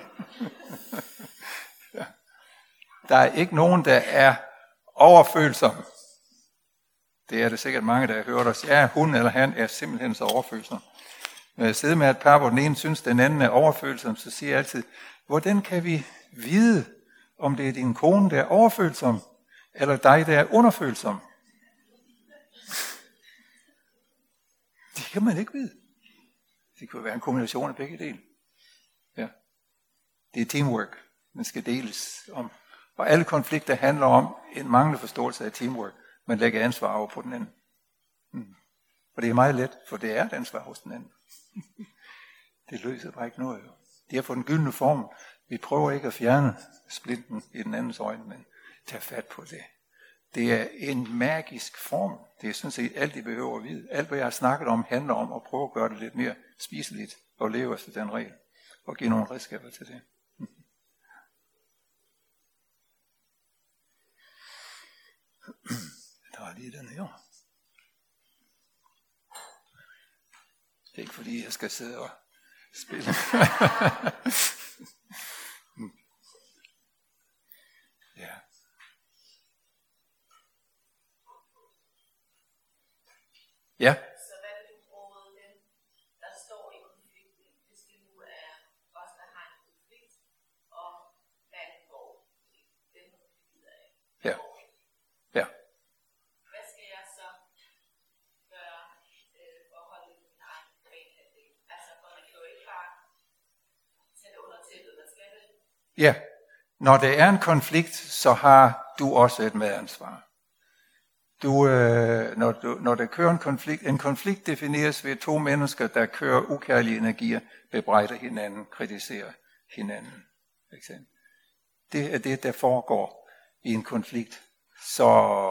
Ja. Der er ikke nogen, der er overfølsom. Det er det sikkert mange, der har hørt os. Ja, hun eller han er simpelthen så overfølsom. Når jeg sidder med et par, hvor den ene synes, den anden er overfølsom, så siger jeg altid, hvordan kan vi vide, om det er din kone, der er overfølsom, eller dig, der er underfølsom? Det kan man ikke vide. Det kan være en kombination af begge dele. Ja. Det er teamwork, den skal deles om. Og alle konflikter handler om en manglende forståelse af teamwork. Man lægger ansvar over på den anden. Mm. Og det er meget let, for det er et ansvar hos den anden. Det løser bare ikke noget. Det er for den gyldne form. Vi prøver ikke at fjerne splinten i den andens øjne, men tage fat på det. Det er en magisk form. Det er sådan set alt, I behøver at vide. Alt, hvad jeg har snakket om, handler om at prøve at gøre det lidt mere spiseligt og leve efter den regel. Og give nogle redskaber til det. Der er lige den her. Det er ikke fordi, jeg skal sidde og spille. Ja. Ja. Så hvad vil du råde dem, der står i konflikten, hvis det nu er os, der har en konflikt, og manden går i den konflikt af? Ja. Ja. Hvad skal jeg så gøre øh, for at holde min egen banehandling? Altså, for man kan jo ikke bare tage det under tæppet, hvad skal det? Ja. Når der er en konflikt, så har du også et medansvar. Du, øh, når, du, når der kører en konflikt, en konflikt defineres ved to mennesker, der kører ukærlige energier, bebrejder hinanden, kritiserer hinanden. Det er det, der foregår i en konflikt. Så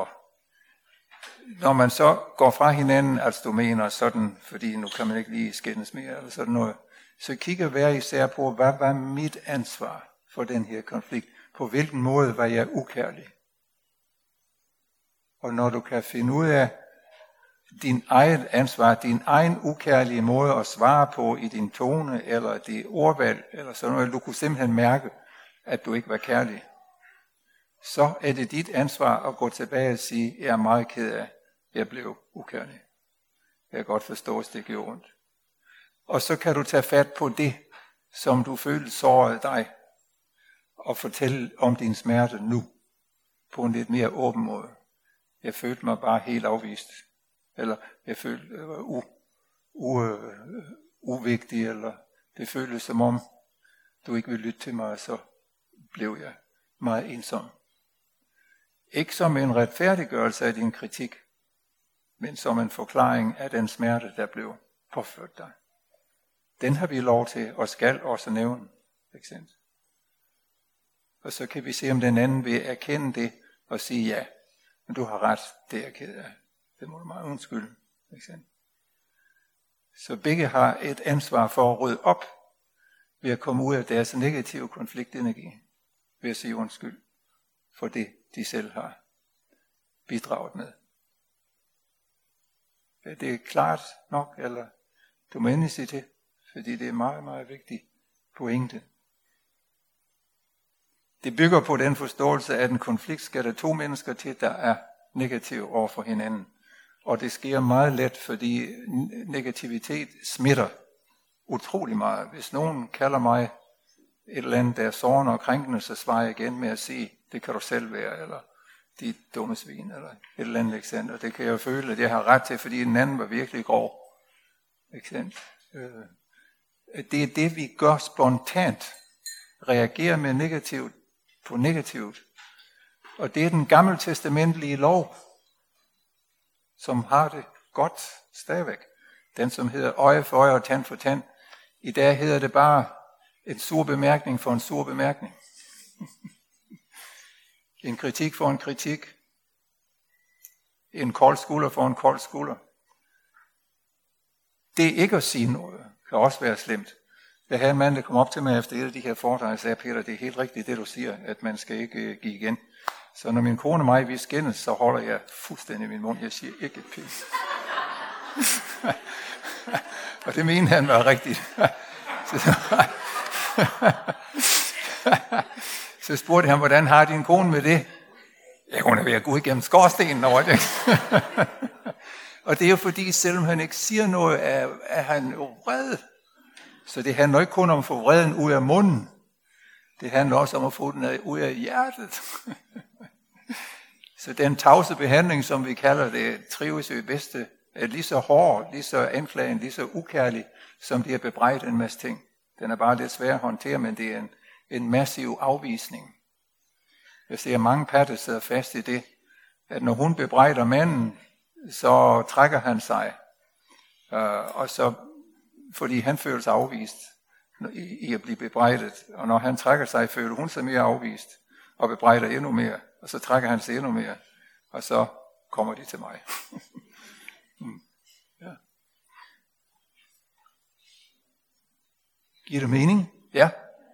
når man så går fra hinanden, altså du mener sådan, fordi nu kan man ikke lige skændes mere, eller sådan noget, så kigger hver især på, hvad var mit ansvar for den her konflikt? På hvilken måde var jeg ukærlig? Og når du kan finde ud af din eget ansvar, din egen ukærlige måde at svare på i din tone, eller det ordvalg, eller sådan noget, du kunne simpelthen mærke, at du ikke var kærlig, så er det dit ansvar at gå tilbage og sige, jeg er meget ked af, jeg blev ukærlig. Jeg kan godt forstå, at det gjorde ondt. Og så kan du tage fat på det, som du følte sårede dig, og fortælle om din smerte nu, på en lidt mere åben måde. Jeg følte mig bare helt afvist, eller jeg følte, jeg var u, u, uh, uvigtig, eller det føltes som om, du ikke ville lytte til mig, og så blev jeg meget ensom. Ikke som en retfærdiggørelse af din kritik, men som en forklaring af den smerte, der blev påført dig. Den har vi lov til, og skal også nævne. Og så kan vi se, om den anden vil erkende det, og sige, ja, men du har ret, det er jeg ked af. Det må du meget undskylde. Så begge har et ansvar for at rydde op, ved at komme ud af deres negative konfliktenergi, ved at sige undskyld for det, de selv har bidraget med. Er det klart nok, eller du må endelig sige det, fordi det er meget, meget vigtigt pointe. Det bygger på den forståelse, at en konflikt skal der to mennesker til, der er negative over for hinanden. Og det sker meget let, fordi negativitet smitter utrolig meget. Hvis nogen kalder mig et eller andet, der er sårende og krænkende, så svarer jeg igen med at sige, det kan du selv være, eller dit dumme svin, eller et eller andet eksempel. Og det kan jeg jo føle, at jeg har ret til, fordi den anden var virkelig grov. Eksempel. Det er det, vi gør spontant. Reagerer med negativt på negativt. Og det er den gammeltestamentlige lov, som har det godt stadigvæk. Den, som hedder øje for øje og tand for tand. I dag hedder det bare en sur bemærkning for en sur bemærkning. En kritik for en kritik. En kold skulder for en kold skulder. Det ikke at sige noget kan også være slemt. Jeg havde en mand, der kom op til mig efter et af de her foredrag, og sagde, Peter, det er helt rigtigt det, du siger, at man skal ikke give igen. Så når min kone og mig, vi skændes, så holder jeg fuldstændig min mund. Jeg siger ikke et pis. Og det mente han var rigtigt. Så, så spurgte han, hvordan har din kone med det? Ja, hun er ved at gå igennem skorstenen over det. Og det er jo fordi, selvom han ikke siger noget, er, er han jo vred. Så det handler ikke kun om at få vreden ud af munden. Det handler også om at få den ud af hjertet. Så den tavse behandling, som vi kalder det, trives i bedste, er lige så hård, lige så anklagende, lige så ukærlig, som de har bebrejdet en masse ting. Den er bare lidt svær at håndtere, men det er en, en massiv afvisning. Jeg ser mange patter sidder fast i det, at når hun bebrejder manden, så trækker han sig, øh, og så, fordi han føler sig afvist i, i at blive bebrejdet, og når han trækker sig, føler hun sig mere afvist, og bebrejder endnu mere, og så trækker han sig endnu mere, og så kommer de til mig. hmm. Ja. Giver det mening? Ja.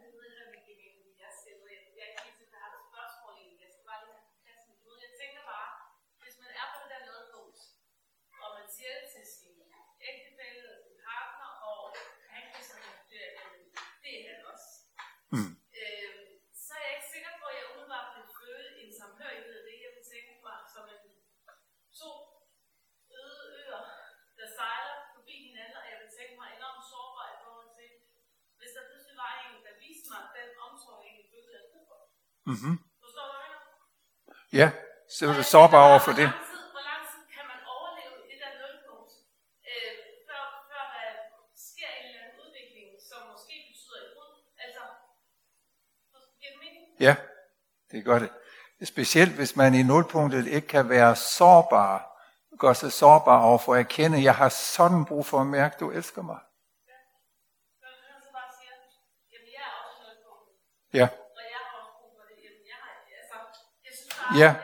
Mm-hmm. Ja, så er du sårbar over for det. Hvor lang tid kan man overleve i det der nulpunkt, øh, før, før der sker en eller anden udvikling, som måske betyder et brud? Altså, giver det mening? Ja, det gør det. Specielt hvis man i nulpunktet ikke kan være sårbar, gør sig sårbar over for at erkende, at jeg har sådan brug for at mærke, at du elsker mig. Ja. Ja.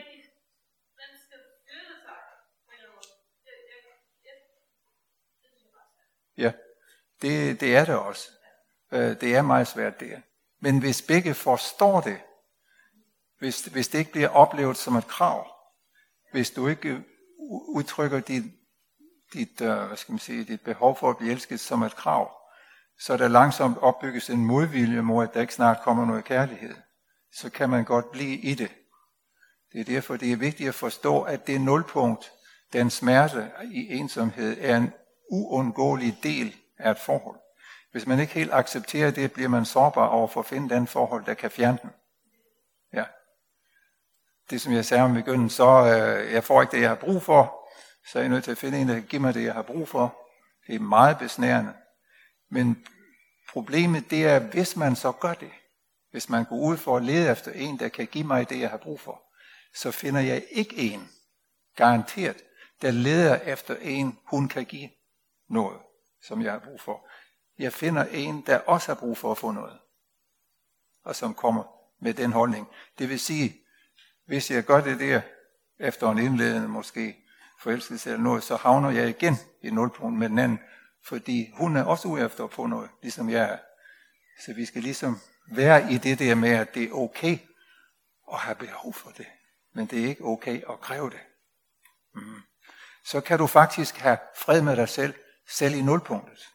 Ja, det, det er det også. Det er meget svært, det er. Men hvis begge forstår det, hvis, hvis det ikke bliver oplevet som et krav, hvis du ikke udtrykker dit, dit, hvad skal man sige, dit behov for at blive elsket som et krav, så der langsomt opbygges en modvilje mod, at der ikke snart kommer noget kærlighed. Så kan man godt blive i det. Det er derfor, det er vigtigt at forstå, at det nulpunkt, den smerte i ensomhed, er en uundgåelig del af et forhold. Hvis man ikke helt accepterer det, bliver man sårbar over for at finde den forhold, der kan fjerne den. Ja. Det som jeg sagde om begyndelsen, så øh, jeg får ikke det, jeg har brug for, så er jeg nødt til at finde en, der kan give mig det, jeg har brug for. Det er meget besnærende. Men problemet det er, hvis man så gør det, hvis man går ud for at lede efter en, der kan give mig det, jeg har brug for, så finder jeg ikke en, garanteret, der leder efter en, hun kan give noget, som jeg har brug for. Jeg finder en, der også har brug for at få noget, og som kommer med den holdning. Det vil sige, hvis jeg gør det der, efter en indledende måske forelskelse eller noget, så havner jeg igen i nulpunkt med den anden, fordi hun er også ude efter at få noget, ligesom jeg er. Så vi skal ligesom være i det der med, at det er okay at have behov for det, men det er ikke okay at kræve det. Mm. Så kan du faktisk have fred med dig selv, selv i nulpunktet.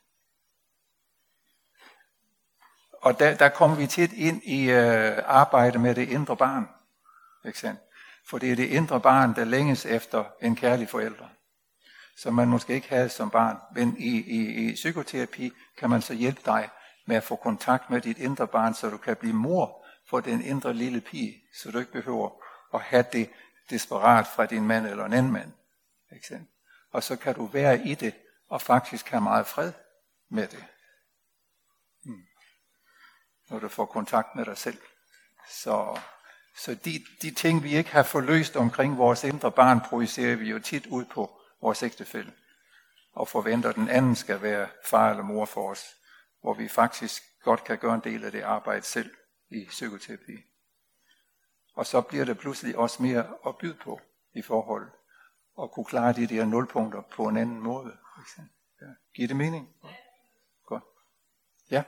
Og der, der kommer vi tit ind i øh, arbejde med det indre barn. Ikke sandt? For det er det indre barn, der længes efter en kærlig forælder, som man måske ikke havde som barn. Men i, i, i psykoterapi kan man så hjælpe dig med at få kontakt med dit indre barn, så du kan blive mor for den indre lille pige, så du ikke behøver at have det desperat fra din mand eller en anden mand. Ikke sandt? Og så kan du være i det, og faktisk have meget fred med det. Hmm. Når du får kontakt med dig selv. Så, så de, de ting, vi ikke har forløst omkring vores indre barn, projicerer vi jo tit ud på vores ægtefælle. Og forventer, at den anden skal være far eller mor for os. Hvor vi faktisk godt kan gøre en del af det arbejde selv i psykoterapi. Og så bliver det pludselig også mere at byde på i forhold. Og kunne klare de der nulpunkter på en anden måde. Ja. Giver det mening? Godt. Ja.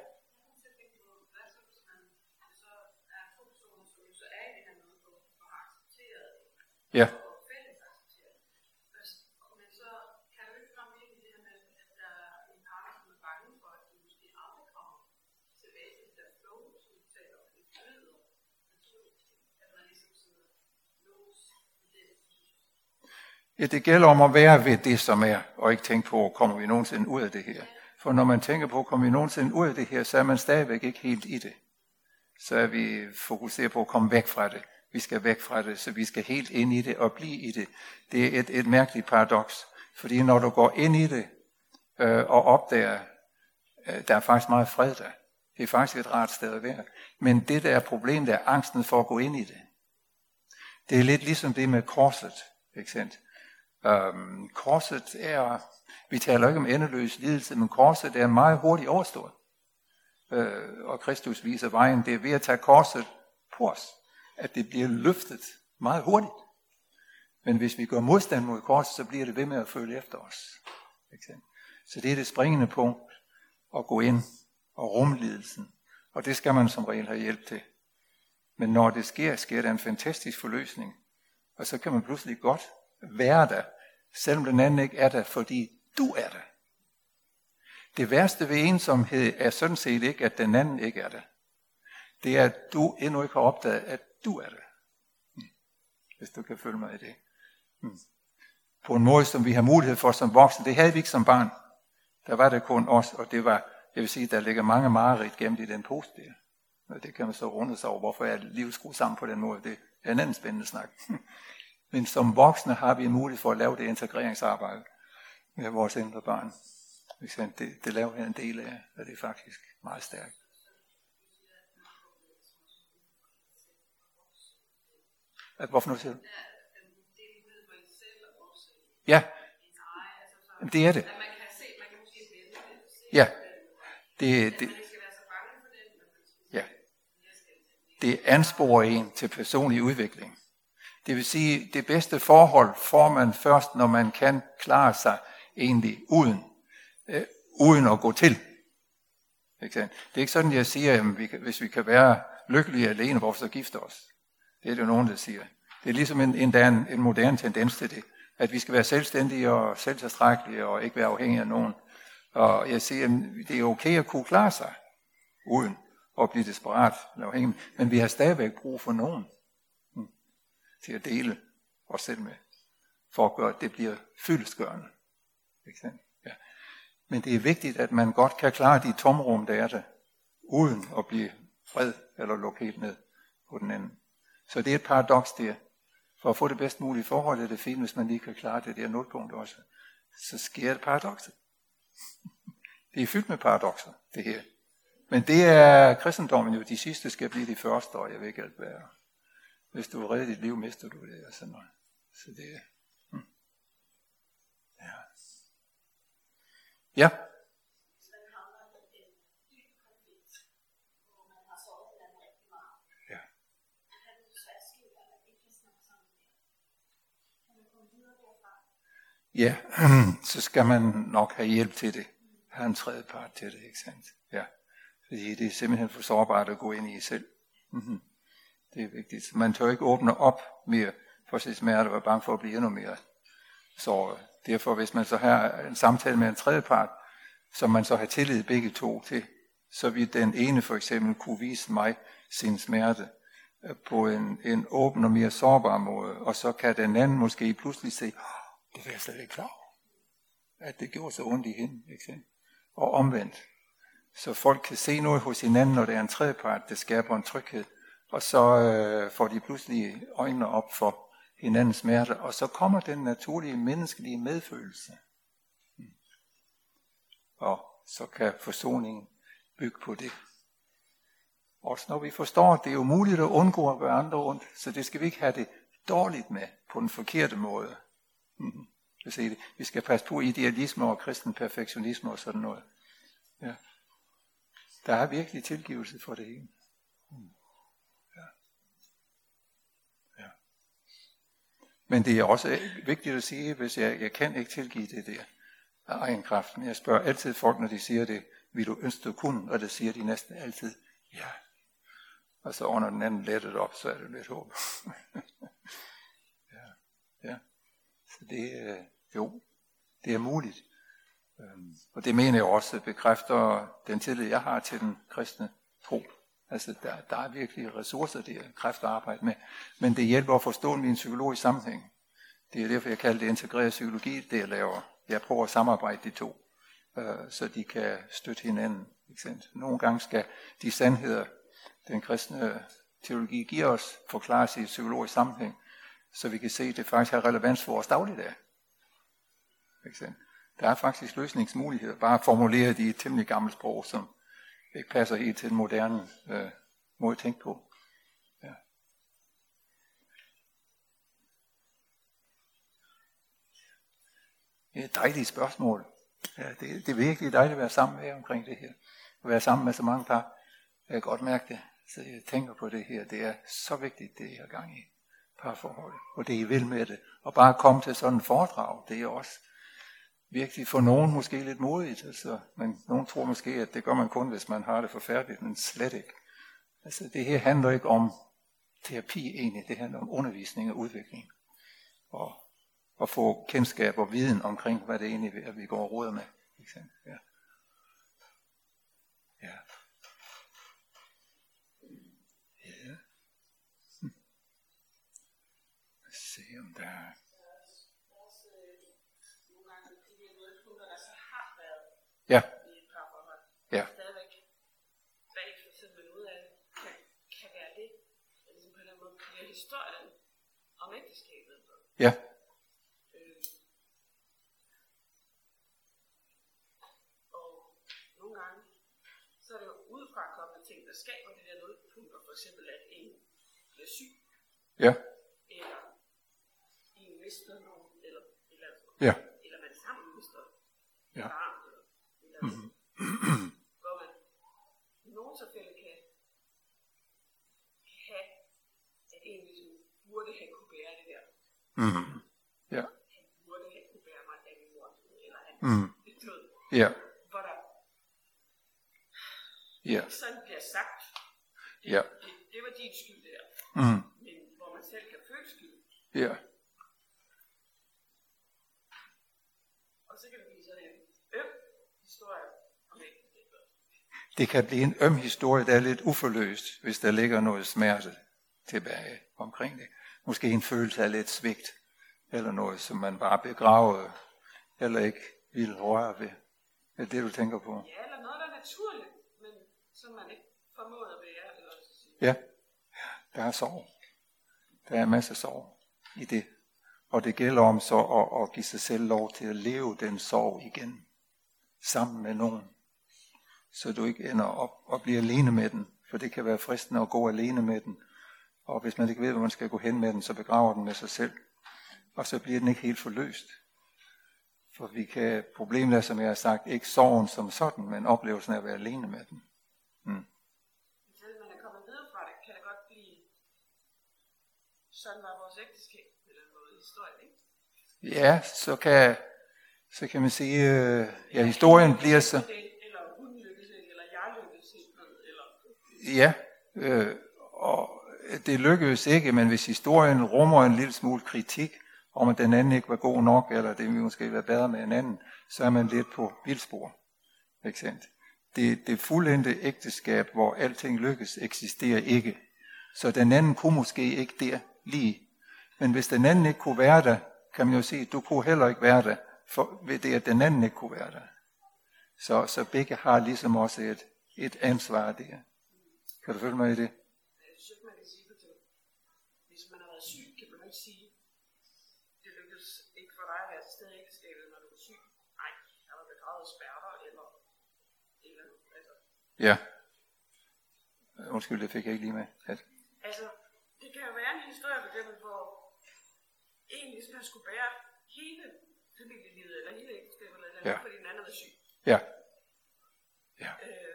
Ja. Ja, det gælder om at være ved det, som er, og ikke tænke på, kommer vi nogensinde ud af det her. For når man tænker på, kommer vi nogensinde ud af det her, så er man stadigvæk ikke helt i det. Så er vi fokuseret på at komme væk fra det. Vi skal væk fra det, så vi skal helt ind i det og blive i det. Det er et, et mærkeligt paradoks. Fordi når du går ind i det øh, og opdager, øh, der er faktisk meget fred der. Det er faktisk et rart sted at være. Men det der er problemet, er angsten for at gå ind i det. Det er lidt ligesom det med korset, ikke sandt? Um, korset er, vi taler ikke om endeløs lidelse, men korset er meget hurtigt overstået. Uh, og Kristus viser vejen, det er ved at tage korset på os, at det bliver løftet meget hurtigt. Men hvis vi gør modstand mod korset, så bliver det ved med at følge efter os. Så det er det springende punkt, at gå ind og rumme lidelsen. Og det skal man som regel have hjælp til. Men når det sker, sker der en fantastisk forløsning. Og så kan man pludselig godt være der, selvom den anden ikke er der, fordi du er der. Det værste ved ensomhed er sådan set ikke, at den anden ikke er der. Det er, at du endnu ikke har opdaget, at du er der. Hvis du kan følge mig i det. På en måde, som vi har mulighed for som voksne. Det havde vi ikke som barn. Der var det kun os, og det var, jeg vil sige, der ligger mange mareridt gemt i den pose der. Og det kan man så runde sig over, hvorfor er livet skruet sammen på den måde. Det er en anden spændende snak. Men som voksne har vi en mulighed for at lave det integreringsarbejde med vores indre barn. Det, det laver jeg en del af, og det er faktisk meget stærkt. At, hvorfor nu siger du? Ja, det er det. Ja, det, det, ja. det ansporer en til personlig udvikling. Det vil sige, det bedste forhold får man først, når man kan klare sig egentlig uden, øh, uden at gå til. Det er ikke sådan, jeg siger, at vi kan, hvis vi kan være lykkelige alene, hvorfor så gifte os. Det er det jo nogen, der siger. Det er ligesom en, en, en, en moderne tendens til det. At vi skal være selvstændige og selvtilstrækkelige og ikke være afhængige af nogen. Og jeg siger, at det er okay at kunne klare sig uden at blive desperat eller afhængig. Men vi har stadigvæk brug for nogen hmm, til at dele os selv med. For at gøre, at det bliver fyldestgørende. Ikke sandt? Ja. Men det er vigtigt, at man godt kan klare de tomrum, der er der, uden at blive vred eller lukke helt ned på den anden. Så det er et paradoks der. For at få det bedst mulige forhold, er det fint, hvis man lige kan klare det der nulpunkt også. Så sker det paradokset. Det er fyldt med paradokser, det her. Men det er kristendommen jo. De sidste skal blive de første, og jeg ved ikke alt hvad er. Hvis du redder dit liv, mister du det og sådan noget. Så det er... Hmm. Ja. Ja. Ja, så skal man nok have hjælp til det. Have en tredje part til det, ikke sandt? Ja, fordi det er simpelthen for sårbart at gå ind i selv. Mm-hmm. Det er vigtigt. Man tør ikke åbne op mere for sit smerte og være bange for at blive endnu mere. Så derfor, hvis man så har en samtale med en tredje part, som man så har tillid begge to til, så vil den ene for eksempel kunne vise mig sin smerte på en, en åben og mere sårbar måde, og så kan den anden måske pludselig se, det var jeg slet ikke klar over, at det gjorde så ondt i hende, ikke sandt? Og omvendt. Så folk kan se noget hos hinanden, når der er en tredje part, der skaber en tryghed, og så øh, får de pludselig øjnene op for hinandens smerte, og så kommer den naturlige menneskelige medfølelse. Og så kan forsoningen bygge på det. Også når vi forstår, at det er umuligt at undgå at gøre andre ondt, så det skal vi ikke have det dårligt med på den forkerte måde. Mm-hmm. Det. Vi skal passe på idealisme og kristen perfektionisme og sådan noget. Ja. Der er virkelig tilgivelse for det hele. Mm. Ja. Ja. Men det er også vigtigt at sige, hvis jeg, jeg kan ikke tilgive det der af egen kraft. Men jeg spørger altid folk, når de siger det, vil du ønske du kunne? Og det siger de næsten altid, ja. Og så under den anden lettet op, så er det lidt håb. Ja. Ja. Så det er, jo, det er muligt. Og det mener jeg også bekræfter den tillid, jeg har til den kristne tro. Altså, der, der er virkelig ressourcer, det er kræfter at arbejde med. Men det hjælper at forstå min psykologisk sammenhæng. Det er derfor, jeg kalder det integreret psykologi, det jeg laver. Jeg prøver at samarbejde de to, så de kan støtte hinanden. Ikke sandt? Nogle gange skal de sandheder, den kristne teologi giver os, forklares i psykologisk sammenhæng, så vi kan se, at det faktisk har relevans for vores dagligdag. Der er faktisk løsningsmuligheder, bare formuleret i et temmelig gammelt sprog, som ikke passer helt til den moderne øh, måde at tænke på. Ja. Det er et dejligt spørgsmål. Ja, det, det er virkelig dejligt at være sammen med omkring det her. At være sammen med så mange par. Jeg kan godt mærke det, så jeg tænker på det her. Det er så vigtigt, det jeg har gang i. Parforhold, og det I vil med det. Og bare komme til sådan en foredrag, det er også virkelig for nogen måske lidt modigt. Altså, men nogen tror måske, at det gør man kun, hvis man har det forfærdeligt, men slet ikke. Altså, det her handler ikke om terapi egentlig, det handler om undervisning og udvikling. Og at få kendskab og viden omkring, hvad det egentlig er, vi går og råder med. Ja. Ja. Ja. Hm. Se om der er... Ja. Ja. Stadigvæk bagefter så vil ud af, kan, kan være det, at ligesom på en eller anden måde bliver historien om ægteskabet. Ja. Øh, og nogle gange, så er det jo udefra kommende ting, der skaber det der nulpunkter, for eksempel at en bliver syg. Ja. mister nogen, eller, eller, Ja. eller man sammen mister Ja. barn, eller, eller Mm-hmm. hvor man i nogle tilfælde kan, kan have, at en ligesom burde have kunne bære det der. Mm-hmm. Ja. Han burde have kunne bære mig af min mor, eller han Mm. er død. Ja. Hvor der Ja. sådan bliver sagt, det, Ja. det, det var din skyld der, Mm. men hvor man selv kan føle skyld. Ja. Og så kan det blive sådan en øm historie om ægteskabet. Det kan blive en øm historie, der er lidt uforløst, hvis der ligger noget smerte tilbage omkring det. Måske en følelse af lidt svigt, eller noget, som man bare begravede, eller ikke ville røre ved. Er det det, du tænker på? Ja, eller noget, der er naturligt, men som man ikke formåede at være, eller hvad skal jeg sige. Ja, der er sorg. Der er en masse sorg i det. Og det gælder om så at, at give sig selv lov til at leve den sorg igen, sammen med nogen. Så du ikke ender op og bliver alene med den, for det kan være fristende at gå alene med den. Og hvis man ikke ved, hvor man skal gå hen med den, så begraver den med sig selv. Og så bliver den ikke helt forløst. For vi kan, problemet er, som jeg har sagt, ikke sorgen som sådan, men oplevelsen af at være alene med den. Mm. Selv man er kommet videre fra det, kan det godt blive, sådan var vores ægteskab, eller noget historie, ikke? Ja, så kan, så kan man sige, øh, ja, historien bliver så... Eller hun lykkes ikke, eller jeg lykkes ikke, eller... Ja, øh, og det lykkedes ikke, men hvis historien rummer en lille smule kritik, om at den anden ikke var god nok, eller det ville måske være bedre med en anden, så er man lidt på vildspor. Ikke sandt? Det, det fuldendte ægteskab, hvor alting lykkes, eksisterer ikke. Så den anden kunne måske ikke der lige. Men hvis den anden ikke kunne være der, kan man jo sige, du kunne heller ikke være der, for ved det, at den anden ikke kunne være der. Så, så begge har ligesom også et, et ansvar der. Kan du følge mig i det? Jeg synes ikke, man kan sige på det. Hvis man har været syg, kan man ikke sige, det lykkedes ikke for dig at være til stede i ægteskabet, når du er syg. Nej, der var begravet spærter, eller... eller altså. Ja. Undskyld, det fik jeg ikke lige med. At... Altså, det kan jo være en historie for eksempel, hvor en ligesom har skulle bære hele familielivet, eller hele ægteskabet, eller, eller Ja. fordi den anden er syg. Ja. Ja. Øh,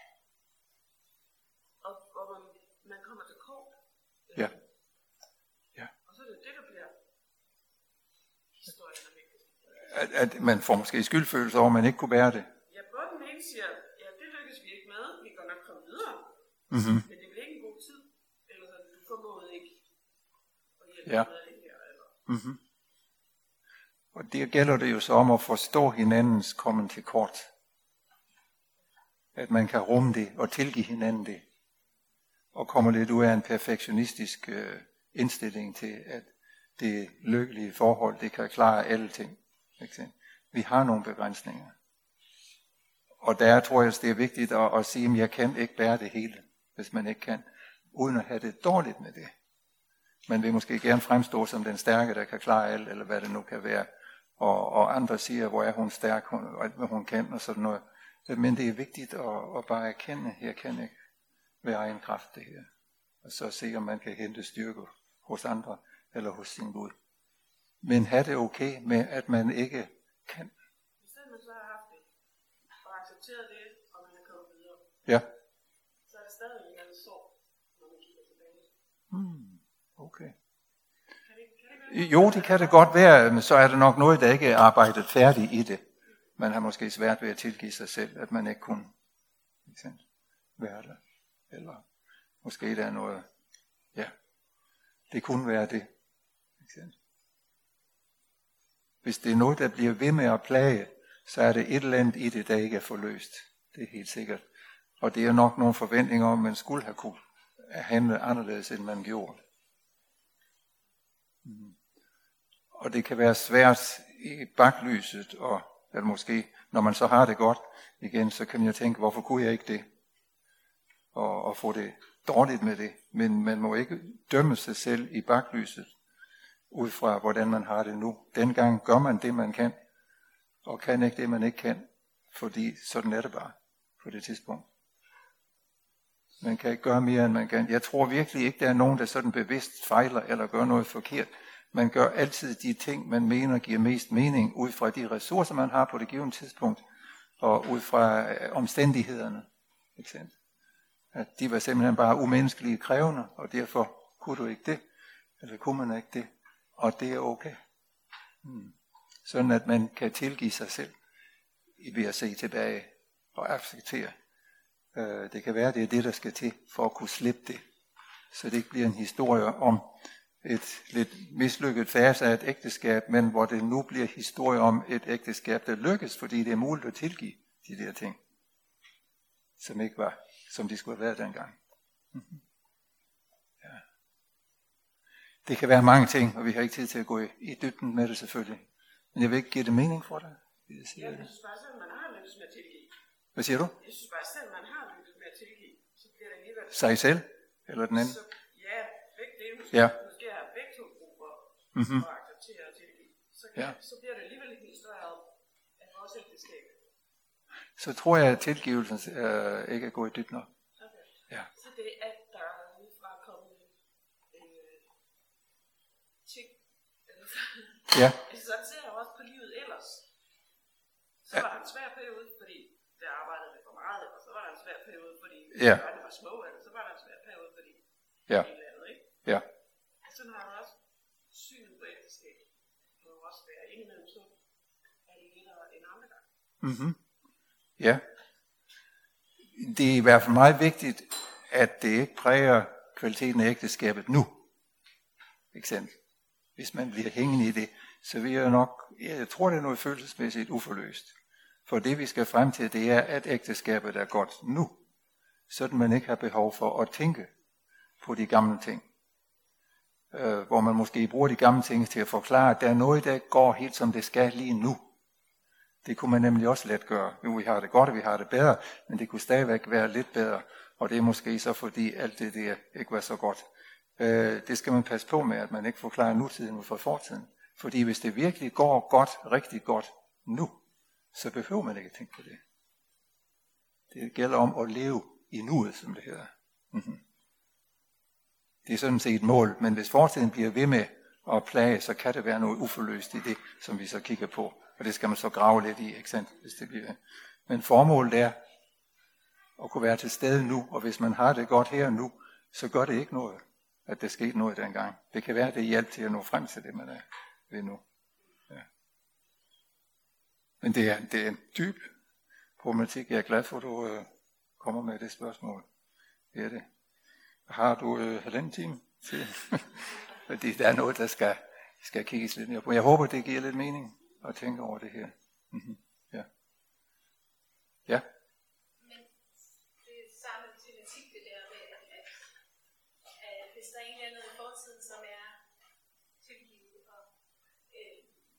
og hvor man, man kommer til kort. Øh, Ja. Ja. Og så er det det, der bliver historien om ægteskabet. At, at man får måske skyldfølelse over, at man ikke kunne bære det. Ja, både den ene siger, ja, det lykkes vi ikke med, vi kan nok komme videre, Mm-hmm. men det bliver ikke en god tid, eller sådan, du formåede ikke at hjælpe Ja. med det her, eller... Mm-hmm. Og det gælder det jo så om at forstå hinandens kommen til kort. At man kan rumme det og tilgive hinanden det. Og kommer lidt ud af en perfektionistisk øh, indstilling til, at det lykkelige forhold, det kan klare alle ting. Ikke sandt? Vi har nogle begrænsninger. Og der tror jeg, det er vigtigt at, at sige, at jeg kan ikke bære det hele, hvis man ikke kan, uden at have det dårligt med det. Man vil måske gerne fremstå som den stærke, der kan klare alt, eller hvad det nu kan være. Og, og andre siger, hvor er hun stærk, hun, hvad hun kan, og sådan noget. Men det er vigtigt at, at bare erkende, jeg kan ikke ved egen kraft det her. Og så se, om man kan hente styrke hos andre, eller hos sin Gud. Men have det okay med, at man ikke kan. Hvis man så har haft det, og accepteret det, og man er kommet videre, Ja. så er det stadig en eller anden sorg, når man kigger tilbage. Hmm, okay. Kan det, kan det være? Jo, det kan det godt være, men så er der nok noget, der ikke er arbejdet færdigt i det. Man har måske svært ved at tilgive sig selv, at man ikke kunne ikke sandt, være der. Eller måske der er noget, ja, det kunne være det. Ikke sandt? Hvis det er noget, der bliver ved med at plage, så er det et eller andet i det, der ikke er forløst. Det er helt sikkert. Og det er nok nogle forventninger om, at man skulle have kunne handle anderledes, end man gjorde. Mm. Og det kan være svært i baglyset, og eller måske, når man så har det godt igen, så kan man jo tænke, hvorfor kunne jeg ikke det? Og, og få det dårligt med det. Men man må ikke dømme sig selv i baglyset, ud fra hvordan man har det nu. Dengang gør man det, man kan, og kan ikke det, man ikke kan, fordi sådan er det bare på det tidspunkt. Man kan ikke gøre mere, end man kan. Jeg tror virkelig ikke, der er nogen, der sådan bevidst fejler eller gør noget forkert. Man gør altid de ting, man mener giver mest mening, ud fra de ressourcer, man har på det givne tidspunkt, og ud fra omstændighederne. Ikke sandt? At de var simpelthen bare umenneskelige krævende, og derfor kunne du ikke det, eller kunne man ikke det, og det er okay. Hmm. Sådan at man kan tilgive sig selv ved at se tilbage og acceptere. Det kan være, det er det, der skal til for at kunne slippe det. Så det ikke bliver en historie om et lidt mislykket fase af et ægteskab, men hvor det nu bliver historie om et ægteskab, der lykkes, fordi det er muligt at tilgive de der ting, som ikke var, som de skulle have været dengang. Mm-hmm. Ja. Det kan være mange ting, og vi har ikke tid til at gå i, i dybden med det selvfølgelig. Men jeg vil ikke give det mening for dig. Jeg synes bare selv, man har lykkes med at tilgive. Hvad siger du? Jeg synes bare selv, man har lykkes med at tilgive. Så bliver det alligevel... Sig selv? Eller den anden? Så, ja, begge dele. Måske, ja. måske har begge to brug for mm-hmm. at acceptere og tilgive. Så, kan, ja. så bliver det alligevel en historie om, at vores ægteskab. Så tror jeg, at tilgivelsen øh, ikke er gået i dybden nok. Okay. Ja. Så det er, at der er udefra kommet øh, ting. Ja. Altså, sådan ser jeg også på livet ellers. Så var der en svær periode, fordi der arbejdede det for meget, og så var der en svær periode, fordi ja. børnene var små, eller så var der en svær periode, fordi ja. det andet, ikke? Ja. Og sådan har der også synet på ægteskab. Det må også være indimellem så, er det lettere end andre gange. Mhm. Ja. Det er i hvert fald meget vigtigt, at det ikke præger kvaliteten af ægteskabet nu. Eksempel. Hvis man bliver hængende i det, så vil jeg nok, jeg tror det er noget følelsesmæssigt uforløst. For det vi skal frem til, det er, at ægteskabet er godt nu. Sådan man ikke har behov for at tænke på de gamle ting. Øh, hvor man måske bruger de gamle ting til at forklare, at der er noget, der går helt som det skal lige nu. Det kunne man nemlig også let gøre. Jo, vi har det godt, og vi har det bedre, men det kunne stadigvæk være lidt bedre. Og det er måske så, fordi alt det der ikke var så godt. Øh, det skal man passe på med, at man ikke forklarer nutiden ud fra fortiden. Fordi hvis det virkelig går godt, rigtig godt nu, så behøver man ikke at tænke på det. Det gælder om at leve i nuet, som det hedder. Mm-hmm. Det er sådan set et mål, men hvis fortiden bliver ved med at plage, så kan det være noget uforløst i det, som vi så kigger på. Og det skal man så grave lidt i, ikke sandt, hvis det bliver. Men formålet er at kunne være til stede nu, og hvis man har det godt her nu, så gør det ikke noget, at der skete noget dengang. Det kan være, at det hjælper til at nå frem til det, man er ved nu. Ja. Men det er, det er en dyb problematik. Jeg er glad for, at du øh, kommer med det spørgsmål. Det er det. Har du øh, halvanden time til? Fordi der er noget, der skal, skal kigges lidt mere på. Jeg håber, det giver lidt mening at tænke over det her. Mm-hmm. Ja. Ja. Men det er samme tematik, det der med, at, at, at hvis der egentlig er noget i fortiden, som er tilgivet, og, øh,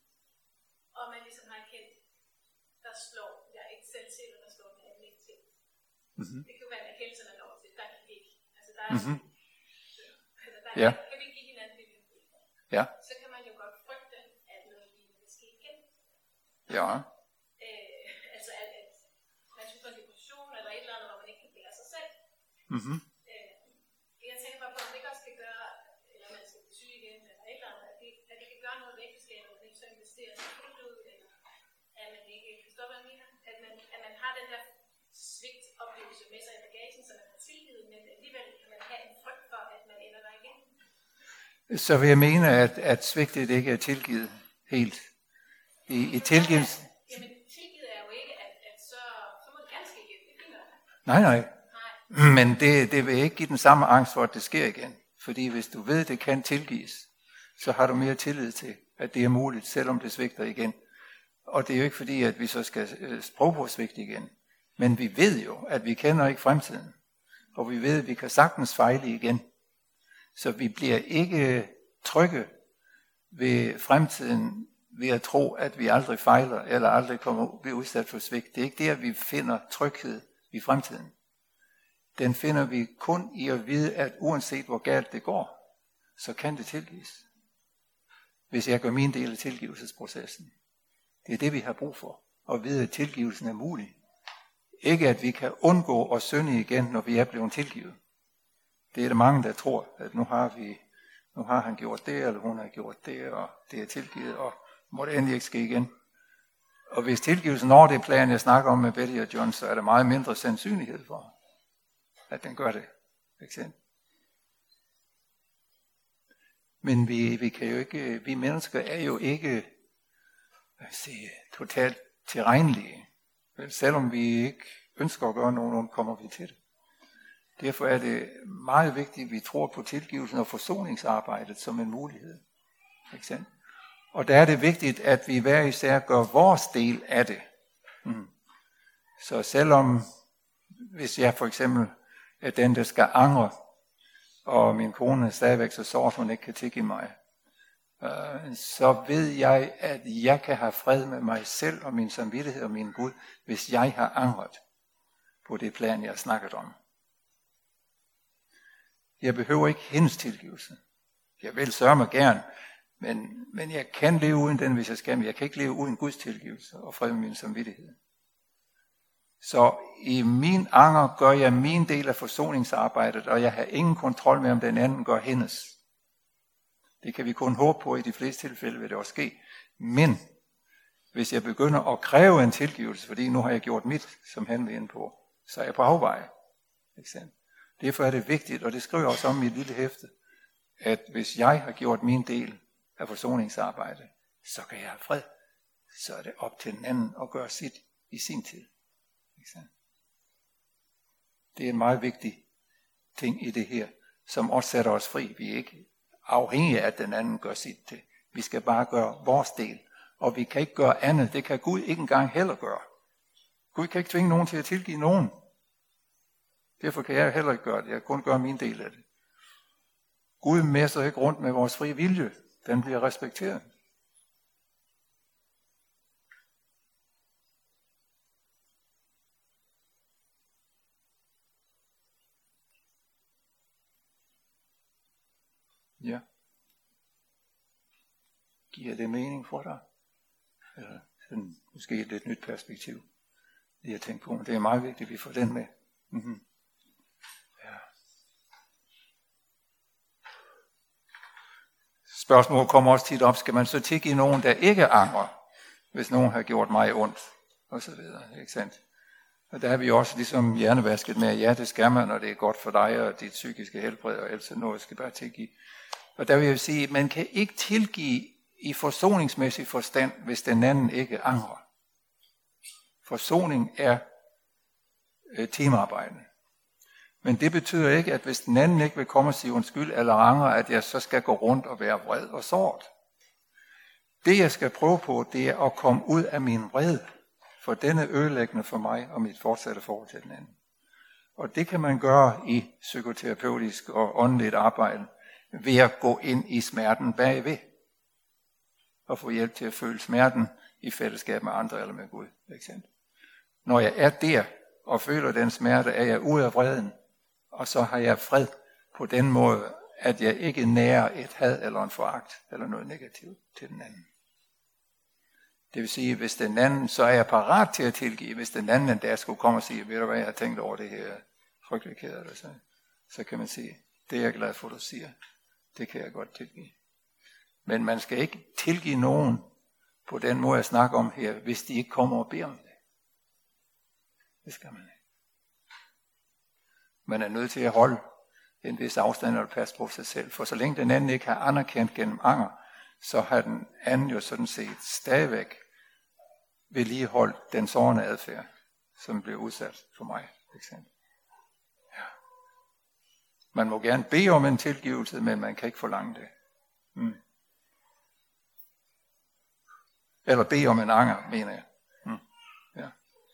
og man ligesom har kendt, der slår, jeg er ikke selv til, og der slår den anden ikke til. Mm-hmm. Det kan jo være en erkendelse, der når til, der kan vi ikke. Altså der er mm-hmm. altså, der ja. kan vi ikke give hinanden det. Ja. Så kan man jo godt frygte, at noget lignende vil ske igen. Ja. Øh, altså at, at man synes en depression eller et eller andet, hvor man ikke kan bære sig selv. Mm-hmm. Øh, jeg tænker bare på, om det ikke også kan gøre, eller man skal blive syg igen, eller et eller andet, at det, at det kan gøre noget ved ægteskabet, at man ikke så investerer sig fuldt ud, eller at man ikke forstår, hvad jeg mener. At man, at man har den der svigtoplevelse med sig i bagagen, så man har tilgivet, men alligevel kan man have en frygt for, at man ender der igen. Så vil jeg mene, at, at svigtet ikke er tilgivet helt. I, i tilgivelse. Jamen, tilgivet er jo ikke, at, at så, så må det gerne ske igen. Det finder jeg. Nej, nej. nej. Men det, det vil ikke give den samme angst for, at det sker igen. Fordi hvis du ved, at det kan tilgives, så har du mere tillid til, at det er muligt, selvom det svigter igen. Og det er jo ikke fordi, at vi så skal prøve på at svigte igen. Men vi ved jo, at vi kender ikke fremtiden. Og vi ved, at vi kan sagtens fejle igen. Så vi bliver ikke trygge ved fremtiden ved at tro, at vi aldrig fejler, eller aldrig kommer bliver udsat for svigt. Det er ikke der, vi finder tryghed i fremtiden. Den finder vi kun i at vide, at uanset hvor galt det går, så kan det tilgives. Hvis jeg gør min del af tilgivelsesprocessen. Det er det, vi har brug for. At vide, at tilgivelsen er mulig. Ikke at vi kan undgå at synde igen, når vi er blevet tilgivet. Det er der mange, der tror, at nu har vi Nu har han gjort det, eller hun har gjort det, og det er tilgivet, og må det endelig ikke ske igen. Og hvis tilgivelsen når det plan, jeg snakker om med Betty og John, så er der meget mindre sandsynlighed for, at den gør det. Ikke? Men vi, vi kan jo ikke, vi mennesker er jo ikke hvad sige, totalt tilregnelige. Selvom vi ikke ønsker at gøre nogen, kommer vi til det. Derfor er det meget vigtigt, at vi tror på tilgivelsen og forsoningsarbejdet som en mulighed. Ikke? Og der er det vigtigt, at vi hver især gør vores del af det. Mm. Så selvom, hvis jeg for eksempel er den, der skal angre, og min kone er stadigvæk så sår, at hun ikke kan tilgive mig, øh, så ved jeg, at jeg kan have fred med mig selv og min samvittighed og min Gud, hvis jeg har angret på det plan, jeg har snakket om. Jeg behøver ikke hendes tilgivelse. Jeg vil sørge mig gerne, men, men jeg kan leve uden den, hvis jeg skal, men jeg kan ikke leve uden Guds tilgivelse og fred med min samvittighed. Så i min anger gør jeg min del af forsoningsarbejdet, og jeg har ingen kontrol med, om den anden gør hendes. Det kan vi kun håbe på, i de fleste tilfælde vil det også ske. Men hvis jeg begynder at kræve en tilgivelse, fordi nu har jeg gjort mit, som han vil ind på, så er jeg på afveje. Derfor er det vigtigt, og det skriver jeg også om i et lille hæfte, at hvis jeg har gjort min del af forsoningsarbejdet, så kan jeg have fred. Så er det op til den anden at gøre sit i sin tid. Det er en meget vigtig ting i det her, som også sætter os fri. Vi er ikke afhængige af, at den anden gør sit til. Vi skal bare gøre vores del. Og vi kan ikke gøre andet. Det kan Gud ikke engang heller gøre. Gud kan ikke tvinge nogen til at tilgive nogen. Derfor kan jeg heller ikke gøre det. Jeg kan kun gøre min del af det. Gud messer ikke rundt med vores frie vilje. Den bliver respekteret. Ja. Giver det mening for dig? Eller sådan, måske et lidt nyt perspektiv, det jeg tænker på, men det er meget vigtigt, at vi får den med. Mm-hmm. Ja. Spørgsmålet kommer også tit op, skal man så tilgive nogen, der ikke angrer, hvis nogen har gjort mig ondt, og så videre, ikke sandt? Og der er vi også ligesom hjernevasket med, ja, det skal man, og det er godt for dig, og dit psykiske helbred, og alt sådan noget, skal bare tilgive. Og der vil jeg sige, at man kan ikke tilgive i forsoningsmæssig forstand, hvis den anden ikke angrer. Forsoning er øh, teamarbejde. Men det betyder ikke, at hvis den anden ikke vil komme og sige undskyld eller angrer, at jeg så skal gå rundt og være vred og såret. Det jeg skal prøve på, det er at komme ud af min vrede, for den er ødelæggende for mig og mit fortsatte forhold til den anden. Og det kan man gøre i psykoterapeutisk og åndeligt arbejde, ved at gå ind i smerten bagved, og få hjælp til at føle smerten i fællesskab med andre eller med Gud. Når jeg er der, og føler den smerte, er jeg ude af vreden, og så har jeg fred på den måde, at jeg ikke nærer et had eller en foragt, eller noget negativt til den anden. Det vil sige, hvis den anden, så er jeg parat til at tilgive, hvis den anden der skulle komme og sige, ved du hvad, jeg har tænkt over det her frygtelige kæder, eller så, så kan man sige, det er jeg glad for, du siger. Det kan jeg godt tilgive. Men man skal ikke tilgive nogen på den måde, jeg snakker om her, hvis de ikke kommer og beder om det. Det skal man ikke. Man er nødt til at holde en vis afstand og passe på sig selv. For så længe den anden ikke har anerkendt gennem anger, så har den anden jo sådan set stadigvæk vedligeholdt den sårende adfærd, som bliver udsat for mig. Ja. Man må gerne bede om en tilgivelse, men man kan ikke forlange det. Mm. Eller bede om en anger, mener jeg. Mm. Ja.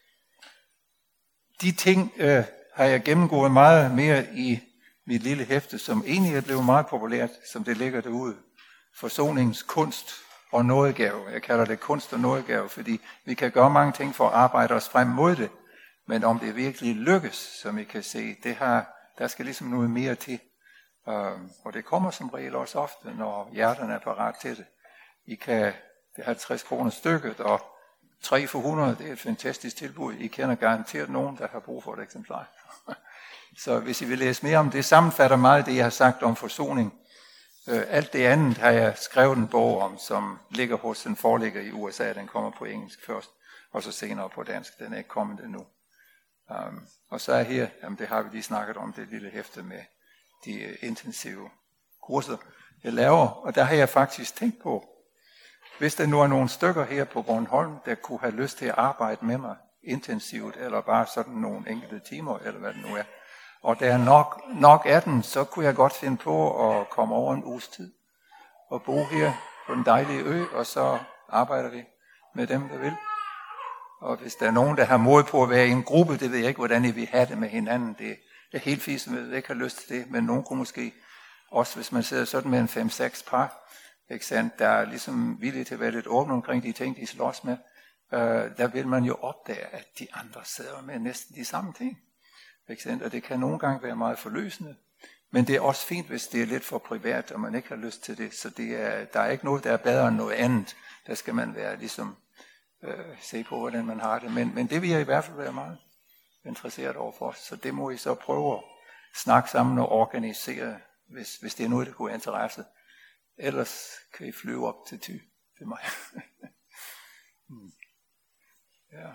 De ting øh, har jeg gennemgået meget mere i mit lille hæfte, som egentlig er blevet meget populært, som det ligger derude. Forsoningens kunst og nådegave. Jeg kalder det kunst og nådegave, fordi vi kan gøre mange ting for at arbejde os frem mod det, men om det virkelig lykkes, som I kan se, det har, der skal ligesom noget mere til. Um, og det kommer som regel også ofte, når hjerterne er parat til det. I kan, det er halvtreds kroner stykket, og tre for hundrede, det er et fantastisk tilbud. I kender garanteret nogen, der har brug for et eksemplar. Så hvis I vil læse mere om det, sammenfatter meget det, jeg har sagt om forsoning. Øh, alt det andet har jeg skrevet en bog om, som ligger hos en forlægger i U S A. Den kommer på engelsk først, og så senere på dansk. Den er ikke kommet endnu. Um, og så er her, jamen det har vi lige snakket om, det lille hæfte med de uh, intensive kurser, jeg laver. Og der har jeg faktisk tænkt på, hvis der nu er nogle stykker her på Bornholm, der kunne have lyst til at arbejde med mig intensivt, eller bare sådan nogle enkelte timer, eller hvad det nu er, og der er nok, nok af den, så kunne jeg godt finde på at komme over en uges tid og bo her på den dejlige ø, og så arbejder vi med dem, der vil. Og hvis der er nogen, der har mod på at være i en gruppe, det ved jeg ikke, hvordan I vil have det med hinanden. Det er helt fint, at jeg ikke har lyst til det, men nogen kunne måske, også hvis man sidder sådan med en fem seks par, ikke sandt, der er ligesom villige til at være lidt åbne omkring de ting, de slås med, øh, der vil man jo opdage, at de andre sidder med næsten de samme ting. Ikke sandt? Og det kan nogle gange være meget forløsende, men det er også fint, hvis det er lidt for privat, og man ikke har lyst til det. Så det er, der er ikke noget, der er bedre end noget andet. Der skal man være ligesom øh, se på, hvordan man har det. Men, men det vil jeg i hvert fald være meget interesseret overfor. Så det må I så prøve at snakke sammen og organisere, hvis, hvis det er noget, der kunne være interesse. Ellers kan I flyve op til Thy til mig. hmm. Ja.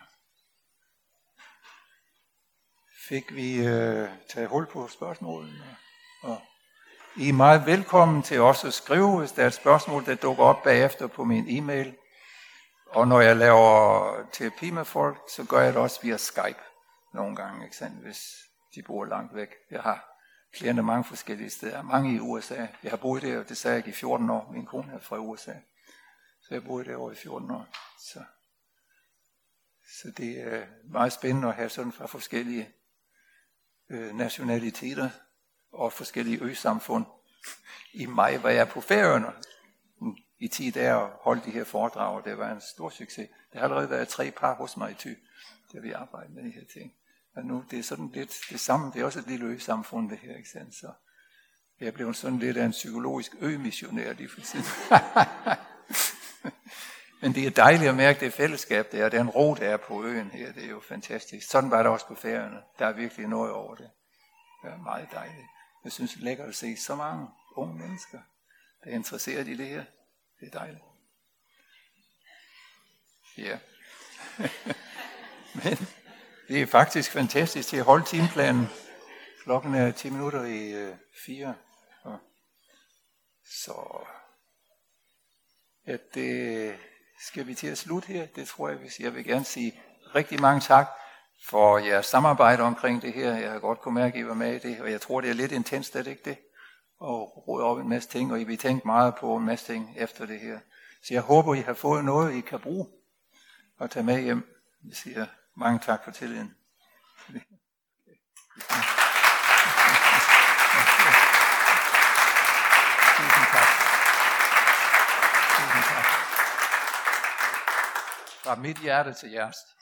Fik vi øh, taget hul på spørgsmålene? Og I er meget velkommen til også at skrive, hvis der er et spørgsmål, der dukker op bagefter på min e-mail. Og når jeg laver terapi med folk, så gør jeg det også via Skype nogle gange, ikke sandt, hvis de bor langt væk. Jeg har klienter mange forskellige steder, mange i U S A. Jeg har boet der, det sagde jeg, i fjorten år. Min kone er fra U S A. Så jeg har boet derovre i fjorten år. Så, så det er meget spændende at have sådan fra forskellige øh, nationaliteter og forskellige øsamfund. I maj var jeg på Færøerne i ti dage og holdt de her foredrag, og det var en stor succes. Der har allerede været tre par hos mig i Thy, der vi arbejder med de her ting. Og nu, det er sådan lidt det samme, det er også et lille øsamfund det her, ikke sandt? Så jeg blev sådan lidt af en psykologisk ømissionær lige for tiden. Men det er dejligt at mærke det fællesskab der, den ro, der er på øen her, det er jo fantastisk. Sådan var det også på Færøerne. Der er virkelig noget over det. Det er meget dejligt. Jeg synes, det er lækkert at se så mange unge mennesker, der er interesseret i det her. Det er dejligt. Ja. Men det er faktisk fantastisk til at holde timeplanen. Klokken er ti minutter i øh, fire. Og så at det skal vi til at slutte her. Det tror jeg, hvis jeg vil gerne sige rigtig mange tak for jeres samarbejde omkring det her. Jeg har godt kunne mærke, at I var med i det, og jeg tror, det er lidt intenst, er det ikke det? Og råde op en masse ting, og I vil tænke meget på en masse ting efter det her. Så jeg håber, I har fået noget, I kan bruge og tage med hjem. Jeg siger mange tak for tilliden. Tusind tak. Tusind tak. Fra mit hjerte til jeres.